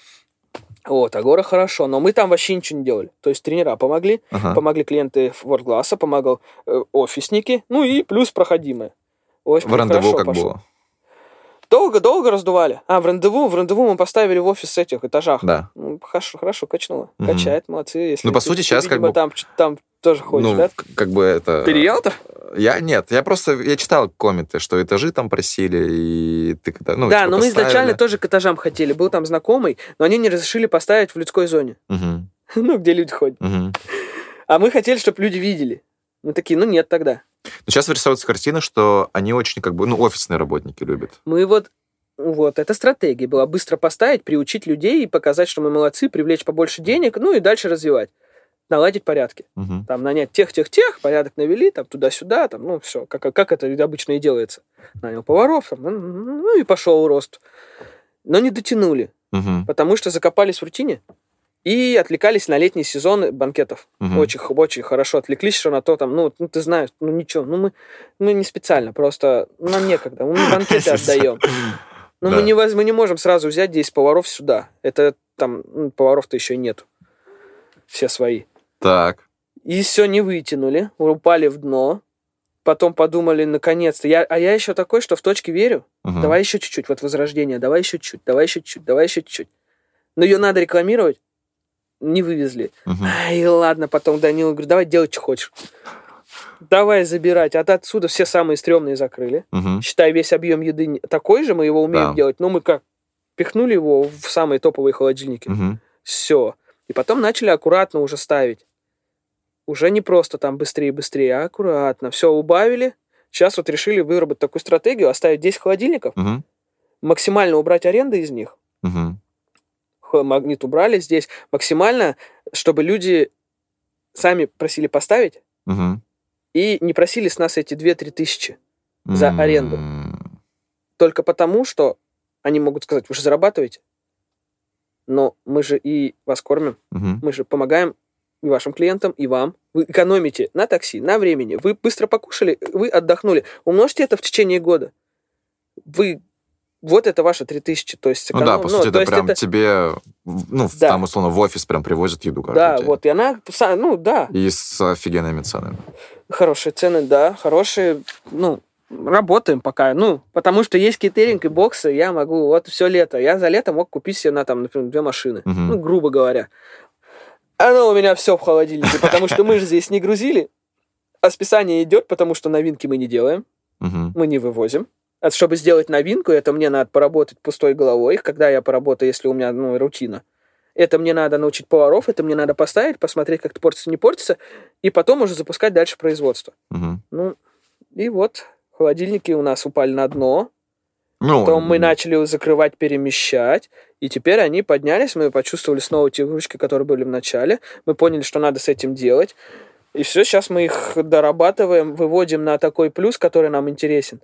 Вот, Агора хорошо, но мы там вообще ничего не делали. То есть тренера помогли, Ага. помогли клиенты World-класса, помогал э, офисники, ну и плюс проходимые. Ой, В рандеву хорошо как пошло. было? Долго-долго раздували. А, в рандеву, в рандеву мы поставили в офис этих этажах. Да. Ну, хорошо, хорошо, качнуло. Мгм. Качает, молодцы. Если Ну, по ты- сути, ты, сейчас как видимо, бы- Там, чё- там тоже ходишь, Ну, да? к- как бы это... Ты риэлтор? Я нет, я просто я читал комменты, что этажи там просили, и ты когда ну Да, типа, но мы поставили. изначально тоже к этажам хотели. Был там знакомый, но они не разрешили поставить в людской зоне. Мгм. Ну, где люди ходят. Мгм. А мы хотели, чтобы люди видели. Мы такие, ну нет тогда. Но сейчас вырисовывается картина, что они очень как бы ну офисные работники любят. Мы вот... Вот, эта стратегия была быстро поставить, приучить людей и показать, что мы молодцы, привлечь побольше денег, ну и дальше развивать. Наладить порядки. Мгм. Там нанять тех-тех-тех, порядок навели, там туда-сюда, там, ну, все, как, как это обычно и делается. Нанял поваров, там, ну, и пошел рост. Но не дотянули, Мгм. потому что закопались в рутине и отвлекались на летний сезон банкетов. Мгм. Очень, очень хорошо отвлеклись, что на то там, ну, ну, ты знаешь, ну, ничего, ну, мы, мы не специально, просто нам некогда, мы банкеты отдаем. Ну, Да. мы, не, воз- мы не можем сразу взять десять поваров сюда. Это там, ну, поваров-то еще и нету. Все свои. Так. И все, не вытянули, упали в дно. Потом подумали, наконец-то. Я, а я еще такой, что в точке верю. Мгм. Давай еще чуть-чуть. Вот возрождение. Давай еще чуть-чуть. Давай еще чуть-чуть. Давай еще чуть-чуть. Но ее надо рекламировать. Не вывезли. Мгм. Ай, ладно. Потом Данилу говорю, давай делать, что хочешь. Давай забирать. А отсюда все самые стрёмные закрыли. Мгм. Считай, весь объем еды не- такой же, мы его умеем Да. делать. Но мы как? Пихнули его в самые топовые холодильники. Мгм. Все. И потом начали аккуратно уже ставить. Уже не просто там быстрее-быстрее, а аккуратно. Все убавили. Сейчас вот решили выработать такую стратегию, оставить десять холодильников, Мгм. максимально убрать аренды из них. Мгм. Х- Магнит убрали здесь. Максимально, чтобы люди сами просили поставить Мгм. и не просили с нас эти две-три тысячи за М. аренду. Только потому, что они могут сказать, вы же зарабатываете, но мы же и вас кормим, Мгм. мы же помогаем и вашим клиентам, и вам. Вы экономите на такси, на времени. Вы быстро покушали, вы отдохнули. Умножьте это в течение года. Вы... Вот это ваши три тысячи. То есть, эконом... Ну да, по сути, ну, это прям это... тебе, ну, да. там, условно, в офис прям привозят еду каждый да, день. Да, вот, и она, ну, да. И с офигенными ценами. Хорошие цены, да, хорошие, ну, работаем пока, ну, потому что есть кейтеринг и боксы, я могу, вот все лето, я за лето мог купить себе на, там, например, две машины, угу. ну, грубо говоря. Оно у меня все в холодильнике, потому что мы же здесь не грузили, а списание идет, потому что новинки мы не делаем, угу. мы не вывозим. А чтобы сделать новинку, это мне надо поработать пустой головой, когда я поработаю, если у меня, ну, рутина. Это мне надо научить поваров, это мне надо поставить, посмотреть, как это портится, не портится, и потом уже запускать дальше производство. Угу. Ну, и вот холодильники у нас упали на дно, ну, потом мы начали закрывать, перемещать, и теперь они поднялись, мы почувствовали снова те игрушки, которые были в начале, мы поняли, что надо с этим делать, и все, сейчас мы их дорабатываем, выводим на такой плюс, который нам интересен.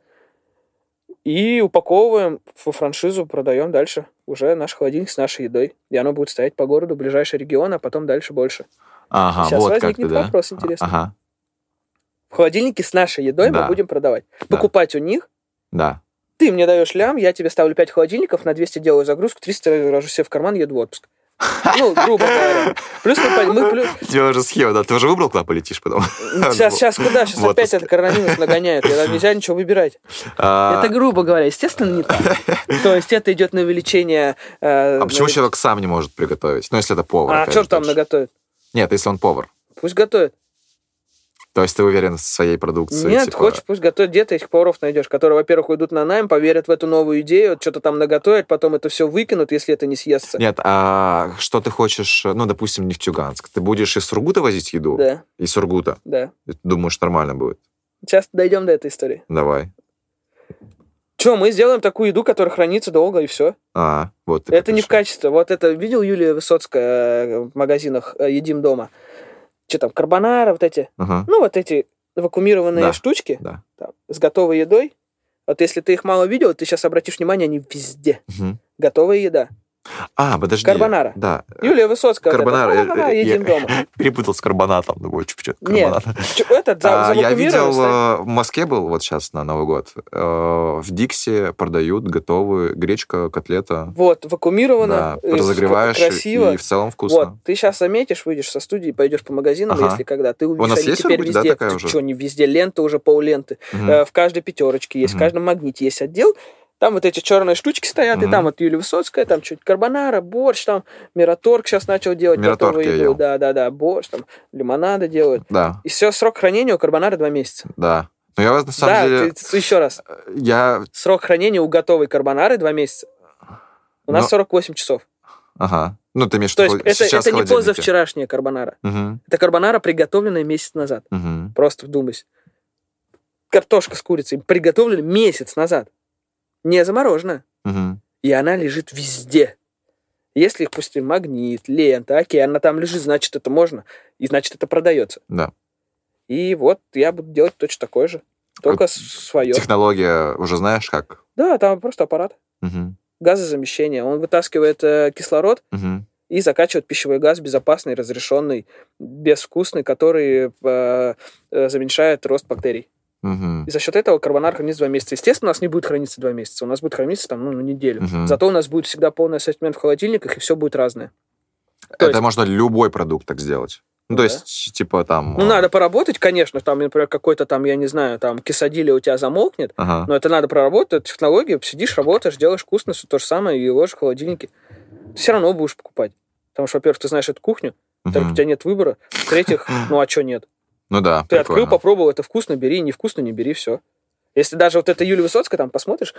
И упаковываем в франшизу, продаем дальше уже наш холодильник с нашей едой. И оно будет стоять по городу, ближайший регион, а потом дальше больше. Ага, сейчас вот возникнет как ты, да? вопрос интересный. Ага. В холодильнике с нашей едой да. мы будем продавать. Да. Покупать у них. Да. Ты мне даешь лям, я тебе ставлю пять холодильников, на двести делаю загрузку, триста ложу себе в карман, еду в отпуск. Ну, грубо говоря. Плюс мы... мы плюс... У тебя уже схема, да? Ты уже выбрал, куда полетишь потом? Сейчас, сейчас куда? Сейчас вот опять это коронавирус нагоняет. Нельзя ничего выбирать. А... Это грубо говоря. Естественно, не так. То есть это идет на увеличение... Э, а почему на... человек сам не может приготовить? Ну, если это повар. А что там наготовит? Нет, если он повар. Пусть готовит. То есть ты уверен в своей продукции? Нет, типа... хочешь, пусть готовят. Где ты этих поваров найдешь, которые, во-первых, уйдут на найм, поверят в эту новую идею, что-то там наготовят, потом это все выкинут, если это не съестся. Нет, а что ты хочешь, ну, допустим, Нефтьюганск, ты будешь из Сургута возить еду? Да. Из Сургута? Да. Думаешь, нормально будет? Сейчас дойдем до этой истории. Давай. Че, мы сделаем такую еду, которая хранится долго, и все. А, вот. Это пишешь. Не в качестве. Вот это видел Юлия Высоцкая в магазинах «Едим дома»? Что там, карбонара, вот эти? Ага. Ну, вот эти вакуумированные да. штучки да. там, с готовой едой. Вот если ты их мало видел, ты сейчас обратишь внимание, они везде. Угу. Готовая еда. А, подожди. Карбонара. Да. Юлия Высоцкая. Карбонара. Вот это, едим я, дома. Перепутал с карбонатом. Думаю, что Нет, этот за, а, Я видел, стоит. В Москве был вот сейчас на Новый год. В Дикси продают готовую гречка, котлета. Вот, вакуумировано. Да, разогреваешь, красиво. И в целом вкусно. Вот, ты сейчас заметишь, выйдешь со студии, пойдешь по магазинам, ага. если когда. Ты увидишь, у нас они есть теперь в везде. Да, такая ты уже? Что, не везде? Лента уже полленты. Угу. Э, в каждой пятерочке есть, угу. в каждом магните есть отдел. Там вот эти черные штучки стоят, угу. и там вот Юлия Высоцкая, там чуть карбонара, борщ, там Мираторг сейчас начал делать Мираторг готовую еду. Да, да, да, борщ, там лимонады делают. Да. И все, срок хранения у карбонара два месяца. Да. Но я на самом да, деле... ты, еще раз. Я... Срок хранения у готовой карбонары два месяца. У нас Но... сорок восемь часов. Ага. Ну, ты имеешь То есть это, сейчас это не позавчерашняя карбонара. Угу. Это карбонара, приготовленная месяц назад. Угу. Просто вдумайся. Картошка с курицей приготовлена месяц назад. Не замороженная. Угу. И она лежит везде. Если их пустили магнит, лента, окей, она там лежит, значит, это можно, и значит, это продается. Да. И вот я буду делать точно такое же, только вот свое. Технология уже знаешь как? Да, там просто аппарат. Угу. Газозамещение. Он вытаскивает э, кислород угу. и закачивает пищевой газ безопасный, разрешенный, безвкусный, который э, э, заменьшает рост бактерий. Угу. И за счет этого карбонар хранится два месяца. Естественно, у нас не будет храниться два месяца. У нас будет храниться там, ну, на неделю. Угу. Зато у нас будет всегда полный ассортимент в холодильниках, и все будет разное. То Это есть... можно любой продукт так сделать. Ну, то да. есть, типа там... Ну, надо поработать, конечно. Там, например, какой-то там, я не знаю, там, кесадилья у тебя замолкнет. Ага. Но это надо проработать. Технологию, сидишь, работаешь, делаешь вкусно, все то же самое, и ложишь в холодильнике. Ты все равно будешь покупать. Потому что, во-первых, ты знаешь эту кухню. Во-вторых, угу. у тебя нет выбора. В-третьих, ну, а что нет? Ну да, Ты прикольно. Открыл, попробовал, это вкусно, бери, невкусно, не бери, все. Если даже вот это Юлия Высоцкая, там, посмотришь,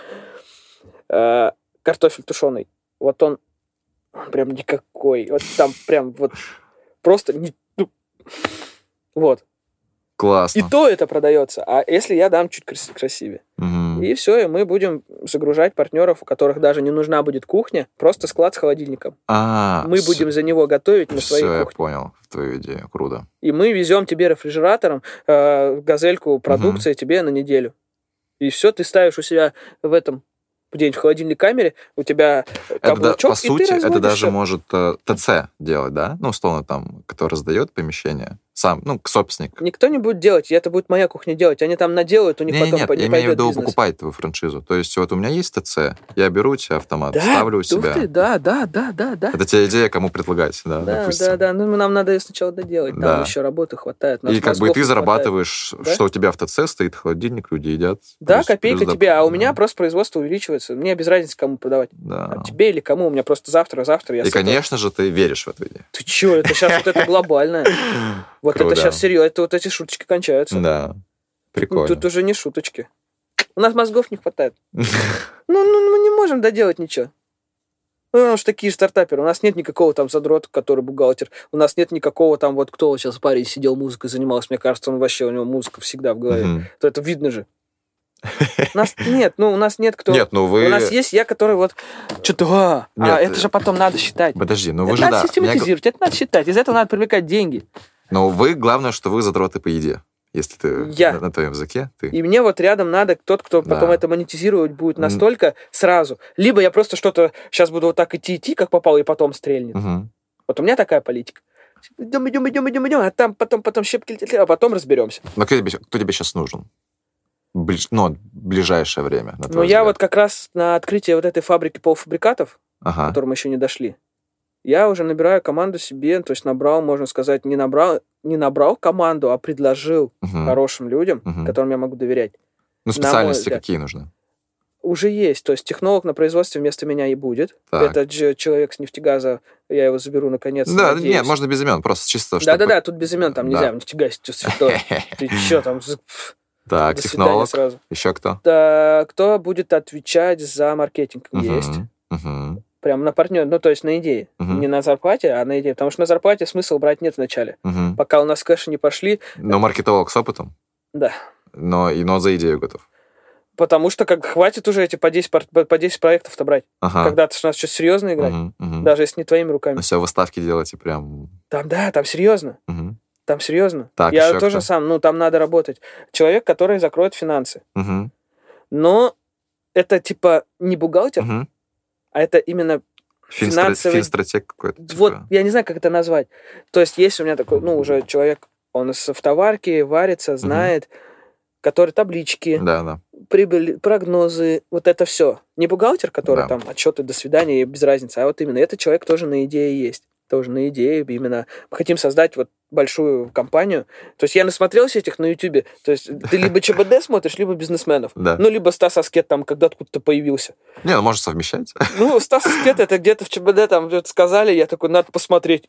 э, картофель тушеный, вот он, он прям никакой. Вот там прям вот просто... Не, ну, вот. Классно. И то это продается. А если я дам чуть крас- красивее? Угу. И все, и мы будем загружать партнеров, у которых даже не нужна будет кухня, просто склад с холодильником. А, мы все, будем за него готовить на своей все, кухне. Я понял твою идею. Круто. И мы везем тебе рефрижератором э, газельку продукции угу. тебе на неделю. И все, ты ставишь у себя в этом где-нибудь в холодильной камере, у тебя каблучок, это, по и сути, ты это даже всё. может э, ТЦ делать, да? Ну, условно, там, кто раздает помещение. Сам, ну, собственник. Никто не будет делать, и это будет моя кухня делать. Они там наделают, у них Не, потом нет, по- не я имею в пойдет виду бизнес. покупать твою франшизу. То есть вот у меня есть ТЦ, я беру у тебя автомат, Да, ставлю у ух себя. ты, да, да, да, да, да. Это тебе идея, кому предлагать, да, Да, допустим. да, да. Ну, нам надо ее сначала доделать. Там Да. еще работы хватает. нас И как бы мозгов ты не хватает. зарабатываешь, Да? что у тебя в ТЦ стоит холодильник, люди едят. Да, плюс- копейка плюс тебе, доп- а у да. меня просто производство увеличивается. Мне без разницы, кому продавать. Да. А тебе или кому? У меня просто завтра, завтра я И, с этого- конечно же, ты веришь в эту идею. Ты че, это сейчас вот это глобальное. Вот это Круто. сейчас серьезно, это вот эти шуточки кончаются. Да, Ну, прикольно. Тут уже не шуточки. У нас мозгов не хватает. Ну, ну, мы не можем доделать ничего. Ну, потому что такие же стартаперы. У нас нет никакого там задрота, который бухгалтер. У нас нет никакого там вот кто сейчас парень сидел музыкой занимался. Мне кажется, он вообще, у него музыка всегда в голове. Мгм. То это видно же. У нас нет, ну, у нас нет кто... Нет, ну вы... У нас есть я, который вот что-то... А, Нет, а это же потом надо считать. Подожди, ну вы Это же, надо да. Меня г- систематизировать, это надо считать. Из этого надо привлекать деньги. Но вы, главное, что вы задроты по еде. Если ты Я. на, на твоем языке, ты... И мне вот рядом надо тот, кто Да. потом это монетизировать будет М. настолько сразу. Либо я просто что-то сейчас буду вот так идти, идти, как попало, и потом стрельнет. Мгм. Вот у меня такая политика. Идем, идем, идем, идем, идем, а там потом, потом щепки летят, а потом разберемся. Но кто тебе, кто тебе сейчас нужен? Ближ... Ну, ближайшее время, на Но твой я взгляд. вот как раз на открытие вот этой фабрики полуфабрикатов, к Ага. которой мы еще не дошли, я уже набираю команду себе, то есть набрал, можно сказать, не набрал, не набрал команду, а предложил Мгм. хорошим людям, Мгм. которым я могу доверять. Ну, на специальности мой взгляд. какие нужны? Уже есть, то есть технолог на производстве вместо меня и будет. Так. Это же человек с нефтегаза, я его заберу наконец. Да, надеюсь. нет, можно без имен, просто чисто... чтобы- Да-да-да, тут без имен, там Да. нельзя, нефтегаз, что святое. Ты чё там, з- пф, Так, до свидания технолог. сразу. Еще кто? Да, кто будет отвечать за маркетинг? Мгм. Есть. Мгм. Прям на партнер, ну, то есть на идее. Мгм. Не на зарплате, а на идее. Потому что на зарплате смысл брать нет вначале. Мгм. Пока у нас кэши не пошли, Но маркетолог с опытом, да. но, и, но за идею готов. Потому что как хватит уже эти по десять, пар- по десять проектов-то брать. Ага. Когда ты ж нас что-то серьезно играть, Мгм. Мгм. даже если не твоими руками. Ну, все, выставки делаете прям... Там, да, там серьезно. Мгм. Там серьезно. Так, Я ещё тоже кто? сам, ну, там надо работать. Человек, который закроет финансы. Мгм. Но это типа не бухгалтер, Мгм. а это именно Финстра- финансовый- Финстратег какой-то. вот, типа. я не знаю, как это назвать. То есть есть у меня такой, ну, уже человек, он из автоварки, варится, знает, который таблички, Да, да. прибыль, прогнозы, вот это все. Не бухгалтер, который Да. там отчеты, до свидания, без разницы, а вот именно этот человек тоже на идее есть. Тоже на идее именно. Мы хотим создать вот большую компанию. То есть я насмотрелся этих на Ютубе. То есть ты либо ЧБД смотришь, либо бизнесменов. Да. Ну, либо Стас Аскет там когда-то откуда-то появился. Не, ну, можно совмещать. Ну, Стас Аскет это где-то в ЧБД там где-то сказали, я такой, надо посмотреть.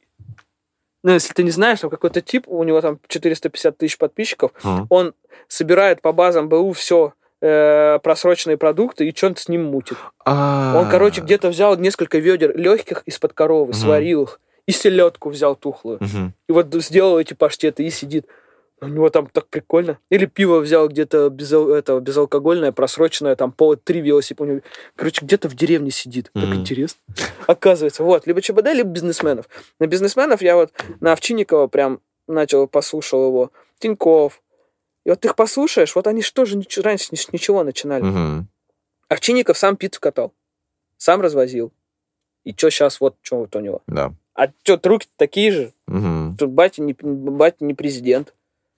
Ну, если ты не знаешь, там какой-то тип, у него там четыреста пятьдесят тысяч подписчиков, Мгм. он собирает по базам БУ все просроченные продукты и что-то с ним мутит. А, Он, короче, где-то взял несколько ведер легких из-под коровы, Мгм. сварил их, и селедку взял тухлую. Мгм. И вот сделал эти паштеты и сидит. У него там так прикольно. Или пиво взял где-то без, этого, безалкогольное, просроченное, там пол три велосипеда. Короче, где-то в деревне сидит. Так Мгм. интересно. Оказывается, вот, либо ЧБД, либо бизнесменов. На бизнесменов я вот на Овчинникова прям начал, послушал его. Тиньков. И вот ты их послушаешь, вот они что же ничего, раньше ни с ничего начинали. Мгм. Овчинников сам пиццу катал. Сам развозил. И что сейчас, вот что вот у него. Да. А что, руки такие же? Мгм. Тут батя не, батя не президент.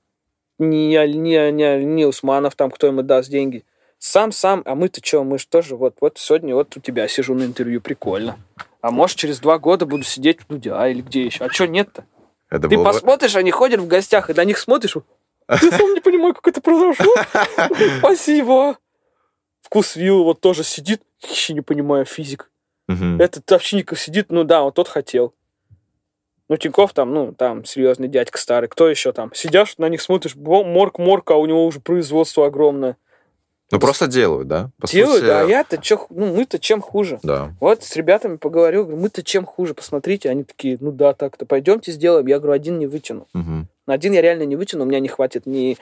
Не, не, не, не Усманов там, кто ему даст деньги. Сам-сам, а мы-то что, мы же тоже, вот, вот сегодня вот у тебя сижу на интервью, прикольно. А может, через два года буду сидеть в Дудя или где еще. А что нет-то? Это Ты было бы- посмотришь, они ходят в гостях, и на них смотришь, я сам не понимаю, как это произошло. Спасибо. Вкус вилл вот тоже сидит, вообще не понимаю, физик. Мгм. Этот Овчинников сидит, ну да, вот тот хотел. Ну, Тиньков там, ну, там, серьезный дядька старый. Кто еще там? Сидишь, на них смотришь, морг-морг, а у него уже производство огромное. Ну, просто делают, да? По Делают, сути, а я-то чё, ну, мы-то чем хуже? Да. Вот с ребятами поговорил, говорю, мы-то чем хуже, посмотрите. Они такие, ну да, так-то, пойдемте сделаем. Я говорю, один не вытяну. Мгм. На один я реально не вытяну, у меня не хватит ни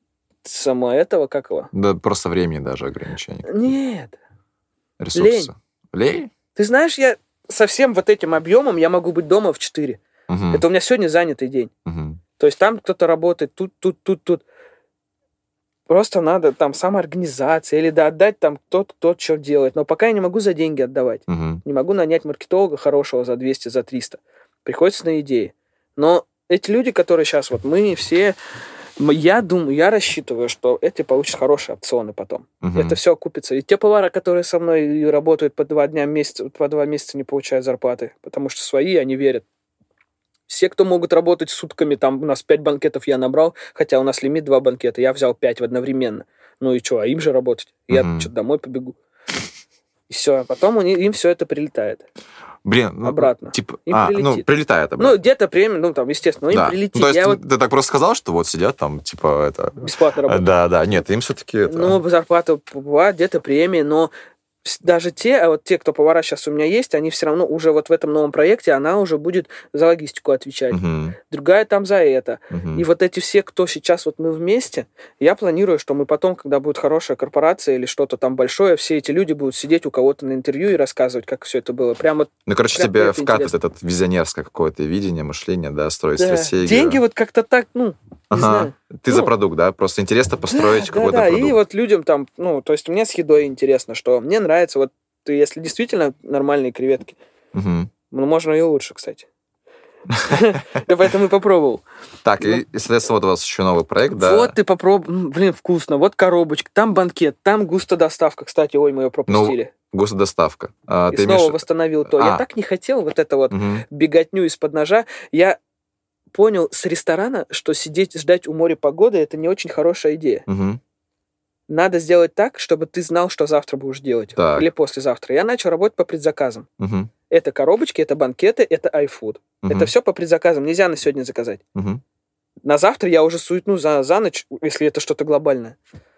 само этого, как его? Да, просто времени даже ограничений. Нет. Ресурсы. Лень? Ты знаешь, я со всем вот этим объемом я могу быть дома в четыре. Мгм. Это у меня сегодня занятый день. Мгм. То есть там кто-то работает, тут, тут, тут, тут. Просто надо там самоорганизация или да, отдать там тот, кто что делает. Но пока я не могу за деньги отдавать. Мгм. Не могу нанять маркетолога хорошего за двести, за триста. Приходится на идеи. Но эти люди, которые сейчас, вот мы все, м, я думаю, я рассчитываю, что эти получат хорошие опционы потом. Мгм. Это все окупится. И те повара, которые со мной работают по два дня в месяц, по два месяца не получают зарплаты, потому что свои, они верят. Все, кто могут работать сутками, там у нас пять банкетов я набрал, хотя у нас лимит два банкета, я взял пять одновременно. Ну и что, а им же работать? Я Мгм. что-то домой побегу. И все, а потом у них- им все это прилетает. Блин, ну, Обратно. Типа, Им а, ну, прилетит. прилетает Ну, обратно. где-то премия, ну, там, естественно, им Да. прилетит. Ну, то есть Я ты, вот ты так просто сказал, что вот сидят там, типа, это... бесплатно А, работаю. Да, да, нет, им все-таки это... Ну, зарплата бывает, где-то премии, но вс- даже те, а вот те, кто повара сейчас у меня есть, они все равно уже вот в этом новом проекте, она уже будет за логистику отвечать. Мгм, Другая там за это. мгм. И вот эти все, кто сейчас вот мы вместе, я планирую, что мы потом, когда будет хорошая корпорация или что-то там большое, все эти люди будут сидеть у кого-то на интервью и рассказывать, как все это было. Прямо Ну, короче, прям тебе это вкатывает интересно. этот визионерское какое-то видение, мышление, да, строить да. стратегию. Деньги вот как-то так, ну, не Ага. знаю. Ты Ну, за продукт, да? Просто интересно построить да, какой-то да, продукт. и вот людям там, ну, то есть мне с едой интересно, что мне нравится, вот ты, если действительно нормальные креветки, Мгм. ну, можно и лучше, кстати. Я поэтому и попробовал. Так, и, и, соответственно, вот у вас еще новый проект, да? Вот ты попробуй, блин, вкусно, вот коробочка, там банкет, там густо доставка, кстати, ой, мы ее пропустили. Госдоставка. А, И ты снова имеешь... восстановил то. Я А. так не хотел вот это вот Мгм. беготню из-под ножа. Я понял с ресторана, что сидеть ждать у моря погоды — это не очень хорошая идея. Мгм. Надо сделать так, чтобы ты знал, что завтра будешь делать. Так. Или послезавтра. Я начал работать по предзаказам. Мгм. Это коробочки, это банкеты, это iFood. Мгм. Это все по предзаказам. Нельзя на сегодня заказать. Мгм. На завтра я уже суетну за, за ночь, если это что-то глобальное.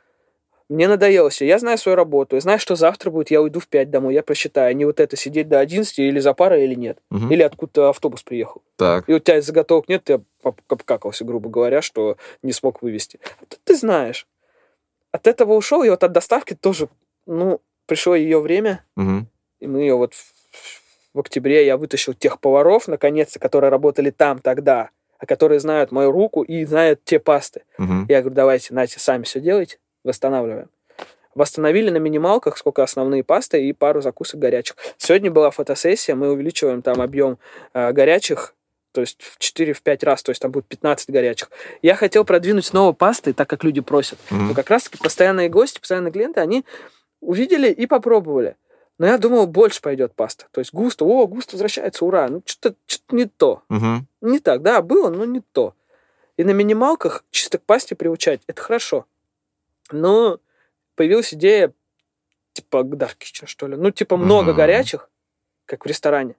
Мне надоело все. Я знаю свою работу. Я знаю, что завтра будет, я уйду в пять домой. Я просчитаю. А не вот это сидеть до одиннадцати или за парой, или нет. Мгм. Или откуда-то автобус приехал. Так. И у тебя заготовок нет, ты поп- обкакался, грубо говоря, что не смог вывести. А тут ты знаешь. От этого ушел, и вот от доставки тоже, ну, пришло ее время, Мгм. и мы ее вот в, в октябре я вытащил тех поваров, наконец-то, которые работали там тогда, а которые знают мою руку и знают те пасты. Мгм. Я говорю, давайте, Натя, сами все делайте, восстанавливаем. Восстановили на минималках, сколько основные пасты и пару закусок горячих. Сегодня была фотосессия, мы увеличиваем там объем э, горячих, то есть в четыре-пять раз, то есть там будет пятнадцать горячих. Я хотел продвинуть снова пасты, так как люди просят. Мгм. Но как раз-таки постоянные гости, постоянные клиенты, они увидели и попробовали. Но я думал, больше пойдет паста. То есть густо, о, густо возвращается, ура. Ну, что-то, что-то не то. Мгм. Не так, да, было, но не то. И на минималках чисто к пасте приучать, это хорошо. Но появилась идея, типа, Даркича, что ли. Ну, типа, много Мгм. горячих, как в ресторане.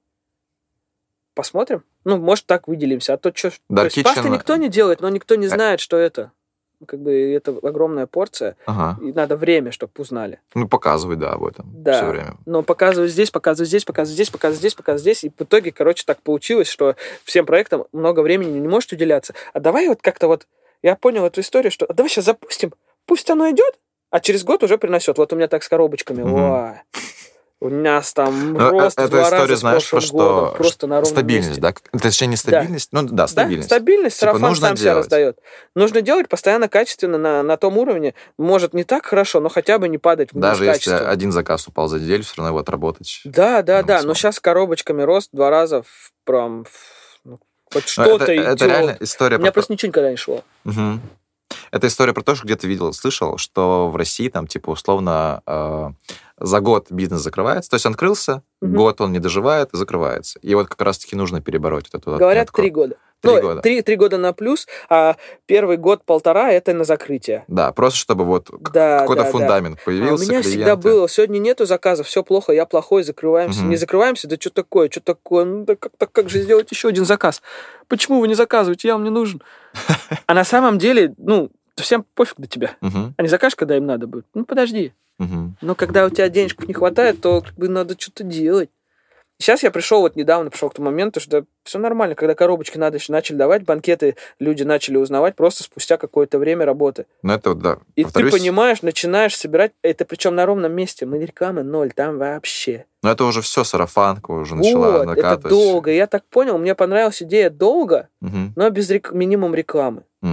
Посмотрим. Ну, может, так выделимся. А то что... То Dark есть пасты Kitchen- никто не делает, но никто не знает, что это. Как бы это огромная порция, Ага. и надо время, чтобы узнали. Ну, показывай, да, об этом Да. все время. Но показываю здесь, показываю здесь, показываю здесь, показываю здесь, показываю здесь. И в итоге, короче, так получилось, что всем проектам много времени не может уделяться. А давай вот как-то вот... Я понял эту историю, что а давай сейчас запустим, пусть оно идет, а через год уже принесет. Вот у меня так с коробочками. Мгм. Ой. У нас там Ну, рост э- в эта два история, раза с знаешь, про прошлым годом. что Просто на ровном стабильность, месте. да? Точнее, не стабильность, ну да, стабильность. Да, стабильность, Типа, сарафан нужно сам себя делать. раздает. Нужно делать постоянно качественно на, на том уровне. Может, не так хорошо, но хотя бы не падать вниз Даже если качественно. один заказ упал за неделю, все равно его отработать. Да, да, Ну, да. смог. Но сейчас с коробочками рост в два раза в, прям в- ну, хоть Но что-то это, идет. это реально история У меня про... просто ничего никогда не шло. Мгм. Это история про то, что где-то видел, слышал, что в России там, типа, условно, э, за год бизнес закрывается. То есть он открылся, Мгм. год он не доживает и закрывается. И вот как раз-таки нужно перебороть вот эту Говорят, отметку. три года. Три ну, года. Три, три года на плюс, а первый год-полтора это на закрытие. Да, просто чтобы вот к- Да, какой-то да, да. фундамент А у появился, меня клиенты. всегда было, сегодня нету заказов, все плохо, я плохой, закрываемся. Мгм. Не закрываемся, да что такое, что такое, ну да как, так как же сделать еще один заказ? Почему вы не заказываете, я вам не нужен. А на самом деле, ну, всем пофиг до тебя. Мгм, А не закажешь, когда им надо будет. Ну, подожди. мгм. Но когда у тебя денежков не хватает, то как бы надо что-то делать. Сейчас я пришел, вот недавно пришел к тому моменту, что все нормально, когда коробочки надо, начали давать, банкеты люди начали узнавать просто спустя какое-то время работы. Ну, это вот, да, И повторюсь, ты понимаешь, начинаешь собирать, это причем на ровном месте, мы рекламы ноль, там вообще. но это уже все, сарафанка уже начала Вот, это накатывать. долго. Я так понял, мне понравилась идея долго, Мгм, но без рек- минимум рекламы. мгм.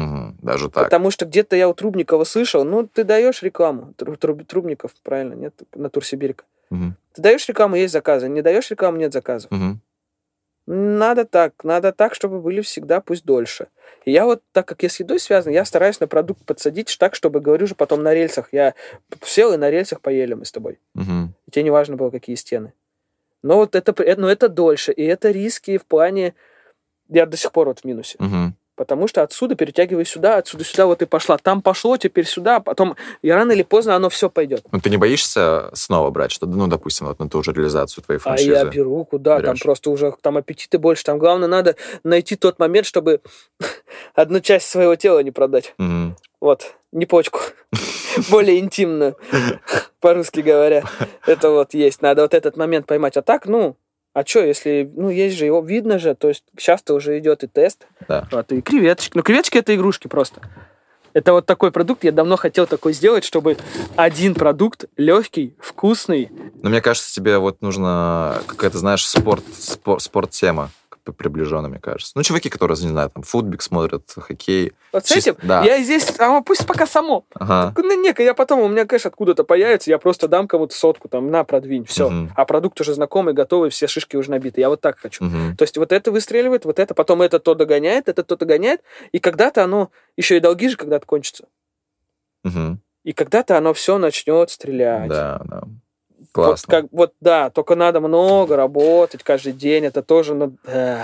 даже так. Потому что где-то я у Трубникова слышал, ну, ты даешь рекламу. Труб, Трубников, правильно, нет? Натурсибирика. Угу. Ты даешь рекламу, есть заказы. Не даешь рекламу, нет заказов. Угу. Надо так. Надо так, чтобы были всегда, пусть дольше. И я вот, так как я с едой связан, я стараюсь на продукт подсадить так, чтобы, говорю же, потом на рельсах. Я сел и на рельсах поели мы с тобой. Угу. И тебе не важно было, какие стены. Но вот это, но это дольше. И это риски в плане... Я до сих пор вот в минусе. Угу. Потому что отсюда перетягивай сюда, отсюда сюда, вот и пошла. Там пошло, теперь сюда, потом и рано или поздно оно все пойдет. Ну, ты не боишься снова брать, что, ну, допустим, вот на ту же реализацию твоей франшизы? А я беру, куда? берешь? Там просто уже там аппетиты больше. Там главное надо найти тот момент, чтобы одну часть своего тела не продать. Угу. Вот, не почку. Более интимную, по-русски говоря. Это вот есть. Надо вот этот момент поймать. А так, ну... А что, если, ну, есть же, его видно же, то есть сейчас-то уже идет и тест, Да. вот, и креветочки. Ну, креветочки — это игрушки просто. Это вот такой продукт, я давно хотел такой сделать, чтобы один продукт легкий, вкусный. Но мне кажется, тебе вот нужно какая-то, знаешь, спорт, спорт, спорт-тема приближенно, мне кажется. Ну, чуваки, которые, не знаю, там, футбик смотрят, хоккей. Вот с Чист... этим да. я здесь, а пусть пока само. Ага. Ну, не, я потом, у меня кэш откуда-то появится, я просто дам кому-то сотку, там, на, продвинь, все. Угу. А продукт уже знакомый, готовый, все шишки уже набиты. Я вот так хочу. Угу. То есть вот это выстреливает, вот это, потом это то догоняет, это то догоняет, и когда-то оно, еще и долги же когда-то кончатся. Угу. И когда-то оно все начнет стрелять. Да, да. Классно. Вот, как, вот да, только надо много работать каждый день, это тоже надо...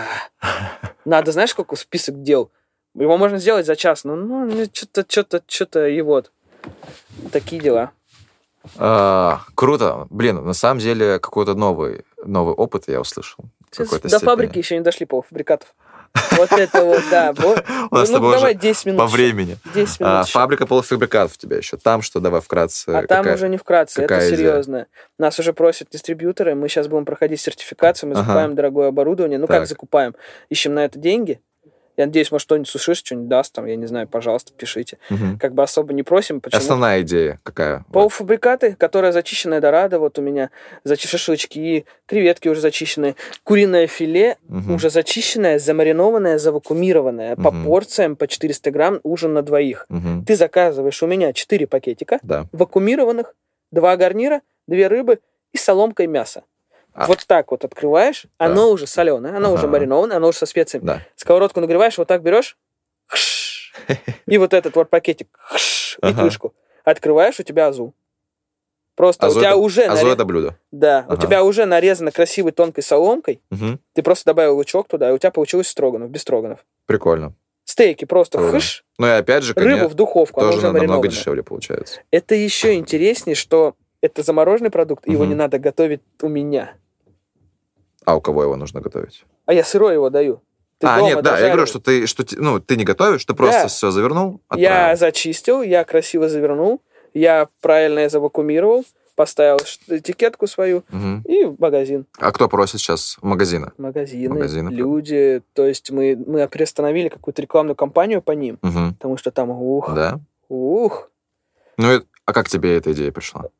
Надо, знаешь, какой список дел? Его можно сделать за час, но ну, что-то, что-то, что-то, и вот. Такие дела. А, круто. Блин, на самом деле какой-то новый, новый опыт я услышал. До степени. Фабрики еще не дошли, полуфабрикатов. Вот это вот, да. Вот. У нас ну, с тобой давай уже десять минут. по времени. десять минут А, фабрика полуфабрикатов у тебя еще. Там что, давай вкратце. А какая, там уже не вкратце, это идея? серьезно. Нас уже просят дистрибьюторы, мы сейчас будем проходить сертификацию, мы Ага. закупаем дорогое оборудование. Ну, Так. как закупаем? Ищем на это деньги. Я надеюсь, может, кто-нибудь сушишь, что-нибудь даст, там, я не знаю, пожалуйста, пишите. Мгм. Как бы особо не просим. Почему? Основная идея какая? Полуфабрикаты, которые зачищенная дорадо, вот у меня зачи- шашлычки, креветки уже зачищенные, куриное филе Мгм. уже зачищенное, замаринованное, завакуумированное, по Мгм. порциям, по четыреста грамм, ужин на двоих. Мгм. Ты заказываешь у меня четыре пакетика, Да. вакуумированных, два гарнира, две рыбы и соломкой мясо. А. Вот так вот открываешь, Да. оно уже соленое, оно уже Ага. маринованное, оно уже со специями. Да. Сковородку нагреваешь, вот так берешь, хш, и вот этот вот пакетик, хш, и Ага. крышку. Открываешь, у тебя азу. Просто Азу у тебя это- уже... Азу наре- это блюдо. Да, у Ага. тебя уже нарезано красивой тонкой соломкой, Мгм. ты просто добавил лучок туда, и у тебя получилось строганов, без строганов. Прикольно. Стейки просто Круто. хыш, Ну и опять же, ко рыбу мне в духовку, она тоже уже намного маринованная. дешевле получается. Это еще интереснее, что это замороженный продукт, и его Мгм. не надо готовить у меня. А у кого его нужно готовить? А я сырой его даю. Ты а, дома нет, да, я дожаривай. говорю, что ты, что, ти- ну, ты не готовишь, ты просто Да. все завернул, Я отправил. зачистил, я красиво завернул, я правильно завакуумировал, поставил ш- этикетку свою Мгм. и в магазин. А кто просит сейчас магазины? Магазины, Магазины, люди. То есть мы, мы приостановили какую-то рекламную кампанию по ним, Мгм. потому что там ух, Да? ух. Ну, и- а как тебе эта идея пришла?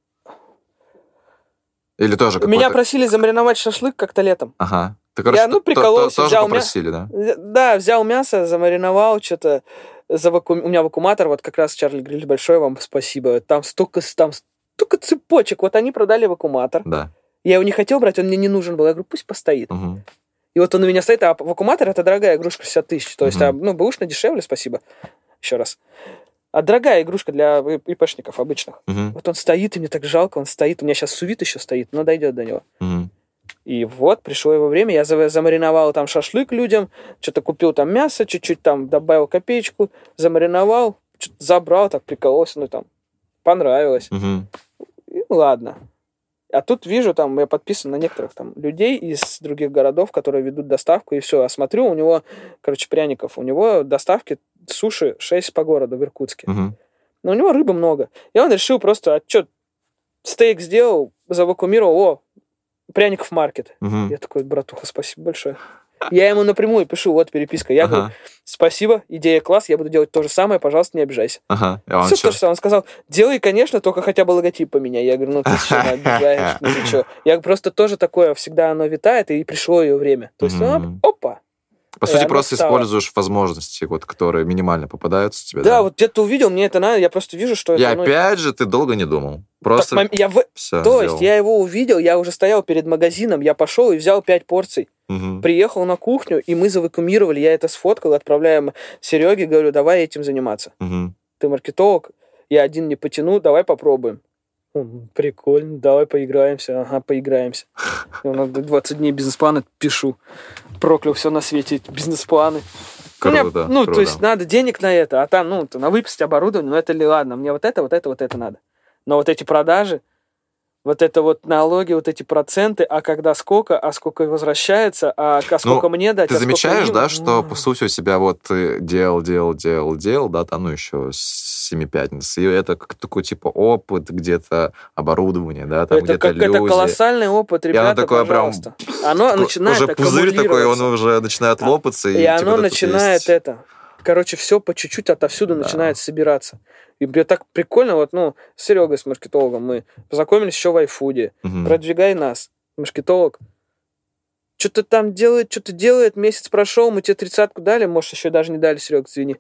Или тоже какой-то... Меня просили замариновать шашлык как-то летом. Ага. Ты, короче, Я, ну, то- то- прикололся, тоже взял мя- попросили, да? Да, взял мясо, замариновал, что-то. Заваку... У меня вакууматор, вот как раз Чарли Гриль, большое вам спасибо. Там столько, там столько цепочек. Вот они продали вакууматор. Да. Я его не хотел брать, он мне не нужен был. Я говорю, пусть постоит. Мгм. И вот он у меня стоит, а вакууматор — это дорогая игрушка, шестьдесят тысяч. То есть, Мгм. а, ну, бэушно дешевле, спасибо. Еще раз. А дорогая игрушка для ИПшников обычных. Мгм. Вот он стоит, и мне так жалко, он стоит. У меня сейчас сувит еще стоит, но дойдет до него. Мгм. И вот пришло его время, я за- замариновал там шашлык людям, что-то купил там мясо, чуть-чуть там добавил копеечку, замариновал, что-то забрал, так прикололся, ну там, понравилось. Мгм. И ладно. А тут вижу, там, я подписан на некоторых там людей из других городов, которые ведут доставку, и все. А смотрю, у него, короче, пряников, у него доставки суши шесть по городу в Иркутске. Мгм. Но у него рыбы много. И он решил просто, а что, стейк сделал, завакуумировал, о, пряников маркет. Мгм. Я такой, братуха, спасибо большое. Я ему напрямую пишу, вот переписка. Я говорю, Ага. спасибо, идея класс, я буду делать то же самое, пожалуйста, не обижайся. Ага. А он Все чё? то же самое. Он сказал, делай, конечно, только хотя бы логотип поменяй. Я говорю, ну ты что, обижаешь, ну ты что? Я просто тоже такое, всегда оно витает, и пришло ее время. То есть, Мгм. оп, опа. По И сути, оно просто встало. используешь возможности, вот, которые минимально попадаются тебе. Да, вот где-то увидел, мне это надо, я просто вижу, что И это... ну, опять же, ты долго не думал. так, Просто мом- я в- все То есть я его увидел, я уже стоял перед магазином, я пошел и взял пять порций. Приехал на кухню, и мы завакуумировали, я это сфоткал, отправляем Сереге, говорю, давай этим заниматься. Ты маркетолог, я один не потяну, давай попробуем. Он, прикольно, давай поиграемся. Ага, поиграемся. Я на двадцать дней бизнес-плана пишу. Проклял все на свете, эти бизнес-планы. Круто, Мне, ну, круто. то есть надо денег на это, а там, ну, то на выпустить оборудование, ну, это ли ладно, мне вот это, вот это, вот это надо. Но вот эти продажи, вот это вот налоги, вот эти проценты, а когда сколько, а сколько возвращается, а, а сколько Ну, мне дать, Ты а сколько замечаешь, им? да, что, М. по сути, у себя вот ты делал, делал, делал, делал, да, там, ну, еще с семи пятниц, и это как такой, типа, опыт, где-то оборудование, да, там, Это, где-то как, люди. это колоссальный опыт, оно ребята, такое прям пожалуйста. Оно Такой- начинает уже пузырь такой, он аккумулироваться. уже начинает А, лопаться. И, И оно типа, тут начинает есть- это. Короче, все по чуть-чуть отовсюду Да. начинает собираться. И мне так прикольно, вот, ну, с Серегой, с маркетологом, мы познакомились еще в iFood. Мгм. Продвигай нас, маркетолог. Что-то там делает, что-то делает, месяц прошел, мы тебе тридцатку дали, может, еще даже не дали, Серега, извини.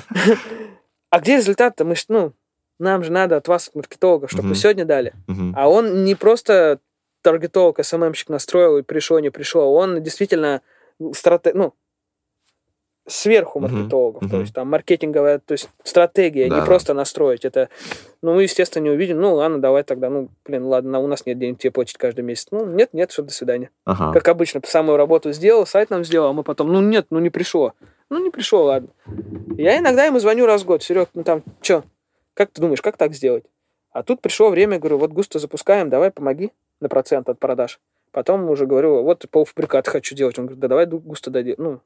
А где результат-то? Мы ж, ну, нам же надо от вас, маркетологов, чтобы вы Мгм. сегодня дали. Мгм. А он не просто таргетолог, эс эм эм-щик настроил и пришло, не пришло. Он действительно стратег... ну, сверху Мгм. маркетологов. То Мгм. есть там маркетинговая, то есть стратегия, Да, не да. просто настроить. Это, ну, мы, естественно, не увидим. Ну, ладно, давай тогда. Ну, блин, ладно, у нас нет денег тебе платить каждый месяц. Ну, нет, нет, все, до свидания. Ага. Как обычно, самую работу сделал, сайт нам сделал, а мы потом, ну, нет, ну, не пришло. Ну, не пришло, ладно. Я иногда ему звоню раз в год. Серег, ну, там, что? Как ты думаешь, как так сделать? А тут пришло время, говорю, вот густо запускаем, давай помоги на процент от продаж. Потом уже говорю, вот полуфабрикат хочу делать. Он говорит, да давай густо дай. Ну,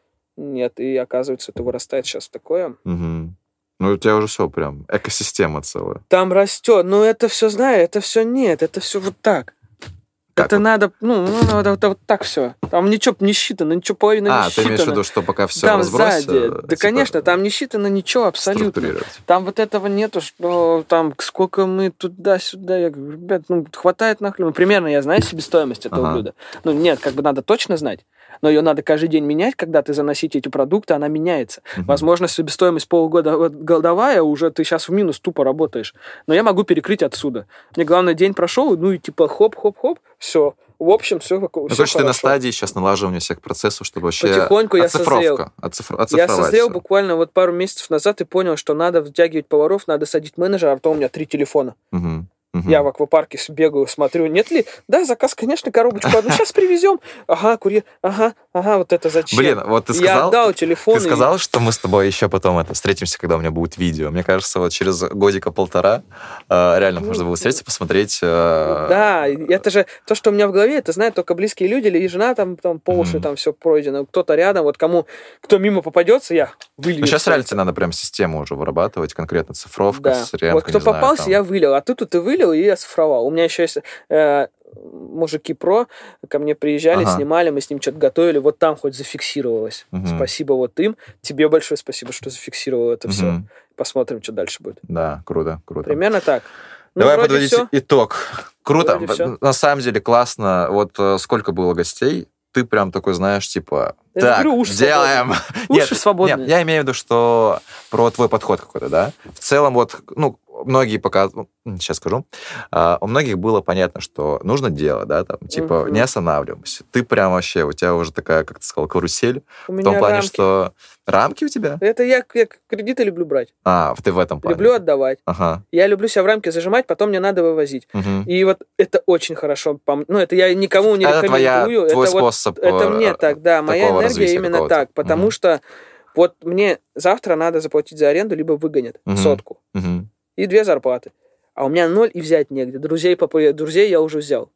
нет, и оказывается, это вырастает сейчас в такое. Мгм. Ну, у тебя уже все прям, экосистема целая. Там растет, но это все, знаю, это все нет, это все вот так. Как это вот? надо, ну, ну, надо вот, вот так все. Там ничего не считано, ничего половина А, не ты имеешь в считано. виду, что пока все Там в разбросе, сзади. Да, типа, конечно, там не считано ничего абсолютно. структурировать. Там вот этого нету, что там сколько мы туда-сюда. Я говорю, ребят, ну, хватает нахрен. Ну, примерно я знаю себестоимость этого Ага. блюда. Ну, нет, как бы надо точно знать. Но ее надо каждый день менять, когда ты заносите эти продукты, она меняется. Мгм. Возможно, себестоимость полугода вот голдовая, уже ты сейчас в минус тупо работаешь. Но я могу перекрыть отсюда. Мне главное, день прошел, ну и типа хоп-хоп-хоп, все. В общем, все, Ну, короче, ты на стадии сейчас налаживания всех процессов, чтобы вообще Потихоньку я оцифровка, оцифр- Я оцифровать созрел всё. буквально вот пару месяцев назад и понял, что надо втягивать поваров, надо садить менеджера, а то у меня три телефона. Мгм. Мгм. Я в аквапарке бегаю, смотрю, нет ли? Да, заказ, конечно, коробочку одну. Сейчас привезем. Ага, курьер. Ага, ага, вот это зачем? Блин, вот ты Я сказал, отдал телефон. ты и- сказал, что мы с тобой еще потом это встретимся, когда у меня будет видео. Мне кажется, вот через годика-полтора э, реально Ну, можно будет встретиться, посмотреть. э, Да, и это же то, что у меня в голове, это знают только близкие люди, или и жена там, там по уши, Мгм. там все пройдено, кто-то рядом, вот кому, кто мимо попадется, я вылью. Ну, сейчас всё реально это. тебе надо прям систему уже вырабатывать, конкретно цифровка, Да. с ремкой, Вот кто не знаю, попался, там. я вылил, а ты тут и вылил, и я оцифровал. У меня еще есть э, мужики про, ко мне приезжали, Ага. снимали, мы с ним что-то готовили, вот там хоть зафиксировалось. Мгм. Спасибо вот им, тебе большое спасибо, что зафиксировал это все. Мгм. Посмотрим, что дальше будет. Да, круто, круто. Примерно так. Ну, Давай вроде подводить всё. итог. Круто. Вроде всё. На самом деле классно. Вот э, сколько было гостей, ты прям такой, знаешь, типа, Я так, говорю, уши делаем. Уши свободные. Нет, я имею в виду, что про твой подход какой-то, да? В целом, вот, ну, многие пока, сейчас скажу, а, у многих было понятно, что нужно делать, да, там, типа, Мгм. не останавливаемся. Ты прям вообще, у тебя уже такая, как ты сказал, карусель. У В меня том плане, рамки. что рамки у тебя? Это я, я кредиты люблю брать. А, ты в этом плане. Люблю отдавать. Ага. Я люблю себя в рамки зажимать, потом мне надо вывозить. Мгм. И вот это очень хорошо. пом- Ну, это я никому не Это твоя, рекомендую. твой это вот способ это э, мне так, да. Моя такого энергия развития именно какого-то. так. Потому Мгм. что вот мне завтра надо заплатить за аренду, либо выгонят Мгм. сотку. Мгм. И две зарплаты. А у меня ноль и взять негде. Друзей, поп- друзей я уже взял.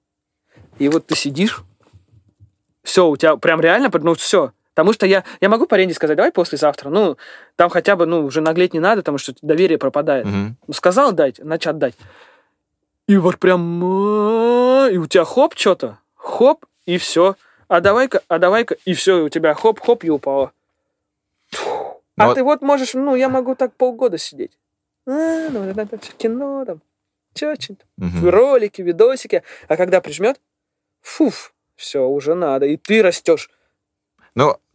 И вот ты сидишь, все, у тебя прям реально, ну, все. Потому что я, я могу по аренде сказать, давай послезавтра. Ну, там хотя бы, ну, уже наглеть не надо, потому что доверие пропадает. Мгм. Ну, сказал дать, значит отдать. И вот прям... а, И у тебя хоп, что-то, хоп, и все. А давай-ка, а давай-ка, и все, у тебя хоп-хоп, и упало. Фух. Ну А вот- ты вот можешь, ну, я могу так полгода сидеть. А, ну, это, это, всё кино там, что что-то, Мгм. ролики, видосики. А когда прижмет, фуф, все, уже надо. И ты растешь. Ну,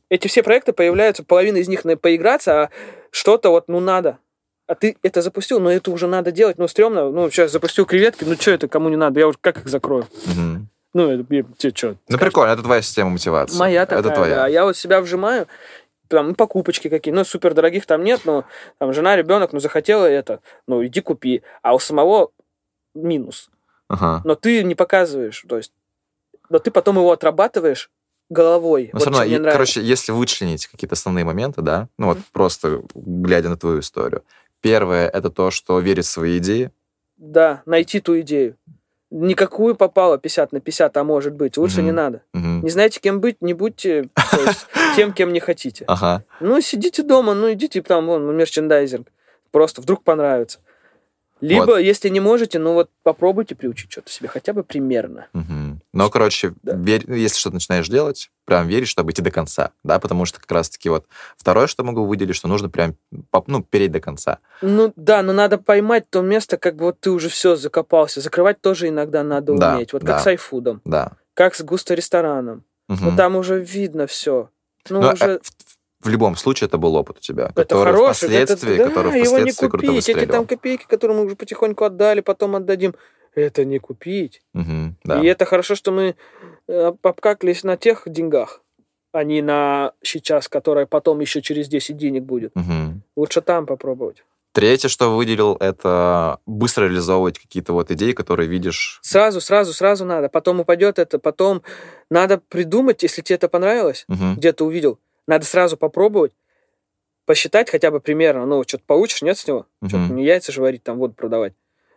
эти все проекты появляются, половина из них на поиграться, а что-то вот, ну, надо. А ты это запустил, но это уже надо делать. Ну, стрёмно. Ну, сейчас запустил креветки, ну, что это кому не надо? Я уже как их закрою? Мгм. Ну, это тебе что? Ну, скажешь? прикольно, это твоя система мотивации. Моя такая, Это твоя. да. Я вот себя вжимаю, там, ну, покупочки какие, ну, супер дорогих там нет, но там жена, ребенок, ну, захотела это, ну, иди купи. А у самого минус. Ага. Но ты не показываешь, то есть, но ты потом его отрабатываешь головой. Но Вот все равно, что мне и- нравится. короче, если вычленить какие-то основные моменты, да, ну вот просто глядя на твою историю. Первое — это то, что верить в свои идеи. Да, найти ту идею. Никакую попало пятьдесят на пятьдесят, а может быть. Лучше Мгм. не надо. Мгм. Не знаете, кем быть, не будьте то есть, тем, кем не хотите. Ага. Ну, сидите дома, ну, идите там, вон, мерчендайзинг. Просто вдруг понравится. Либо, если не можете, ну, вот попробуйте приучить что-то себе, хотя бы примерно. Мгм. Но, короче, Да. верь- если что-то начинаешь делать, прям веришь, чтобы идти до конца, да, потому что как раз-таки вот второе, что могу выделить, что нужно прям, поп- ну, переть до конца. Ну, да, но надо поймать то место, как бы вот ты уже все закопался. Закрывать тоже иногда надо Да, уметь. Вот да. как с айфудом, Да. как с густо-рестораном. Мгм. Ну, там уже видно все. Ну, Но, уже... э, в, в любом случае это был опыт у тебя, Это который хороший, впоследствии, это, да, который его не впоследствии круто купить. Эти там выстреливал. копейки, которые мы уже потихоньку отдали, потом отдадим, это не купить. Мгм. Да. И это хорошо, что мы э, обкакались на тех деньгах, а не на сейчас, которая потом еще через десять денег будет. Мгм. Лучше там попробовать. Третье, что выделил, это быстро реализовывать какие-то вот идеи, которые видишь. Сразу, сразу, сразу надо. Потом упадет это, потом надо придумать, если тебе это понравилось, Мгм. где-то увидел, надо сразу попробовать, посчитать хотя бы примерно, ну, что-то получишь, нет с него? Мгм. Что-то не яйца же варить, там воду продавать.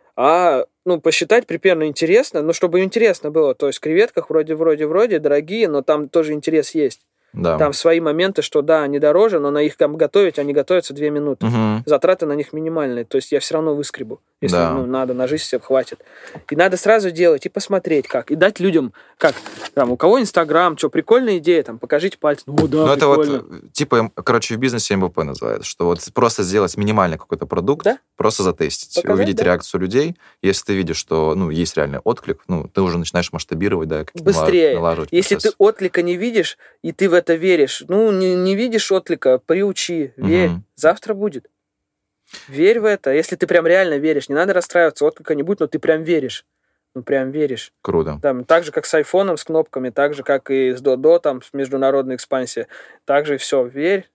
А, ну, посчитать примерно интересно, ну, чтобы интересно было. То есть в креветках вроде-вроде-вроде дорогие, но там тоже интерес есть. Да. Там свои моменты, что да, они дороже, но на их там готовить, они готовятся две минуты. Мгм. Затраты на них минимальные. То есть я все равно выскребу, если Да. ну, надо, на жизнь себе хватит. И надо сразу делать и посмотреть, как. И дать людям, как, там, у кого Инстаграм, что, прикольная идея, там, покажите пальцем. Ну да, Ну, это прикольно. вот, э, типа, эм, короче, в бизнесе эм вэ пэ называется, что вот просто сделать минимальный какой-то продукт, Да. просто затестить, Показать, увидеть да. реакцию людей. Если ты видишь, что, ну, есть реальный отклик, ну, ты уже начинаешь масштабировать, да, как-то Быстрее. налаживать Если процесс. ты отклика не видишь, и ты в это веришь, ну, не, не видишь отклика, приучи, верь. Мгм. Завтра будет. Верь в это. Если ты прям реально веришь, не надо расстраиваться, отклика не будет, но ты прям веришь. Ну, прям веришь. Круто. Там, так же, как с айфоном, с кнопками, так же, как и с Додо, там, с международной экспансией. Так же все, верь.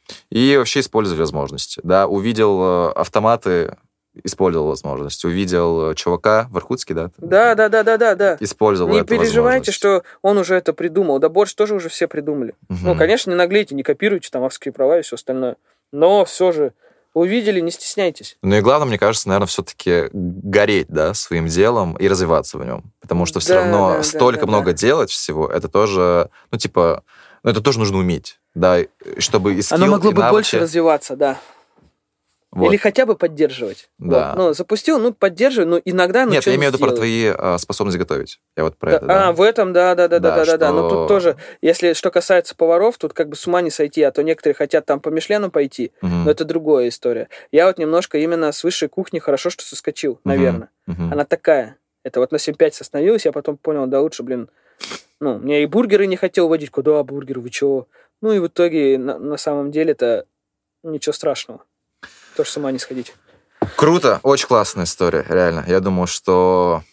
И вообще используй возможности. Да, увидел э, автоматы, использовал возможность. Увидел э, чувака в Иркутске, да? Да, да, да, да, да, да. Использовал Не эту переживайте, возможность. что он уже это придумал. Да борщ тоже уже все придумали. Мгм. Ну, конечно, не наглейте, не копируйте там авторские права и все остальное. Но все же увидели, не стесняйтесь. Ну и главное, мне кажется, наверное, все-таки гореть, да, своим делом и развиваться в нем. Потому что все Да, равно да, да, столько да, много да. делать всего, это тоже, ну, типа, ну, это тоже нужно уметь, да, и чтобы и скилл, Оно могло и бы навыки. больше развиваться, да. Вот. Или хотя бы поддерживать. Да. Вот. Ну, запустил, ну, поддерживай, ну, иногда, ну, Нет, я что-нибудь имею в виду про сделай. твои а, способности готовить. Я вот про Да, это, да. А, в этом, да, да, да, да, Да, да, да, да. Но что- тут тоже, если что касается поваров, тут как бы с ума не сойти, а то некоторые хотят там по Мишлену пойти, Мгм. но это другая история. Я вот немножко именно с высшей кухни хорошо, что соскочил, Мгм. наверное. Мгм. Она такая. Это вот на семь пять остановилась, я потом понял, да лучше, блин, ну, мне и бургеры не хотел водить, куда бургеры, вы чего? Ну и в итоге на, на самом деле это ничего страшного. Тоже с ума не сходить. Круто, очень классная история, реально. Я думаю, что...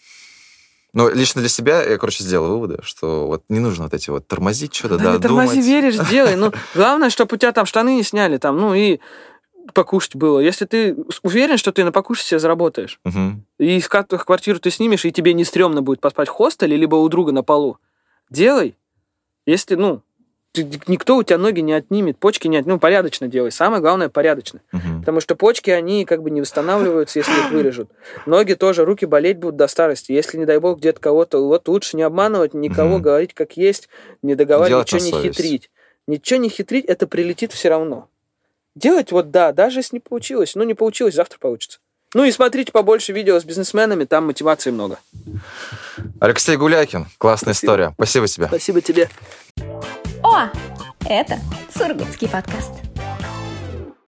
Ну, лично для себя я, короче, сделал выводы, что вот не нужно вот эти вот тормозить что-то, Да, да, не тормози, думать. веришь, делай. Ну, главное, чтобы у тебя там штаны не сняли, там, ну и покушать было. Если ты уверен, что ты на покушать себе заработаешь, Мгм. и из ка- квартиру ты снимешь, и тебе не стрёмно будет поспать в хостеле, либо у друга на полу, делай. Если, ну, ты- никто у тебя ноги не отнимет, почки не отнимет. Ну, порядочно делай. Самое главное, порядочно. Мгм. Потому что почки, они как бы не восстанавливаются, если их вырежут. Ноги тоже, руки болеть будут до старости. Если, не дай бог, где-то кого-то... Вот лучше не обманывать никого, Мгм. говорить как есть, не договаривать, Делать ничего на не совесть. хитрить. Ничего не хитрить, это прилетит все равно. Делать вот да, даже если не получилось. Ну, не получилось, завтра получится. Ну и смотрите побольше видео с бизнесменами, там мотивации много. Алексей Гулякин, классная Спасибо. история. Спасибо тебе. Спасибо тебе. О, это Сургутский подкаст.